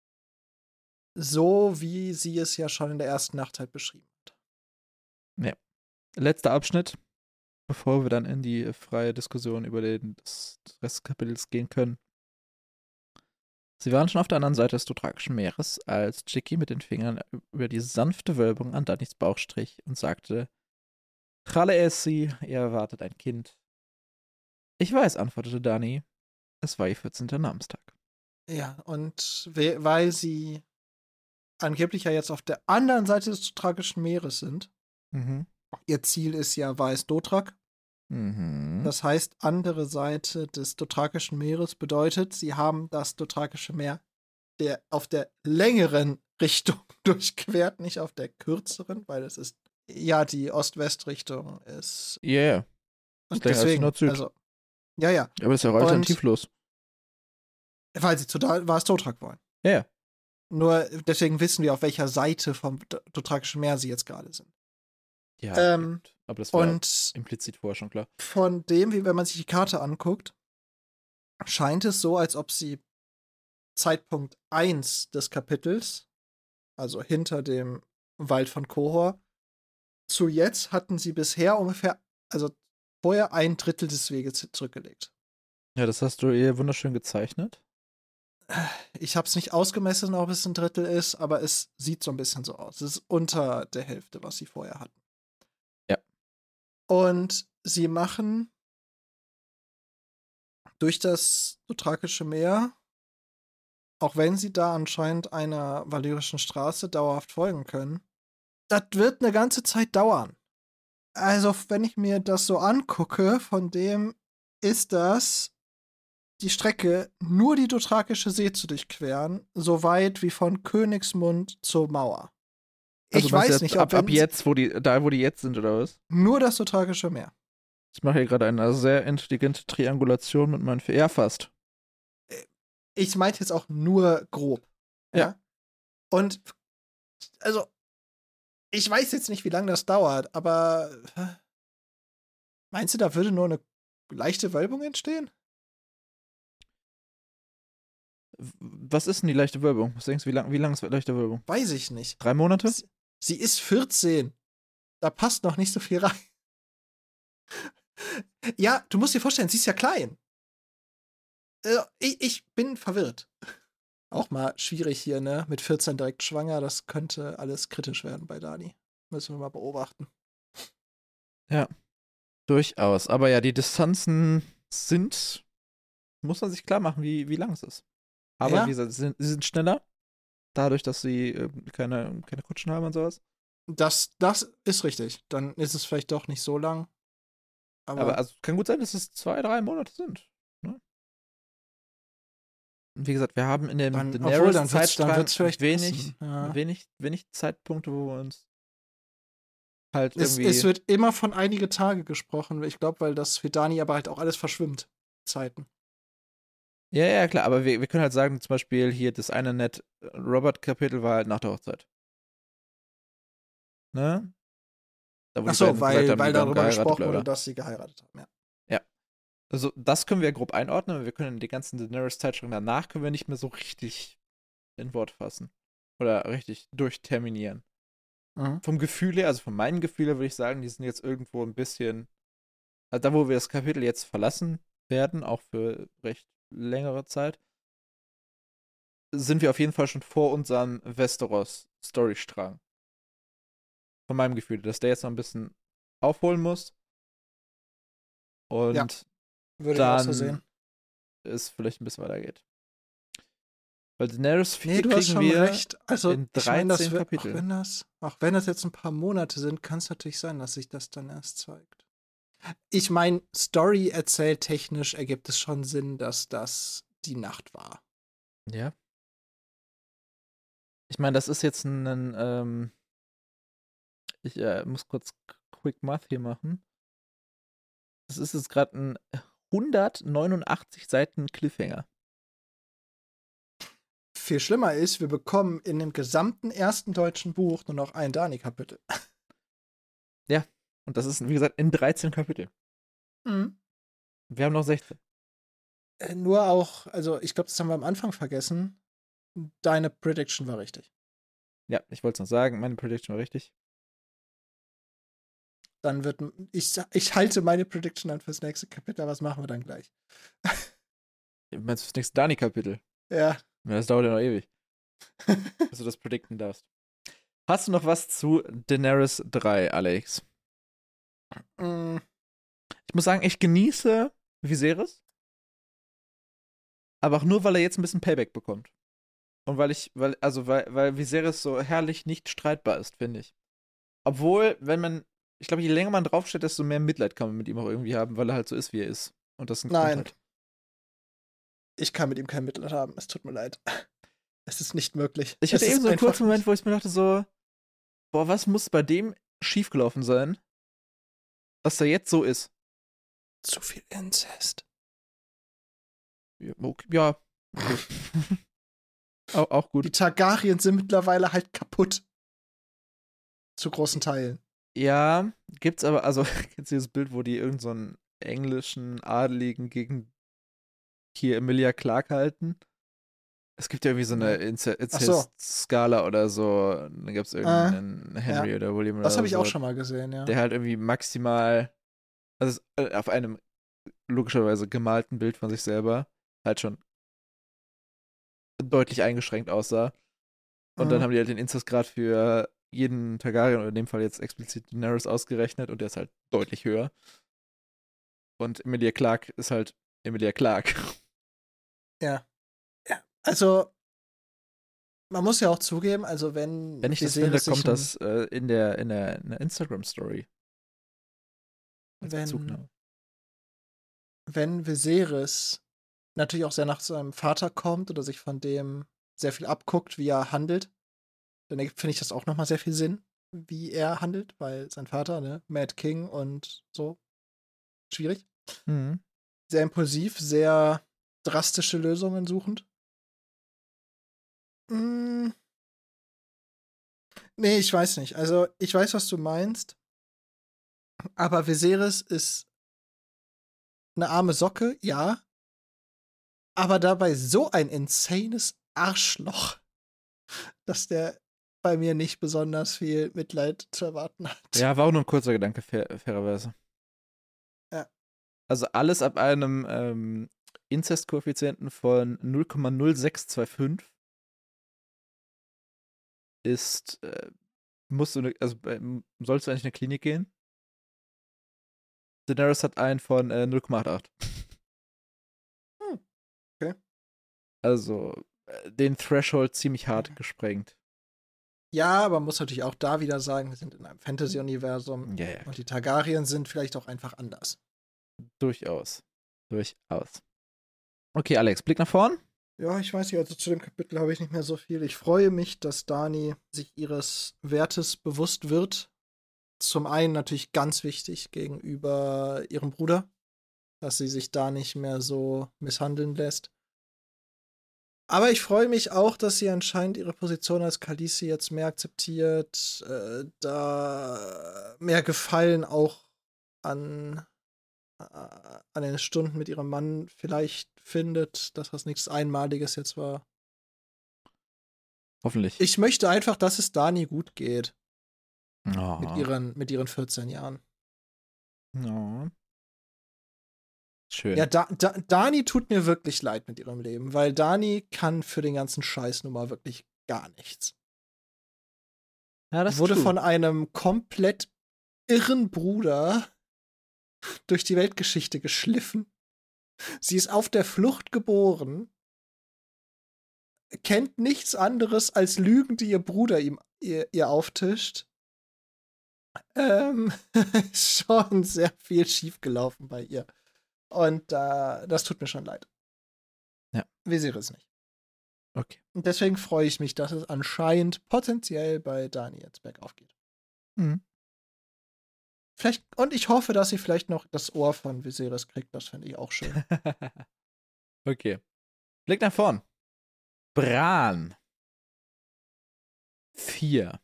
So wie sie es ja schon in der ersten Nacht halt beschrieben hat. Ja. Letzter Abschnitt, bevor wir dann in die freie Diskussion über den, das Rest des Kapitels gehen können. Sie waren schon auf der anderen Seite des Dothrakischen Meeres, als Chicky mit den Fingern über die sanfte Wölbung an Dannys Bauch strich und sagte: Tralle es sie, ihr erwartet ein Kind. Ich weiß, antwortete Dani. Es war ihr vierzehnter Namenstag. Ja, und we- weil sie angeblich ja jetzt auf der anderen Seite des Dothrakischen Meeres sind. Mhm. Ihr Ziel ist ja Weiß-Dothrak. Mhm. Das heißt, andere Seite des Dothrakischen Meeres bedeutet, sie haben das Dothrakische Meer der, auf der längeren Richtung durchquert, nicht auf der kürzeren, weil es ist, ja, die Ost-West-Richtung ist. Ja, yeah. Und länger als deswegen, Nord-Süd. also, ja, ja. Aber das ist ja auch alternativlos. Weil sie zu da Weiß-Dothrak wollen. Ja, ja. Nur deswegen wissen wir, auf welcher Seite vom Dothrakischen Meer sie jetzt gerade sind. Ja, Ähm, aber das war und implizit vorher schon klar. von dem, wie wenn man sich die Karte anguckt, scheint es so, als ob sie Zeitpunkt eins des Kapitels, also hinter dem Wald von Kohor, zu jetzt hatten sie bisher ungefähr, also vorher ein Drittel des Weges zurückgelegt. Ja, das hast du ihr wunderschön gezeichnet. Ich habe es nicht ausgemessen, ob es ein Drittel ist, aber es sieht so ein bisschen so aus. Es ist unter der Hälfte, was sie vorher hatten. Ja. Und sie machen durch das Dothrakische Meer, auch wenn sie da anscheinend einer valyrischen Straße dauerhaft folgen können, das wird eine ganze Zeit dauern. Also, wenn ich mir das so angucke, von dem ist das die Strecke, nur die Dothrakische See zu durchqueren, so weit wie von Königsmund zur Mauer. Also Ich meinst du weiß jetzt nicht, ab, ob ab jetzt, wo die, da wo die jetzt sind, oder was? nur das Dothrakische Meer. Ich mache hier gerade eine sehr intelligente Triangulation mit meinen F Ja, fast. Ich meinte jetzt auch nur grob. Ja. Ja. Und also, ich weiß jetzt nicht, wie lange das dauert, aber meinst du, da würde nur eine leichte Wölbung entstehen? Was ist denn die leichte Wölbung? Was denkst du, wie lang, wie lang ist leichte Wölbung? Weiß ich nicht. Drei Monate? Sie, sie ist vierzehn. Da passt noch nicht so viel rein. Ja, du musst dir vorstellen, sie ist ja klein. Äh, ich, ich bin verwirrt. Auch mal schwierig hier, ne? Mit vierzehn direkt schwanger, das könnte alles kritisch werden bei Dani. Müssen wir mal beobachten. Ja, durchaus. Aber ja, die Distanzen sind, muss man sich klar machen, wie, wie lang es ist. Aber Ja. wie gesagt, sie sind, sie sind schneller, dadurch, dass sie äh, keine, keine Kutschen haben und sowas. Das, das ist richtig. Dann ist es vielleicht doch nicht so lang. Aber, Aber also kann gut sein, dass es zwei, drei Monate sind. Ne? Und wie gesagt, wir haben in dem dann, obwohl, dann wird's, dann Zeitstrang wird's vielleicht wenig, ja. wenig, wenig Zeitpunkte, wo wir uns halt es, irgendwie. es wird immer von einige Tage gesprochen. Ich glaube, weil das für Dani aber halt auch alles verschwimmt. Zeiten. Ja, ja, klar, aber wir, wir können halt sagen, zum Beispiel hier das eine Ned Robert-Kapitel war halt nach der Hochzeit. Ne? Da, wo Ach die so, beiden weil, gesagt haben, weil die haben darüber geheiratet, gesprochen bla, bla. wurde, dass sie geheiratet haben, ja. Ja. Also, das können wir grob einordnen, wir können den ganzen Daenerys-Zeitstrang danach können wir nicht mehr so richtig in Wort fassen. Oder richtig durchterminieren. Mhm. Vom Gefühl her, also von meinem Gefühl her würde ich sagen, die sind jetzt irgendwo ein bisschen, also da, wo wir das Kapitel jetzt verlassen werden, auch für recht längere Zeit, sind wir auf jeden Fall schon vor unserem Westeros-Storystrang. Von meinem Gefühl, dass der jetzt noch ein bisschen aufholen muss. Und Ja, würde ich auch so dann sehen. es vielleicht ein bisschen weitergeht. Weil Daenerys vier Nee, du hast kriegen schon wir recht. Also, in ich meine, das dreizehn wird, auch Kapiteln. wenn das, auch wenn das jetzt ein paar Monate sind, kann es natürlich sein, dass sich das dann erst zeigt. Ich meine, Story erzählt technisch ergibt es schon Sinn, dass das die Nacht war. Ja. Ich meine, das ist jetzt ein, ähm, ich äh, muss kurz Quick Math hier machen. Das ist jetzt gerade ein hundertneunundachtzig Seiten Cliffhanger. viel schlimmer ist, wir bekommen in dem gesamten ersten deutschen Buch nur noch ein Dani-Kapitel. Ja, und das ist, wie gesagt, in dreizehn Kapitel. Mhm. Wir haben noch sechzehn. Äh, nur auch, also ich glaube, das haben wir am Anfang vergessen. Deine Prediction war richtig. Ja, ich wollte es noch sagen, meine Prediction war richtig. Dann wird, ich, ich halte meine Prediction dann fürs nächste Kapitel, was machen wir dann gleich? Meinst du das nächste Dani-Kapitel? Ja. Ja, das dauert ja noch ewig, bis du das predikten darfst. Hast du noch was zu Daenerys drei, Alex? Mm. Ich muss sagen, ich genieße Viserys, aber auch nur, weil er jetzt ein bisschen Payback bekommt. Und weil ich, weil, also weil, weil Viserys so herrlich nicht streitbar ist, finde ich. Obwohl, wenn man, ich glaube, je länger man draufsteht, desto mehr Mitleid kann man mit ihm auch irgendwie haben, weil er halt so ist, wie er ist. Und das ein Nein. Grund hat. Ich kann mit ihm kein Mitleid haben. Es tut mir leid. Es ist nicht möglich. Ich Es hatte ist eben so einen einfach kurzen Moment, nicht- wo ich mir dachte so, boah, was muss bei dem schiefgelaufen sein, dass er jetzt so ist? Zu viel Inzest. Ja, okay, ja. Okay. auch, auch gut. Die Targaryen sind mittlerweile halt kaputt. Zu großen Teilen. Ja, gibt's aber, also, kennst du dieses Bild, wo die irgend so einen englischen Adeligen gegen hier Emilia Clarke halten? Es gibt ja irgendwie so eine Ja. Inze- Ach so. Incest-Skala oder so. Da gibt's irgendeinen Henry ja. oder William Das oder habe ich so, auch schon mal gesehen, ja. der halt irgendwie maximal, also es- äh, auf einem logischerweise gemalten Bild von sich selber halt schon deutlich eingeschränkt aussah. Und Mhm. dann haben die halt den Incestgrad für jeden Targaryen, oder in dem Fall jetzt explizit Daenerys, ausgerechnet und der ist halt deutlich höher. Und Emilia Clarke ist halt Emilia Clarke. Ja. Ja. Also, man muss ja auch zugeben, also wenn Wenn ich das Viserys finde, kommt sich ein- das äh, in der, in der, in der Instagram-Story. Als wenn, Bezugnahme. wenn Viserys natürlich auch sehr nach seinem Vater kommt oder sich von dem sehr viel abguckt, wie er handelt, dann ergibt, finde ich, das auch nochmal sehr viel Sinn, wie er handelt, weil sein Vater, ne, Mad King und so, schwierig. Mhm. Sehr impulsiv, sehr drastische Lösungen suchend. Mm. Nee, ich weiß nicht. Also, ich weiß, was du meinst. Aber Viserys ist eine arme Socke, ja. Aber dabei so ein insanes Arschloch, dass der bei mir nicht besonders viel Mitleid zu erwarten hat. Ja, war auch nur ein kurzer Gedanke, fair, fairerweise. Ja. Also alles ab einem ähm, Inzestkoeffizienten von null Komma null sechs zwei fünf ist, äh, musst du, ne, also äh, sollst du eigentlich in eine Klinik gehen? Daenerys hat einen von äh, null Komma acht acht. Hm, okay. Also äh, den Threshold ziemlich hart gesprengt. Ja, aber man muss natürlich auch da wieder sagen, wir sind in einem Fantasy-Universum Ja, ja, und die Targaryen sind vielleicht auch einfach anders. durchaus. Durchaus. Okay, Alex, Blick nach vorn. Ja, ich weiß nicht, also zu dem Kapitel habe ich nicht mehr so viel. Ich freue mich, dass Dani sich ihres Wertes bewusst wird. Zum einen natürlich ganz wichtig gegenüber ihrem Bruder, dass sie sich da nicht mehr so misshandeln lässt. Aber ich freue mich auch, dass sie anscheinend ihre Position als Khaleesi jetzt mehr akzeptiert, äh, da mehr Gefallen auch an, äh, an den Stunden mit ihrem Mann vielleicht findet, dass das nichts Einmaliges jetzt war. Hoffentlich. Ich möchte einfach, dass es Dani gut geht. Oh. Mit ihren, mit ihren vierzehn Jahren. Oh. Schön. Ja, da, da, Dani tut mir wirklich leid mit ihrem Leben, weil Dani kann für den ganzen Scheiß nun mal wirklich gar nichts. Ja, das Sie wurde ist true. von einem komplett irren Bruder durch die Weltgeschichte geschliffen. Sie ist auf der Flucht geboren, kennt nichts anderes als Lügen, die ihr Bruder ihm, ihr, ihr auftischt. Ähm, schon sehr viel schiefgelaufen bei ihr. Und äh, das tut mir schon leid. Ja. Viserys nicht. Okay. Und deswegen freue ich mich, dass es anscheinend potenziell bei Dani jetzt bergauf geht. Mhm. Vielleicht, und ich hoffe, dass sie vielleicht noch das Ohr von Viserys kriegt. Das fände ich auch schön. Okay. Blick nach vorn. Bran. Vier.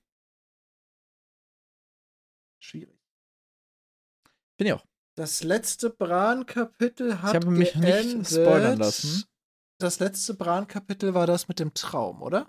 Schwierig. Bin ich auch. Das letzte Bran-Kapitel hat Ich habe mich geendet. nicht spoilern lassen. Das letzte Bran-Kapitel war das mit dem Traum, oder?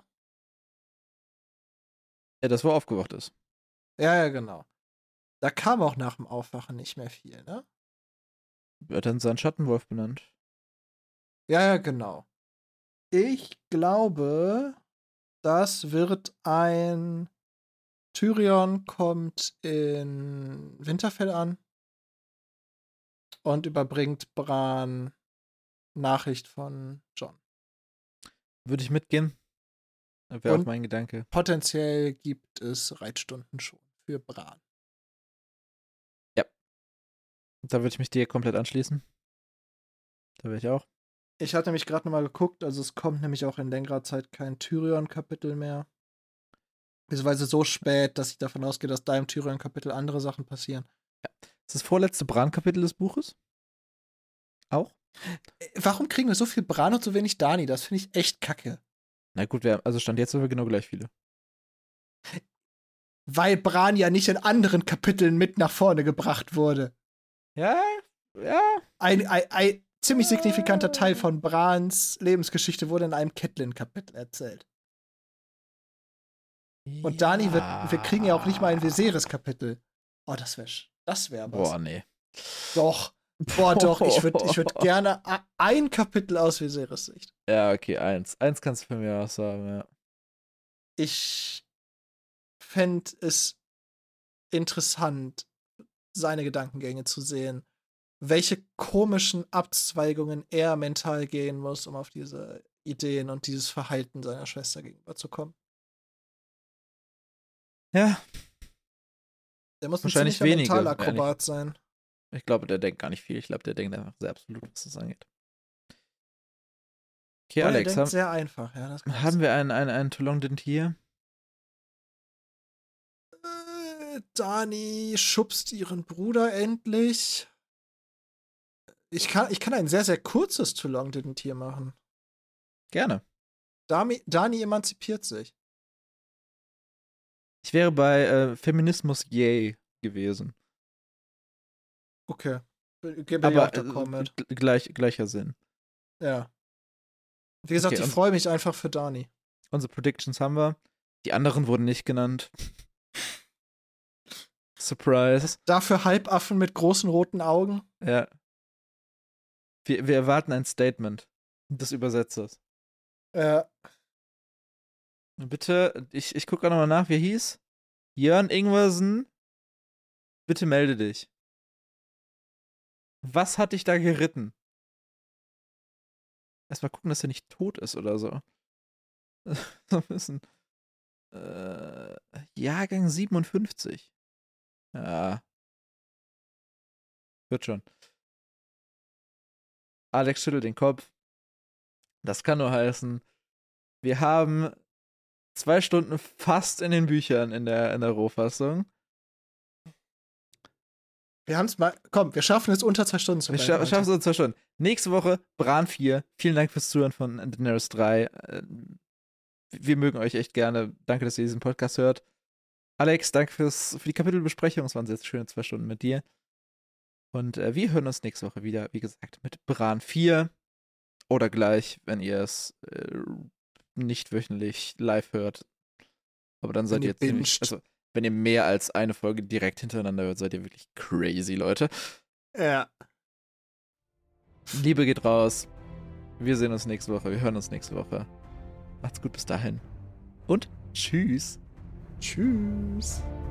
Ja, das wo er aufgewacht ist. Ja, ja, genau. Da kam auch nach dem Aufwachen nicht mehr viel, ne? Er hat dann seinen Schattenwolf benannt. Ja, ja, genau. Ich glaube, das wird ein Tyrion kommt in Winterfell an und überbringt Bran Nachricht von Jon. Würde ich mitgehen? Wäre auch Und mein Gedanke. Potenziell gibt es Reitstunden schon für Bran. Ja. Da würde ich mich dir komplett anschließen. Da wäre ich auch. Ich hatte nämlich gerade nochmal geguckt, also es kommt nämlich auch in längerer Zeit kein Tyrion-Kapitel mehr. Beziehungsweise so spät, dass ich davon ausgehe, dass da im Tyrion-Kapitel andere Sachen passieren. Ja. Das ist das vorletzte Bran-Kapitel des Buches? Auch? Warum kriegen wir so viel Bran und so wenig Dani? Das finde ich echt kacke. Na gut, wir, also Stand jetzt haben wir genau gleich viele. Weil Bran ja nicht in anderen Kapiteln mit nach vorne gebracht wurde. Ja, ja. Ein, ein, ein ziemlich signifikanter Teil von Brans Lebensgeschichte wurde in einem Catelyn-Kapitel erzählt. Und ja. Dani wird, wir kriegen ja auch nicht mal ein Viserys-Kapitel. Oh, das wäre das wär was. Boah, nee. Doch. Boah, doch. Ich würde ich würd gerne ein Kapitel aus Viserys Sicht. Ja, okay, eins. Eins kannst du für mich auch sagen, ja. Ich fände es interessant, seine Gedankengänge zu sehen. Welche komischen Abzweigungen er mental gehen muss, um auf diese Ideen und dieses Verhalten seiner Schwester gegenüber zu kommen. Ja. Der muss ein Wahrscheinlich ziemlicher wenige, Mentalakrobat sein. Ich glaube, der denkt gar nicht viel. Ich glaube, der denkt einfach sehr absolut, was das angeht. Okay, Oder Alex, er denkt haben, sehr einfach. Ja, das kann haben sein. wir einen, einen, einen Too Long Didn't Hear? Äh, Dani schubst ihren Bruder endlich. Ich kann, ich kann ein sehr, sehr kurzes Too Long Didn't Hear machen. Gerne. Dani, Dani emanzipiert sich. Ich wäre bei äh, Feminismus Yay gewesen. Okay. Gebe ich Aber auch d'accord äh, mit. g- gleich, gleicher Sinn. Ja. Wie gesagt, Okay, ich und- freue mich einfach für Dani. Unsere Predictions haben wir. Die anderen wurden nicht genannt. Surprise. Dafür Halbaffen mit großen roten Augen. Ja. Wir, wir erwarten ein Statement des Übersetzers. Äh, Bitte, ich, ich gucke gerade nochmal nach, wie er hieß. Jörn Ingwersen, bitte melde dich. Was hat dich da geritten? Erstmal gucken, dass er nicht tot ist oder so. So ein bisschen. Äh, Jahrgang siebenundfünfzig. Ja. Wird schon. Alex schüttelt den Kopf. Das kann nur heißen, wir haben zwei Stunden fast in den Büchern in der, in der Rohfassung. wir haben es mal. Komm, wir schaffen es unter zwei Stunden zu Wir bleiben. scha heute. schaffen es in zwei Stunden. Nächste Woche Bran vier. Vielen Dank fürs Zuhören von Daenerys drei. Äh, Wir mögen euch echt gerne. Danke, dass ihr diesen Podcast hört. Alex, danke fürs, für die Kapitelbesprechung. Es waren sehr schöne zwei Stunden mit dir. Und äh, wir hören uns nächste Woche wieder, wie gesagt, mit Bran vier. Oder gleich, wenn ihr es äh, nicht wöchentlich live hört. Aber dann seid Wenn ihr ihr jetzt ziemlich, binged. also wenn ihr mehr als eine Folge direkt hintereinander hört, seid ihr wirklich crazy, Leute. Ja. Liebe geht raus. Wir sehen uns nächste Woche. Wir hören uns nächste Woche. Macht's gut bis dahin. Und tschüss. Tschüss.